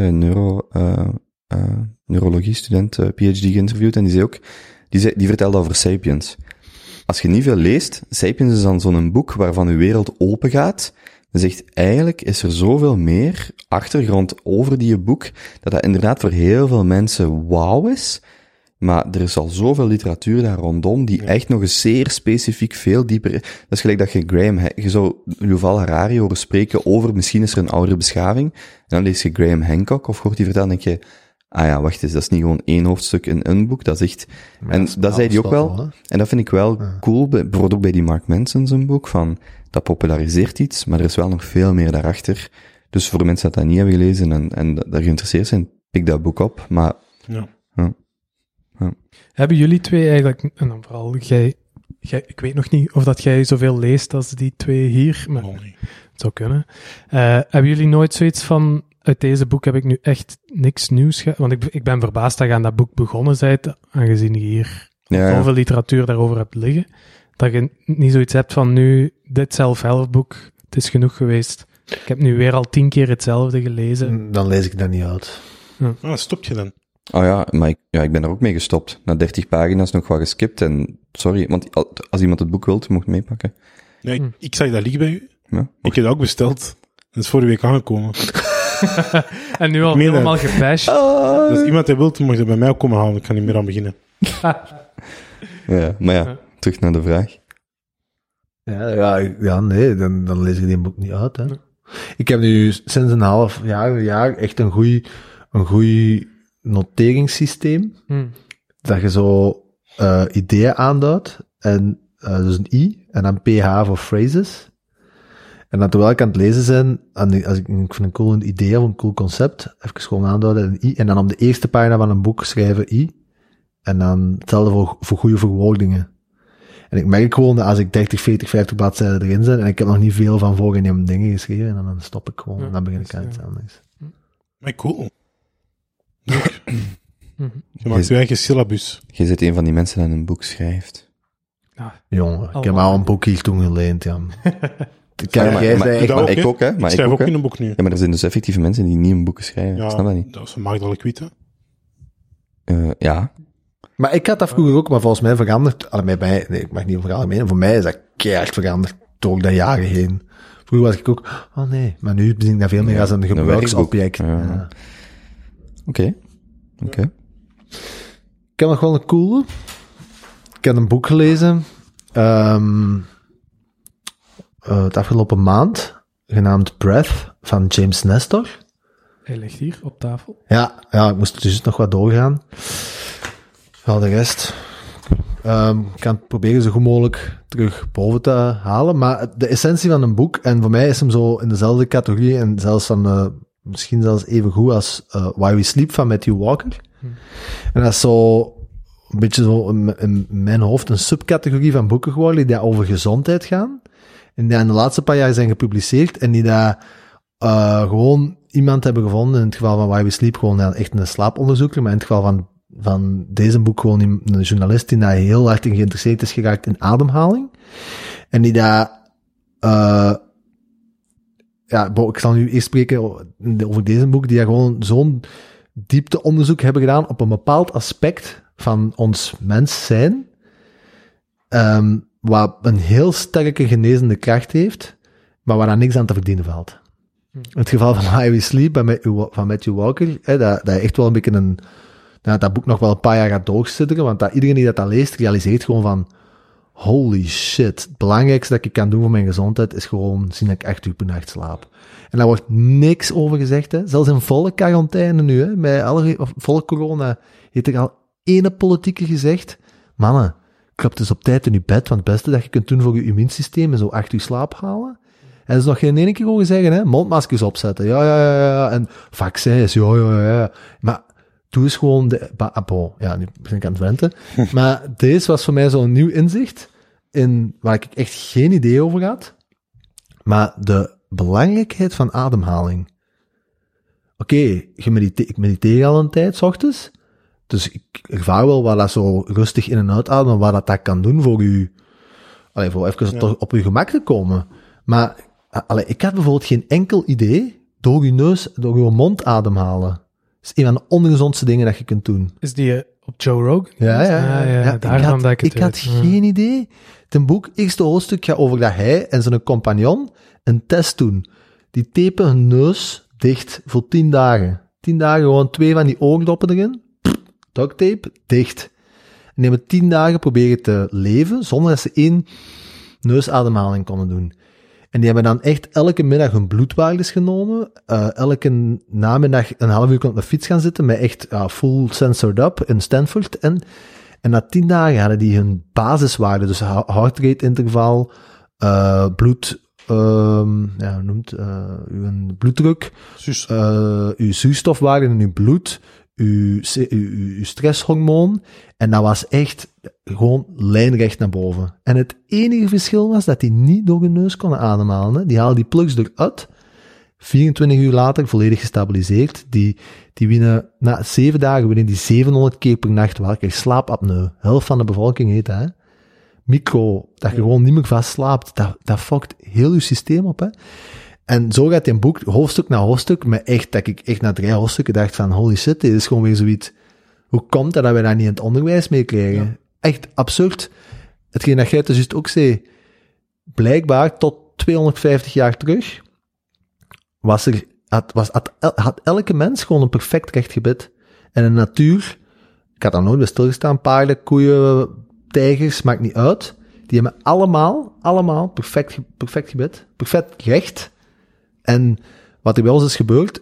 neurologie-student, PhD, geïnterviewd, en die zei ook, die vertelde over Sapiens. Als je niet veel leest, Sapiens is dan zo'n boek waarvan je wereld open gaat. Dan zegt, eigenlijk is er zoveel meer achtergrond over die boek, dat inderdaad voor heel veel mensen wauw is. Maar er is al zoveel literatuur daar rondom, die echt nog eens zeer specifiek veel dieper... Dat is gelijk dat je zou Yuval Harari horen spreken over, misschien is er een oudere beschaving, en dan lees je Graham Hancock, of hoort die vertellen, en denk je, ah ja, wacht eens, dat is niet gewoon 1 hoofdstuk in een boek, dat is echt... En dat zei hij ook wel, en dat vind ik wel cool, bijvoorbeeld ook bij die Mark Manson zijn boek, van, dat populariseert iets, maar er is wel nog veel meer daarachter. Dus voor mensen dat niet hebben gelezen en daar geïnteresseerd zijn, pik dat boek op, maar... Ja. Hebben jullie twee eigenlijk, en dan vooral jij, ik weet nog niet of dat jij zoveel leest als die twee hier, maar het zou kunnen. Hebben jullie nooit zoiets van, uit deze boek heb ik nu echt niks nieuws want ik ben verbaasd dat je aan dat boek begonnen bent, aangezien je hier zoveel literatuur daarover hebt liggen, dat je niet zoiets hebt van nu, dit self-help-boek, het is genoeg geweest. Ik heb nu weer al 10 keer hetzelfde gelezen. Dan lees ik dat niet uit. Ah, stop je dan? Oh ja, maar ik ben er ook mee gestopt. Na 30 pagina's nog wat geskipt en sorry, want als iemand het boek wilt, mocht meepakken. Nee, ik zag dat liggen bij u. Ja, ik heb dat ook besteld. Dat is vorige week aangekomen. En nu al helemaal gebashed. Dus iemand die wilt, mag je bij mij ook komen halen. Ik kan niet meer aan beginnen. Maar terug naar de vraag. Nee, dan lees ik die boek niet uit. Hè. Ik heb nu sinds een half jaar echt een goed noteringssysteem. Dat je zo ideeën aanduidt, en dus een I, en dan PH voor phrases. En dan terwijl ik aan het lezen ben, als ik vind een cool idee of een cool concept, even gewoon aanduiden, een I, en dan op de eerste pagina van een boek schrijven I, en dan hetzelfde voor goede verwoordingen. En ik merk gewoon dat als ik 30, 40, 50 bladzijden erin zit, en ik heb nog niet veel van voorgenomen dingen geschreven, en dan stop ik gewoon, en dan begin ik aan iets anders. Maar cool. Je maakt je eigen syllabus. Je zit een van die mensen die een boek schrijft. Jongen, ik heb al een boek hier toen geleend, ja. Ik ook, hè. Ik schrijf ook in een boek nu. Ja, maar er zijn dus effectieve mensen die niet een boek schrijven. Ja, ik snap dat niet. Dat is een Magdalene Kwitte. Ja. Maar ik had dat vroeger ook, maar volgens mij veranderd. Ik mag niet over algemeen. Voor mij is dat keihard veranderd door de jaren heen. Vroeger was ik ook, oh nee, maar nu zie ik dat veel meer als een gebruiksobject. Ja. Oké. Ik heb nog wel een coole. Ik heb een boek gelezen. Het afgelopen maand, genaamd Breath, van James Nestor. Hij ligt hier op tafel. Ja, ik moest dus nog wat doorgaan. Wel de rest. Ik kan het proberen zo goed mogelijk terug boven te halen. Maar de essentie van een boek, en voor mij is hem zo in dezelfde categorie, en zelfs van, misschien zelfs even goed als Why We Sleep van Matthew Walker. En dat is zo een beetje zo in mijn hoofd een subcategorie van boeken geworden die over gezondheid gaan. En die in de laatste paar jaar zijn gepubliceerd en die daar gewoon iemand hebben gevonden, in het geval van Why We Sleep gewoon echt een slaaponderzoeker, maar in het geval van deze boek gewoon een journalist die daar heel hard in geïnteresseerd is geraakt in ademhaling. En die daar ik zal nu eerst spreken over deze boek, die daar gewoon zo'n diepteonderzoek hebben gedaan op een bepaald aspect van ons mens zijn, wat een heel sterke genezende kracht heeft, maar waar dan niks aan te verdienen valt. In het geval van Why We Sleep van Matthew Walker, dat echt wel een beetje dat boek nog wel een paar jaar gaat doorzitteren, want iedereen die dat leest, realiseert gewoon van, holy shit, het belangrijkste dat ik kan doen voor mijn gezondheid is gewoon zien dat ik 8 uur per nacht slaap. En daar wordt niks over gezegd, hè. Zelfs in volle quarantaine nu, hè, met volle corona, heeft er al ene politieker gezegd, mannen, klap dus op tijd in je bed, want het beste dat je kunt doen voor je immuunsysteem is zo 8 uur slaap halen. En dat is nog geen ene keer over zeggen, hè. Mondmaskers opzetten, ja, en vaccins, ja. Maar doe eens gewoon nu ben ik aan het wenten. Maar deze was voor mij zo'n nieuw inzicht, waar ik echt geen idee over had. Maar de belangrijkheid van ademhaling. Oké, ik mediteer al een tijd, 's ochtends. Dus ik ervaar wel wat dat zo rustig in en uitademen, wat dat kan doen voor u, voor even toch op uw gemak te komen. Maar, ik had bijvoorbeeld geen enkel idee door uw neus, door uw mond ademhalen. Dat is een van de ongezondste dingen dat je kunt doen. Is die op Joe Rogan? Ja, Daarvan dat ik het had geen idee. Het boek, eerste hoofdstuk, gaat over dat hij en zijn compagnon een test doen. Die tapen hun neus dicht voor 10 dagen. 10 dagen gewoon 2 van die oogdoppen erin. Duct tape, dicht. En die hebben 10 dagen proberen te leven, zonder dat ze 1 neusademhaling konden doen. En die hebben dan echt elke middag hun bloedwaardes genomen, elke namiddag een half uur op de fiets gaan zitten, met echt full censored up in Stanford. En na 10 dagen hadden die hun basiswaarden, dus heart rate interval, bloed, uw bloeddruk, uw zuurstofwaarde in uw bloed, uw stresshormoon, en dat was echt gewoon lijnrecht naar boven. En het enige verschil was dat die niet door hun neus konden ademhalen. Hè. Die haalden die plugs eruit, 24 uur later volledig gestabiliseerd. Die winnen, na 7 dagen winnen die 700 keer per nacht wakker. Slaapapneu. Helft van de bevolking heet dat, hè. Micro, dat je gewoon niet meer vast slaapt. Dat fokt heel je systeem op, hè. En zo gaat in boek, hoofdstuk na hoofdstuk, dat ik echt na 3 hoofdstukken dacht van, holy shit, dit is gewoon weer zoiets. Hoe komt dat we dat niet in het onderwijs meekrijgen? Ja. Echt absurd. Hetgeen dat jij dus juist ook zei, blijkbaar tot 250 jaar terug, had elke mens gewoon een perfect rechtgebed. En in de natuur, ik had daar nooit bij stilgestaan, paarden, koeien, tijgers, maakt niet uit. Die hebben allemaal perfect gebed, perfect recht. En wat er bij ons is gebeurd,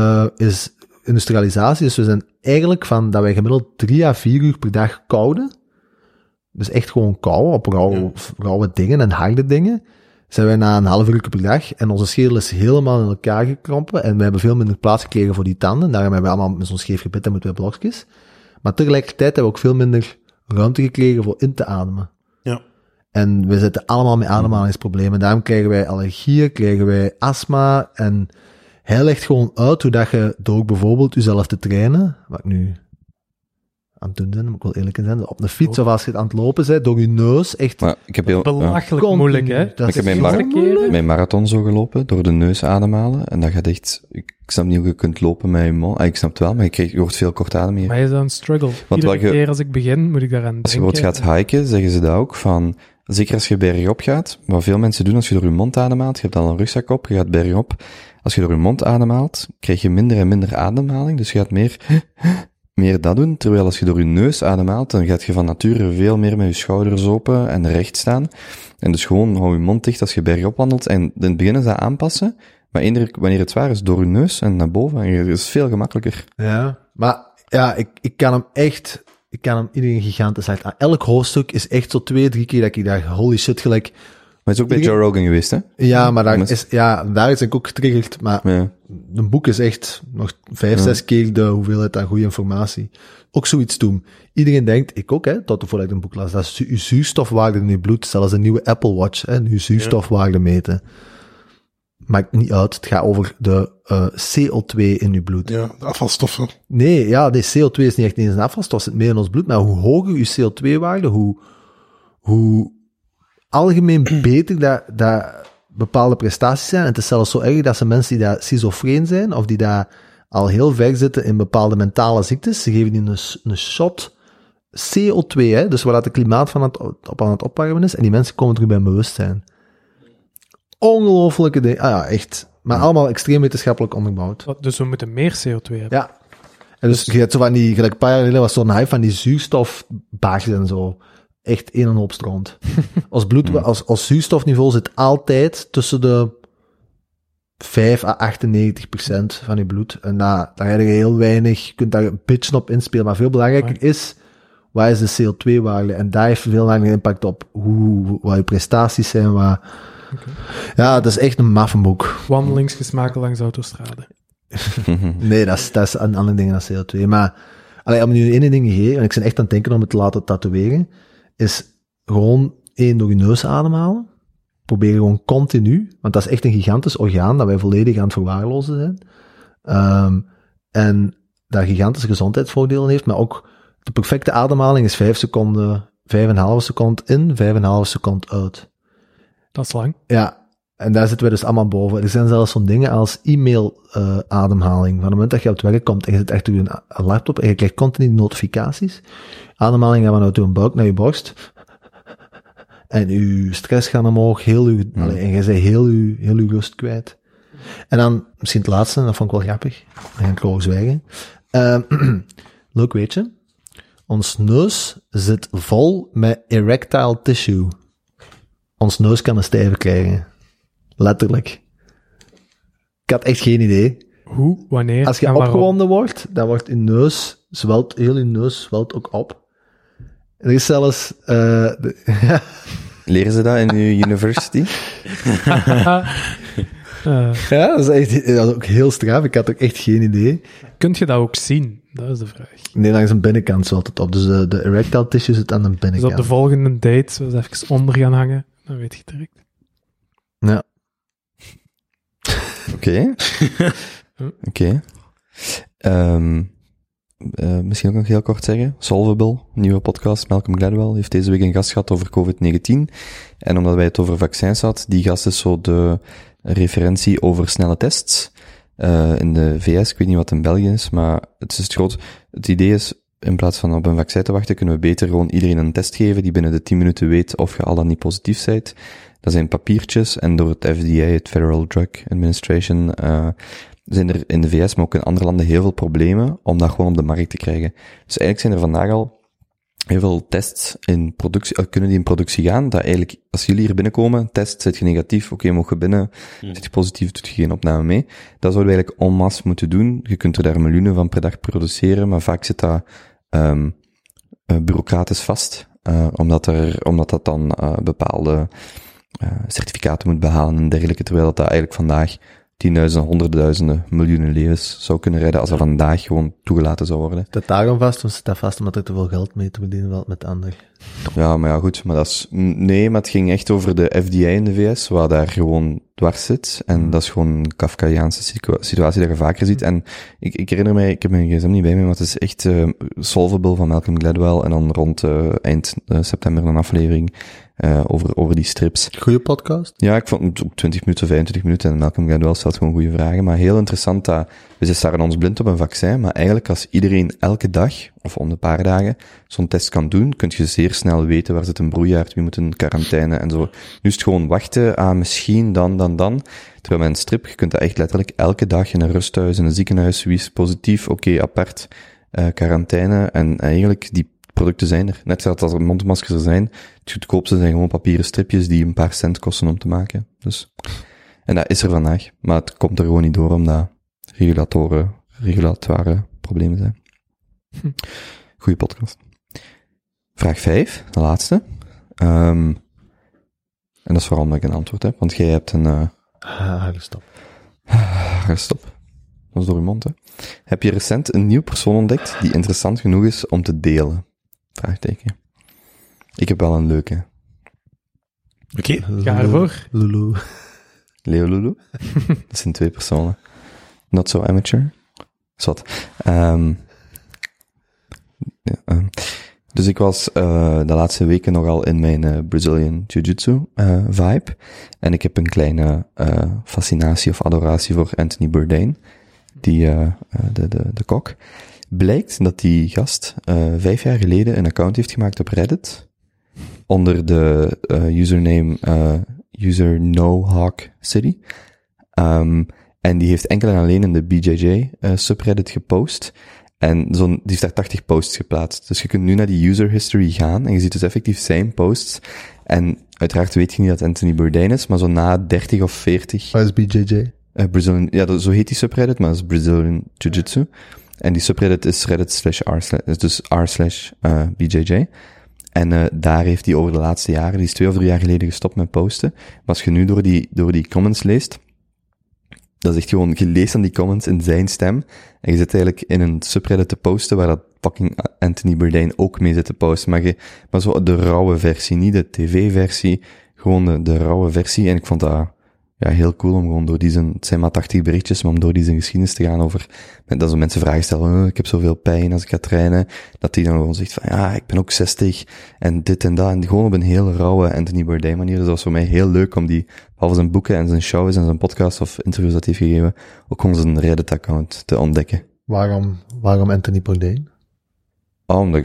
is industrialisatie. Dus we zijn eigenlijk van dat wij gemiddeld 3 à 4 uur per dag kouden. Dus echt gewoon kou op rauwe dingen en harde dingen. Zijn wij na een half uur per dag en onze schedel is helemaal in elkaar gekrompen en we hebben veel minder plaats gekregen voor die tanden. Daarom hebben we allemaal met zo'n scheef gebit en moeten we blokjes. Maar tegelijkertijd hebben we ook veel minder ruimte gekregen voor in te ademen. Ja. En we zitten allemaal met ademhalingsproblemen. Daarom krijgen wij allergieën, krijgen wij astma. En hij legt gewoon uit hoe dat je door bijvoorbeeld jezelf te trainen, wat ik nu aan het doen ben, moet ik wel eerlijk in zijn, op de fiets of als je het aan het lopen bent, door je neus, echt maar ik heb heel, belachelijk moeilijk, hè? Ik heb mijn marathon zo gelopen, door de neus ademhalen, en dat gaat echt, ik snap niet hoe je kunt lopen met je mond, ik snap het wel, maar je wordt veel kortademiger. Maar je is dan een struggle. Want iedere keer als ik begin, moet ik daaraan denken. Als je bijvoorbeeld gaat hiken, zeggen ze dat ook, van, zeker als je bergop gaat, wat veel mensen doen als je door je mond ademhaalt, je hebt al een rugzak op, je gaat bergop, als je door je mond ademhaalt, krijg je minder en minder ademhaling, dus je gaat meer dat doen, terwijl als je door je neus ademhaalt, dan gaat je van nature veel meer met je schouders open en recht staan. En dus gewoon hou je mond dicht als je bergop wandelt. En in het begin is dat aanpassen, maar wanneer het zwaar is, door je neus en naar boven. En het is veel gemakkelijker. Ja, maar ja, ik kan hem iedereen gigantisch uit. Elk hoofdstuk is echt zo 2-3 keer dat ik dacht, holy shit, gelijk. Maar het is ook bij Joe Rogan geweest, hè? Ja, maar daar is ik ook getriggerd. Maar een boek is echt nog 5-6 keer de hoeveelheid aan goede informatie. Ook zoiets doen. Iedereen denkt, ik ook, hè, tot voordat ik een boek las, dat is uw zuurstofwaarde in je bloed. Zelfs een nieuwe Apple Watch, hè, uw zuurstofwaarde meten. Maakt niet uit, het gaat over de CO2 in uw bloed. Ja, de afvalstoffen. Nee, de CO2 is niet echt eens een afvalstof, het zit meer in ons bloed. Maar hoe hoger uw CO2-waarde, hoe algemeen beter dat bepaalde prestaties zijn. En het is zelfs zo erg dat ze mensen die daar schizofreen zijn, of die daar al heel ver zitten in bepaalde mentale ziektes, ze geven die een shot CO2, hè, dus waar het klimaat aan het opwarmen is, en die mensen komen terug bij bewustzijn. Ongelooflijke dingen. Ja, echt. Maar allemaal extreem wetenschappelijk onderbouwd. Dus we moeten meer CO2 hebben. Ja. En dus je hebt zo van die, gelijk een paar jaar geleden was zo'n hype van die zuurstofbaagjes en zo. Echt een en hoop stront. Als zuurstofniveau zit altijd tussen de 5 à 98% van je bloed. En daar heb je heel weinig, je kunt daar een beetje op inspelen. Maar veel belangrijker is, wat is de CO2-waarde? En daar heeft veel meer impact op wat je prestaties zijn. Okay. Ja, dat is echt een maffenboek. Wandelingsgesmaken langs autostrade. Nee, dat is een ander ding dan CO2. Maar, om nu één ding te geven, en ik ben echt aan het denken om het te laten tatoeëren, is gewoon door je neus ademhalen. proberen gewoon continu, want dat is echt een gigantisch orgaan dat wij volledig aan het verwaarlozen zijn. En dat gigantische gezondheidsvoordelen heeft, maar ook de perfecte ademhaling is 5,5 seconden in, 5,5 seconden uit. Dat is lang. Ja, en daar zitten we dus allemaal boven. Er zijn zelfs zo'n dingen als e-mail-ademhaling. Van het moment dat je op het werk komt en je zit echt door een laptop en je krijgt continu notificaties. Ademhaling gaan vanuit je buik naar je borst. En je stress gaat omhoog, en je bent heel je rust kwijt. En dan, misschien het laatste, dat vond ik wel grappig. Dan ga ik gewoon zwijgen. Leuk weetje. Ons neus zit vol met erectile tissue. Ons neus kan een stijve krijgen. Letterlijk. Ik had echt geen idee. Hoe, wanneer Als je en waarom? opgewonden wordt, dan wordt je neus, heel je neus zwelt ook op. Er is zelfs, Leren ze dat in uw university? ja, dat is ook heel straf. Ik had ook echt geen idee. Kunt je dat ook zien? Dat is de vraag. Nee, langs een binnenkant zwelt het op. Dus de erectile tissue zit aan de Dus binnenkant. op de volgende date, zo eens even onder gaan hangen, dan weet je het direct. Ja. Oké. Oké. Misschien ook nog heel kort zeggen. Solvable, nieuwe podcast. Malcolm Gladwell heeft deze week een gast gehad over COVID-19. En omdat wij het over vaccins hadden, die gast is zo de referentie over snelle tests. In de VS, ik weet niet wat in België is, maar het is het idee is, in plaats van op een vaccin te wachten, kunnen we beter gewoon iedereen een test geven die binnen de 10 minuten weet of je al dan niet positief bent. Dat zijn papiertjes en door het FDA, het Federal Drug Administration, zijn er in de VS, maar ook in andere landen heel veel problemen om dat gewoon op de markt te krijgen. Dus eigenlijk zijn er vandaag al heel veel tests in productie, kunnen die in productie gaan, dat eigenlijk, als jullie hier binnenkomen, test, zit je negatief, oké, mogen je binnen, zit je positief, doet je geen opname mee. Dat zouden we eigenlijk en masse moeten doen. Je kunt er daar miljoenen van per dag produceren, maar vaak zit dat bureaucratisch vast, omdat dat dan bepaalde certificaten moet behalen en dergelijke, terwijl dat eigenlijk vandaag 10.000, honderdduizenden, miljoenen levens zou kunnen redden als dat vandaag gewoon toegelaten zou worden. Dat daarom vast, of zit dat vast omdat er te veel geld mee te verdienen valt met anderen? Ja, maar ja, goed, maar dat is, nee, maar het ging echt over de FDA in de VS, waar daar gewoon dwars zit, en dat is gewoon een Kafkaiaanse situatie dat je vaker ziet, en ik herinner mij, ik heb mijn gsm niet bij me, maar het is echt Solvable van Malcolm Gladwell, en dan rond eind september een aflevering over die strips. Goeie podcast? Ja, ik vond het ook 20 minuten, 25 minuten, en Malcolm Gladwell stelt gewoon goede vragen, maar heel interessant dat, we staren ons blind op een vaccin, maar eigenlijk als iedereen elke dag, of om de paar dagen, zo'n test kan doen, kun je zeer snel weten waar zit een broeiaard, wie moet in quarantaine en zo. Nu is het gewoon wachten, misschien dan. Terwijl met een strip, je kunt dat echt letterlijk elke dag in een rusthuis, in een ziekenhuis, wie is positief, oké, apart, quarantaine, en eigenlijk, die producten zijn er. Net zoals als er mondmaskers er zijn, het goedkoopste zijn gewoon papieren stripjes die een paar cent kosten om te maken. Dus, en dat is er vandaag, maar het komt er gewoon niet door, omdat regulatoire problemen zijn. Goeie podcast. Vraag 5, de laatste. En dat is vooral omdat ik een antwoord heb, want jij hebt een... Stop. Stop. Dat is door je mond, hè. Heb je recent een nieuw persoon ontdekt die interessant genoeg is om te delen? Vraagteken. Ik heb wel een leuke. Oké. Ga ervoor. Lulu. Leo Lulu? Dat zijn 2 personen. Not so amateur. Zot. Dus ik was de laatste weken nogal in mijn Brazilian Jiu-Jitsu vibe. En ik heb een kleine fascinatie of adoratie voor Anthony Bourdain. De kok. Blijkt dat die gast 5 jaar geleden een account heeft gemaakt op Reddit. Onder de username user NoHawk City. En die heeft enkel en alleen in de BJJ subreddit gepost. En die heeft daar 80 posts geplaatst. Dus je kunt nu naar die user history gaan en je ziet dus effectief zijn posts. En uiteraard weet je niet dat Anthony Bourdain is, maar zo na 30 of 40... Wat is BJJ? Brazilian, ja, zo heet die subreddit, maar dat is Brazilian Jiu-Jitsu. En die subreddit is reddit/r, dus r/BJJ. En daar heeft hij over de laatste jaren, die is 2 of 3 jaar geleden gestopt met posten. Maar als je nu door die comments leest, dat is echt gewoon, je leest aan die comments in zijn stem, en je zit eigenlijk in een subreddit te posten, waar dat fucking Anthony Bourdain ook mee zit te posten. Maar zo de rauwe versie, niet de tv-versie, gewoon de rauwe versie. En ik vond dat heel cool om gewoon door het zijn maar 80 berichtjes, maar om door die zijn geschiedenis te gaan over, dat zo mensen vragen stellen, ik heb zoveel pijn als ik ga trainen, dat die dan gewoon zegt van, ik ben ook 60, en dit en dat, en gewoon op een heel rauwe Anthony Bourdain manier. Dus dat was voor mij heel leuk om die, behalve zijn boeken en zijn shows en zijn podcast of interviews dat hij heeft gegeven, ook gewoon zijn Reddit-account te ontdekken. Waarom Anthony Bourdain? Omdat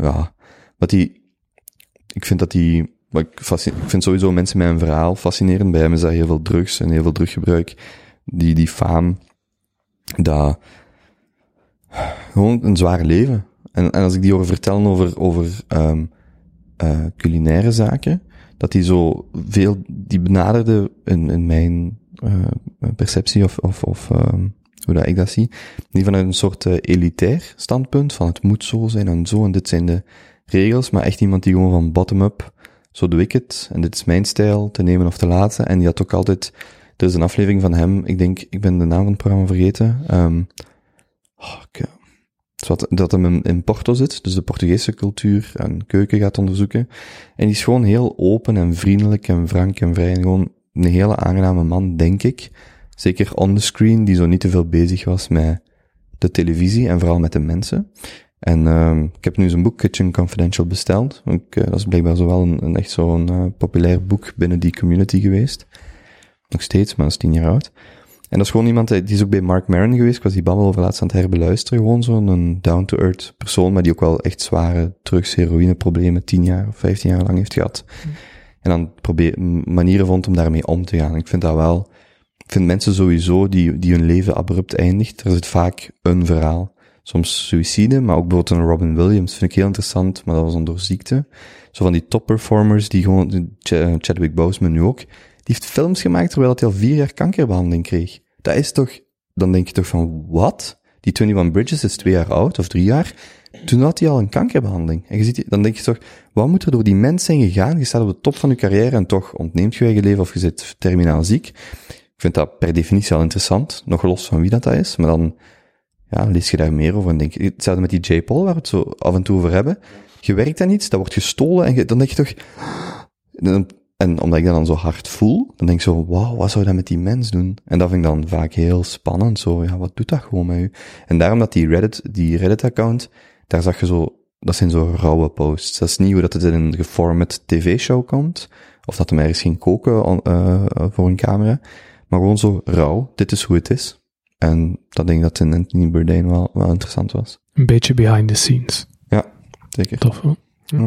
ik vind dat die, ik vind sowieso mensen met een verhaal fascinerend. Bij hem is dat heel veel drugs en heel veel druggebruik. Die faam, dat, gewoon een zwaar leven. En als ik die hoor vertellen over culinaire zaken, dat die zo veel, die benaderde in mijn perceptie of hoe dat ik dat zie, die vanuit een soort elitair standpunt, van het moet zo zijn en zo, en dit zijn de regels, maar echt iemand die gewoon van bottom-up, zo doe ik het, en dit is mijn stijl, te nemen of te laten. En die had ook altijd, er is een aflevering van hem, ik ben de naam van het programma vergeten, dat hem in Porto zit, dus de Portugese cultuur en keuken gaat onderzoeken. En die is gewoon heel open en vriendelijk en frank en vrij, en gewoon een hele aangename man, denk ik. Zeker on the screen, die zo niet te veel bezig was met de televisie en vooral met de mensen. En ik heb nu zijn boek Kitchen Confidential besteld. Dat is blijkbaar zo wel een echt zo'n populair boek binnen die community geweest. Nog steeds, maar dat is 10 jaar oud. En dat is gewoon iemand, die is ook bij Mark Maron geweest. Ik was die babbel over laatst aan het herbeluisteren. Gewoon zo'n down-to-earth persoon, maar die ook wel echt zware drugs, heroïneproblemen 10 jaar of 15 jaar lang heeft gehad. En dan manieren vond om daarmee om te gaan. Ik vind dat wel, ik vind mensen sowieso die hun leven abrupt eindigt, er zit vaak een verhaal. Soms suïcide, maar ook bijvoorbeeld een Robin Williams vind ik heel interessant, maar dat was dan door ziekte. Zo van die topperformers die gewoon, Chadwick Boseman nu ook, die heeft films gemaakt terwijl hij al 4 jaar kankerbehandeling kreeg. Dat is toch, dan denk je toch van, wat? Die 21 Bridges is 2 jaar oud, of 3 jaar. Toen had hij al een kankerbehandeling. En je ziet, dan denk je toch, wat moet er door die mens zijn gegaan? Je staat op de top van je carrière en toch ontneemt je eigen leven of je zit terminaal ziek. Ik vind dat per definitie al interessant, nog los van wie dat is, maar dan lees je daar meer over en denk je, hetzelfde met die J. Paul, waar we het zo af en toe over hebben. Je werkt aan iets, dat wordt gestolen en dan denk je toch, en omdat ik dat dan zo hard voel, dan denk ik zo, wauw, wat zou dat met die mens doen? En dat vind ik dan vaak heel spannend, zo, wat doet dat gewoon met u? En daarom dat die Reddit-account, daar zag je zo, dat zijn zo rauwe posts. Dat is niet hoe dat het in een geformat tv-show komt, of dat hem ergens ging koken voor een camera, maar gewoon zo rauw, dit is hoe het is. En dat denk ik dat in Anthony Bourdain wel interessant was. Een beetje behind the scenes. Ja, zeker. Tof, hoor. Ja.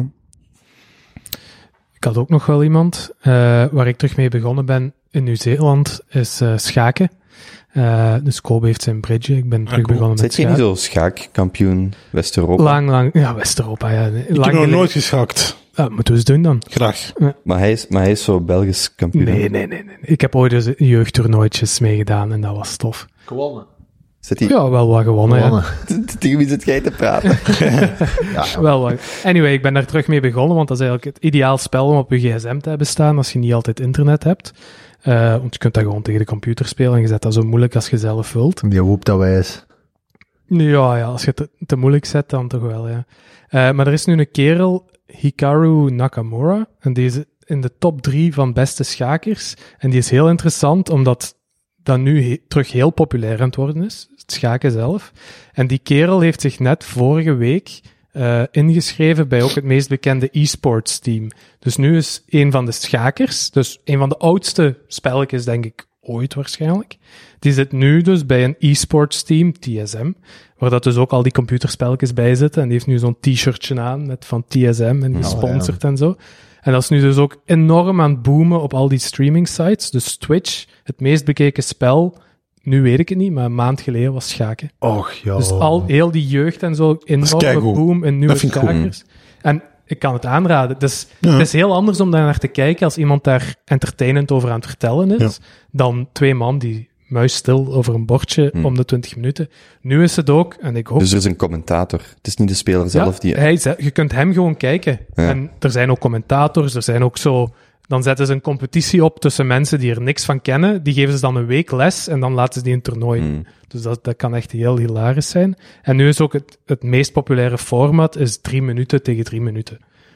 Ik had ook nog wel iemand, waar ik terug mee begonnen ben in Nieuw-Zeeland, is schaken. Dus Kobe heeft zijn bridge, ik ben terug begonnen met schaken. Zit je niet zo schaakkampioen West-Europa? Lang, ja, West-Europa, ja. Ik heb nog nooit geschakt. Moeten we eens doen dan. Graag. Ja. Maar hij is zo Belgisch kampioen. Nee. Ik heb ooit eens jeugdtoernooitjes meegedaan en dat was tof. Gewonnen. Ja, wel wat gewonnen. Ja. Tegen wie zit jij te praten? Ja, wel wat. Anyway, ik ben daar terug mee begonnen, want dat is eigenlijk het ideaal spel om op je gsm te hebben staan als je niet altijd internet hebt. Want je kunt dat gewoon tegen de computer spelen en je zet dat zo moeilijk als je zelf wilt. Die hoop dat wijs. Ja, als je het te moeilijk zet, dan toch wel, ja. Maar er is nu een kerel, Hikaru Nakamura, en die is in de top 3 van beste schakers. En die is heel interessant, omdat dat nu terug heel populair aan het worden is, het schaken zelf. En die kerel heeft zich net vorige week ingeschreven bij ook het meest bekende e-sports team. Dus nu is een van de schakers, dus een van de oudste spelletjes, denk ik, ooit waarschijnlijk. Die zit nu dus bij een e-sports team, TSM, waar dat dus ook al die computerspelletjes bij zitten. En die heeft nu zo'n t-shirtje aan met van TSM en gesponsord en zo. En dat is nu dus ook enorm aan het boomen op al die streaming sites. Dus Twitch, het meest bekeken spel, nu weet ik het niet, maar een maand geleden was schaken. Och, ja. Dus heel die jeugd en zo, enorme boom in nieuwe schakers. En ik kan het aanraden. Dus het is heel anders om daar naar te kijken als iemand daar entertainend over aan het vertellen is, dan 2 man die muisstil over een bordje om de 20 minuten. Nu is het ook, en ik hoop... Dus er is een commentator. Het is niet de speler zelf die... Je kunt hem gewoon kijken. Ja. En er zijn ook commentators, er zijn ook zo... Dan zetten ze een competitie op tussen mensen die er niks van kennen. Die geven ze dan een week les en dan laten ze die een toernooi. Dus dat kan echt heel hilarisch zijn. En nu is ook het meest populaire format is 3 minuten tegen 3 minuten.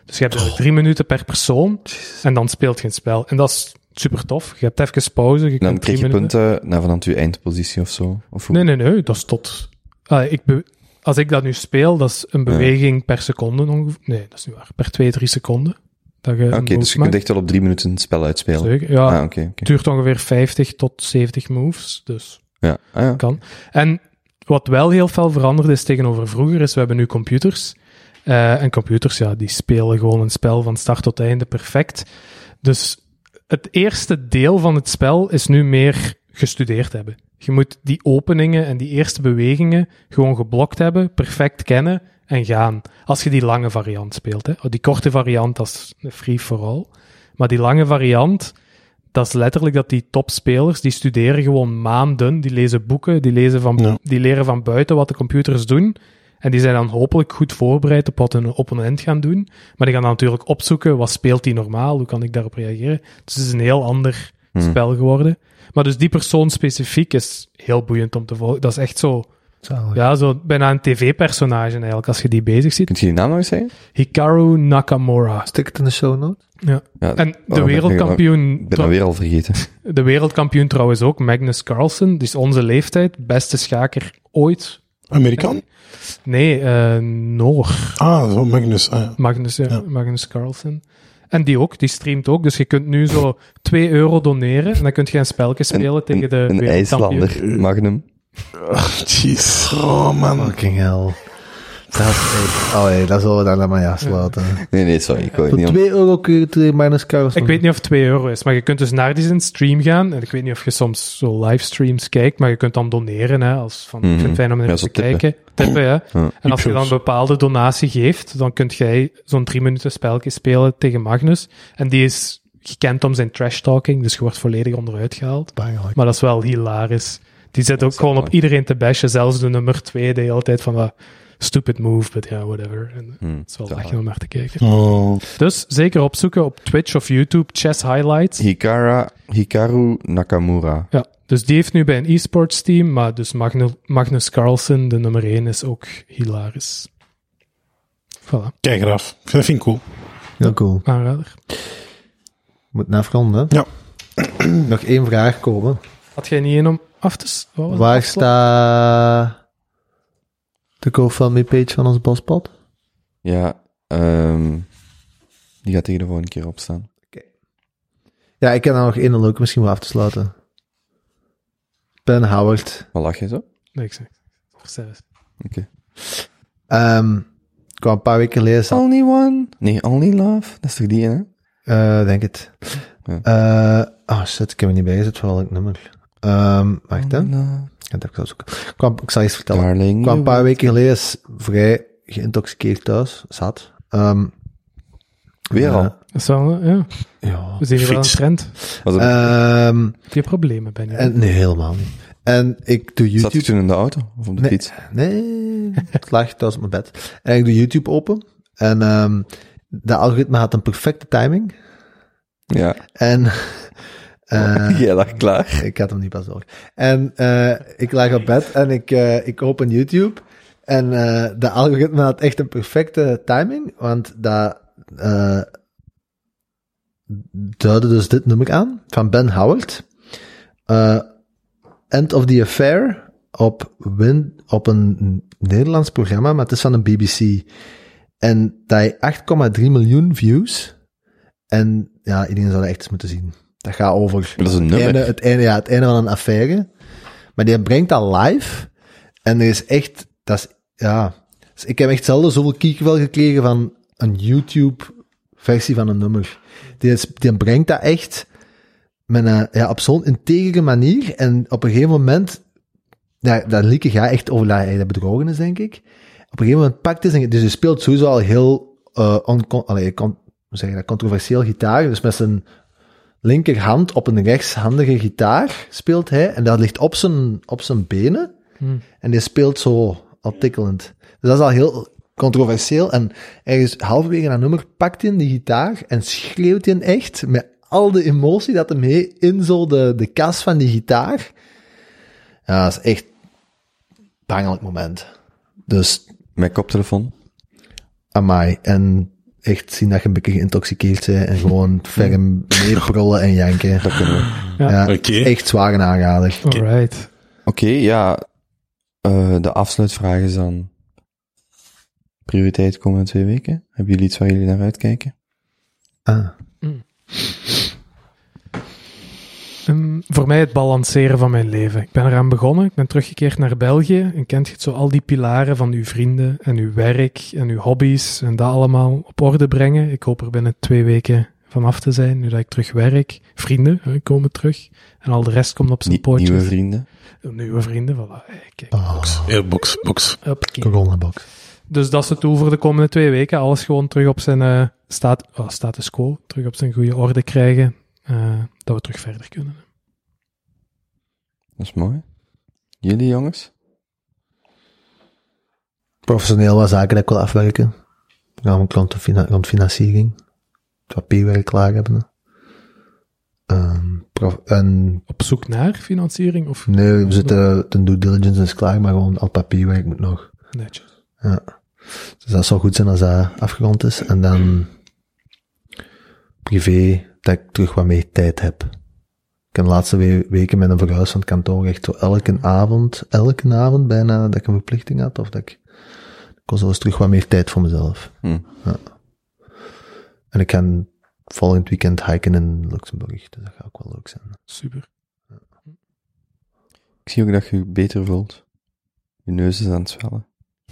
Dus je hebt 3 minuten per persoon en dan speelt je een spel. En dat is super tof. Je hebt even pauze. Je Dan kunt krijg 3 je minuten... punten naar vanuit je eindpositie of zo? Of hoe? Nee. Dat is tot... Als ik dat nu speel, dat is een beweging per seconde ongeveer. Nee, dat is niet waar. Per 2-3 seconden. Dat je Oké, dus je kunt echt wel op 3 minuten het spel uitspelen. Zeker, ja. Ah, oké. Het duurt ongeveer 50 tot 70 moves, dus Ja. Ah, ja. kan. En wat wel heel veel veranderd is tegenover vroeger, is we hebben nu computers. En computers, ja, die spelen gewoon een spel van start tot einde perfect. Dus het eerste deel van het spel is nu meer gestudeerd hebben. Je moet die openingen en die eerste bewegingen gewoon geblokt hebben, perfect kennen en gaan. Als je die lange variant speelt. Hè. Die korte variant, dat is een free-for-all. Maar die lange variant, dat is letterlijk dat die topspelers, die studeren gewoon maanden, die lezen boeken, die leren van buiten wat de computers doen. En die zijn dan hopelijk goed voorbereid op wat hun opponent gaan doen. Maar die gaan dan natuurlijk opzoeken, wat speelt die normaal, hoe kan ik daarop reageren. Dus het is een heel ander spel geworden. Maar dus die persoon specifiek is heel boeiend om te volgen. Dat is echt zo, Zalig. ja, zo bijna een tv-personage eigenlijk, als je die bezig ziet. Kunt je die naam nog eens zeggen? Hikaru Nakamura. Stik het in de show notes. Ja. Ja, En de waarom wereldkampioen... Ik ben dat weer al vergeten. De wereldkampioen trouwens ook, Magnus Carlsen. Die is onze leeftijd, beste schaker ooit. Amerikaan? Nee, Noor. Zo Magnus. Ja. Magnus Carlsen. En die streamt ook. Dus je kunt nu zo €2 doneren en dan kun je een spelletje spelen tegen de Een wereldkampioen. IJslander, Magnum. Jeez. Oh, man. Fucking hell. Dat zullen we dan maar ja sluiten. Nee, sorry, ik wou het Voor niet om. €2 kun je tegen Magnus Carlsen. Ik weet niet of het €2 is, maar je kunt dus naar die zijn stream gaan. En ik weet niet of je soms zo livestreams kijkt, maar je kunt dan doneren. Hè, als van, ik vind het fijn om even zo te tippen. kijken. Tippen, ja. Ja. En als je dan een bepaalde donatie geeft, dan kunt jij zo'n 3 minuten spelletje spelen tegen Magnus. En die is gekend om zijn trash-talking, dus je wordt volledig onderuit gehaald. Bangelijk. Maar dat is wel hilarisch. Die zit ook gewoon op iedereen te bashen, zelfs de nummer 2, die altijd van stupid move, but yeah, whatever. En het is wel zalig. lachen om naar te kijken. Oh. Dus zeker opzoeken op Twitch of YouTube, Chess Highlights. Hikaru Nakamura. Ja, dus die heeft nu bij een e-sports team, maar dus Magnus Carlsen, de nummer 1, is ook hilarisch. Voilà, Kijk eraf. Dat vind ik cool. Heel cool. aanrader. Moet afronden. Ja. Nog 1 vraag komen. Had jij niet één om af te... Waar staat de GoFundMe-page van ons bospot? Ja, die gaat tegen de volgende keer opstaan. Ja, ik heb er nog 1 leuke misschien wel af te sluiten. Ben Howard. Wat lach je zo? Nee, ik zeg het. Oké. Ik kwam een paar weken geleden... Only one? Nee, Only Love? Dat is toch die, hè? Denk het. Shit, ik heb er niet bij gezet, vooral het nummer. Wacht, hè. Ik ga het even zoeken. Ik zal eens vertellen. Darling, Ik kwam een paar weken geleden vrij geïntoxiceerd thuis. Zat. Weer al? Dat is wel, ja. Ja. We zien hier wel een Fiets. trend. Was het, Heb je problemen, ben je? Nee, helemaal niet. En ik doe zat je YouTube... toen in de auto? Of op de fiets? Nee, ik lag thuis op mijn bed. En ik doe YouTube open. En de algoritme had een perfecte timing. Ja. En... Jij lag klaar. Ik had hem niet pas door. En ik lag op bed en ik open YouTube. En de algoritme had echt een perfecte timing. Want dat duidde dus dit nummer aan. Van Ben Howard. End of the Affair. Op een Nederlands programma. Maar het is van een BBC. En dat heeft 8,3 miljoen views. En ja, iedereen zou dat echt eens moeten zien. Dat gaat over Dat is een nummer. het einde van een affaire. Maar die brengt dat live. En er is echt... Dus ik heb echt zelden zoveel kiekenvel gekregen van een YouTube-versie van een nummer. Die brengt dat echt met op zo'n integere manier. En op een gegeven moment... Ja, dat liedje gaat echt over dat hij bedrogen is, denk ik. Op een gegeven moment pakt hij... Dus hij speelt sowieso al heel... controversieel gitaar. Dus met zijn linkerhand op een rechtshandige gitaar speelt hij. En dat ligt op zijn benen. En die speelt zo al tikkelend. Dus dat is al heel controversieel. En ergens halverwege dat nummer pakt hij die gitaar en schreeuwt hij echt met al de emotie dat hem heeft in zo de kas van die gitaar. Ja, dat is echt een bangelijk moment. Dus, Mijn koptelefoon. amai. En echt zien dat je een beetje geïntoxiceerd bent en gewoon ferm meeprollen en janken. Dat kunnen we. Ja, Oké. echt zware aanrader. Alright. Oké, ja. De afsluitvraag is dan... Prioriteit komende 2 weken? Hebben jullie iets waar jullie naar uitkijken? Voor mij het balanceren van mijn leven. Ik ben eraan begonnen, ik ben teruggekeerd naar België en kent je het zo al die pilaren van uw vrienden en uw werk en uw hobby's en dat allemaal op orde brengen. Ik hoop er binnen 2 weken vanaf te zijn, nu dat ik terug werk. Vrienden komen terug en al de rest komt op zijn pootjes. Nieuwe vrienden? Nieuwe vrienden, voilà. Kijk, Box. Hoppakee. Coronabox. Dus dat is het doel voor de komende 2 weken. Alles gewoon terug op zijn status quo, terug op zijn goede orde krijgen, dat we terug verder kunnen. Dat is mooi. Jullie jongens? Professioneel wat zaken dat ik wil afwerken. Namelijk rond financiering. Het papierwerk klaar hebben. En Op zoek naar financiering? Of nee, we zitten, de due diligence is klaar, maar gewoon al papierwerk moet nog. netjes? Ja. Dus dat zou goed zijn als dat afgerond is. En dan privé, dat ik terug wat meer tijd heb. Ik heb de laatste weken met een verhuis van het kantoor echt zo elke avond bijna dat ik een verplichting had, of dat ik kon zo eens terug wat meer tijd voor mezelf. Ja. En ik ga volgend weekend hiken in Luxemburg, dus dat gaat ook wel leuk zijn. Super. Ik zie ook dat je je beter voelt. Je neus is aan het zwellen.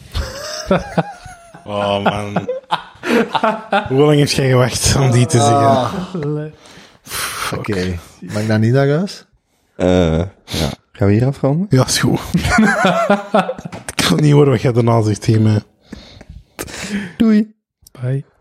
Oh, man. Hoe lang heb jij gewacht om die te zeggen? Oké. Mag ik dan niet naar huis? Ja. Gaan we hier afronden? Ja, is goed. Ik kan niet horen wat jij daarna zegt tegen mij. Doei! Bye.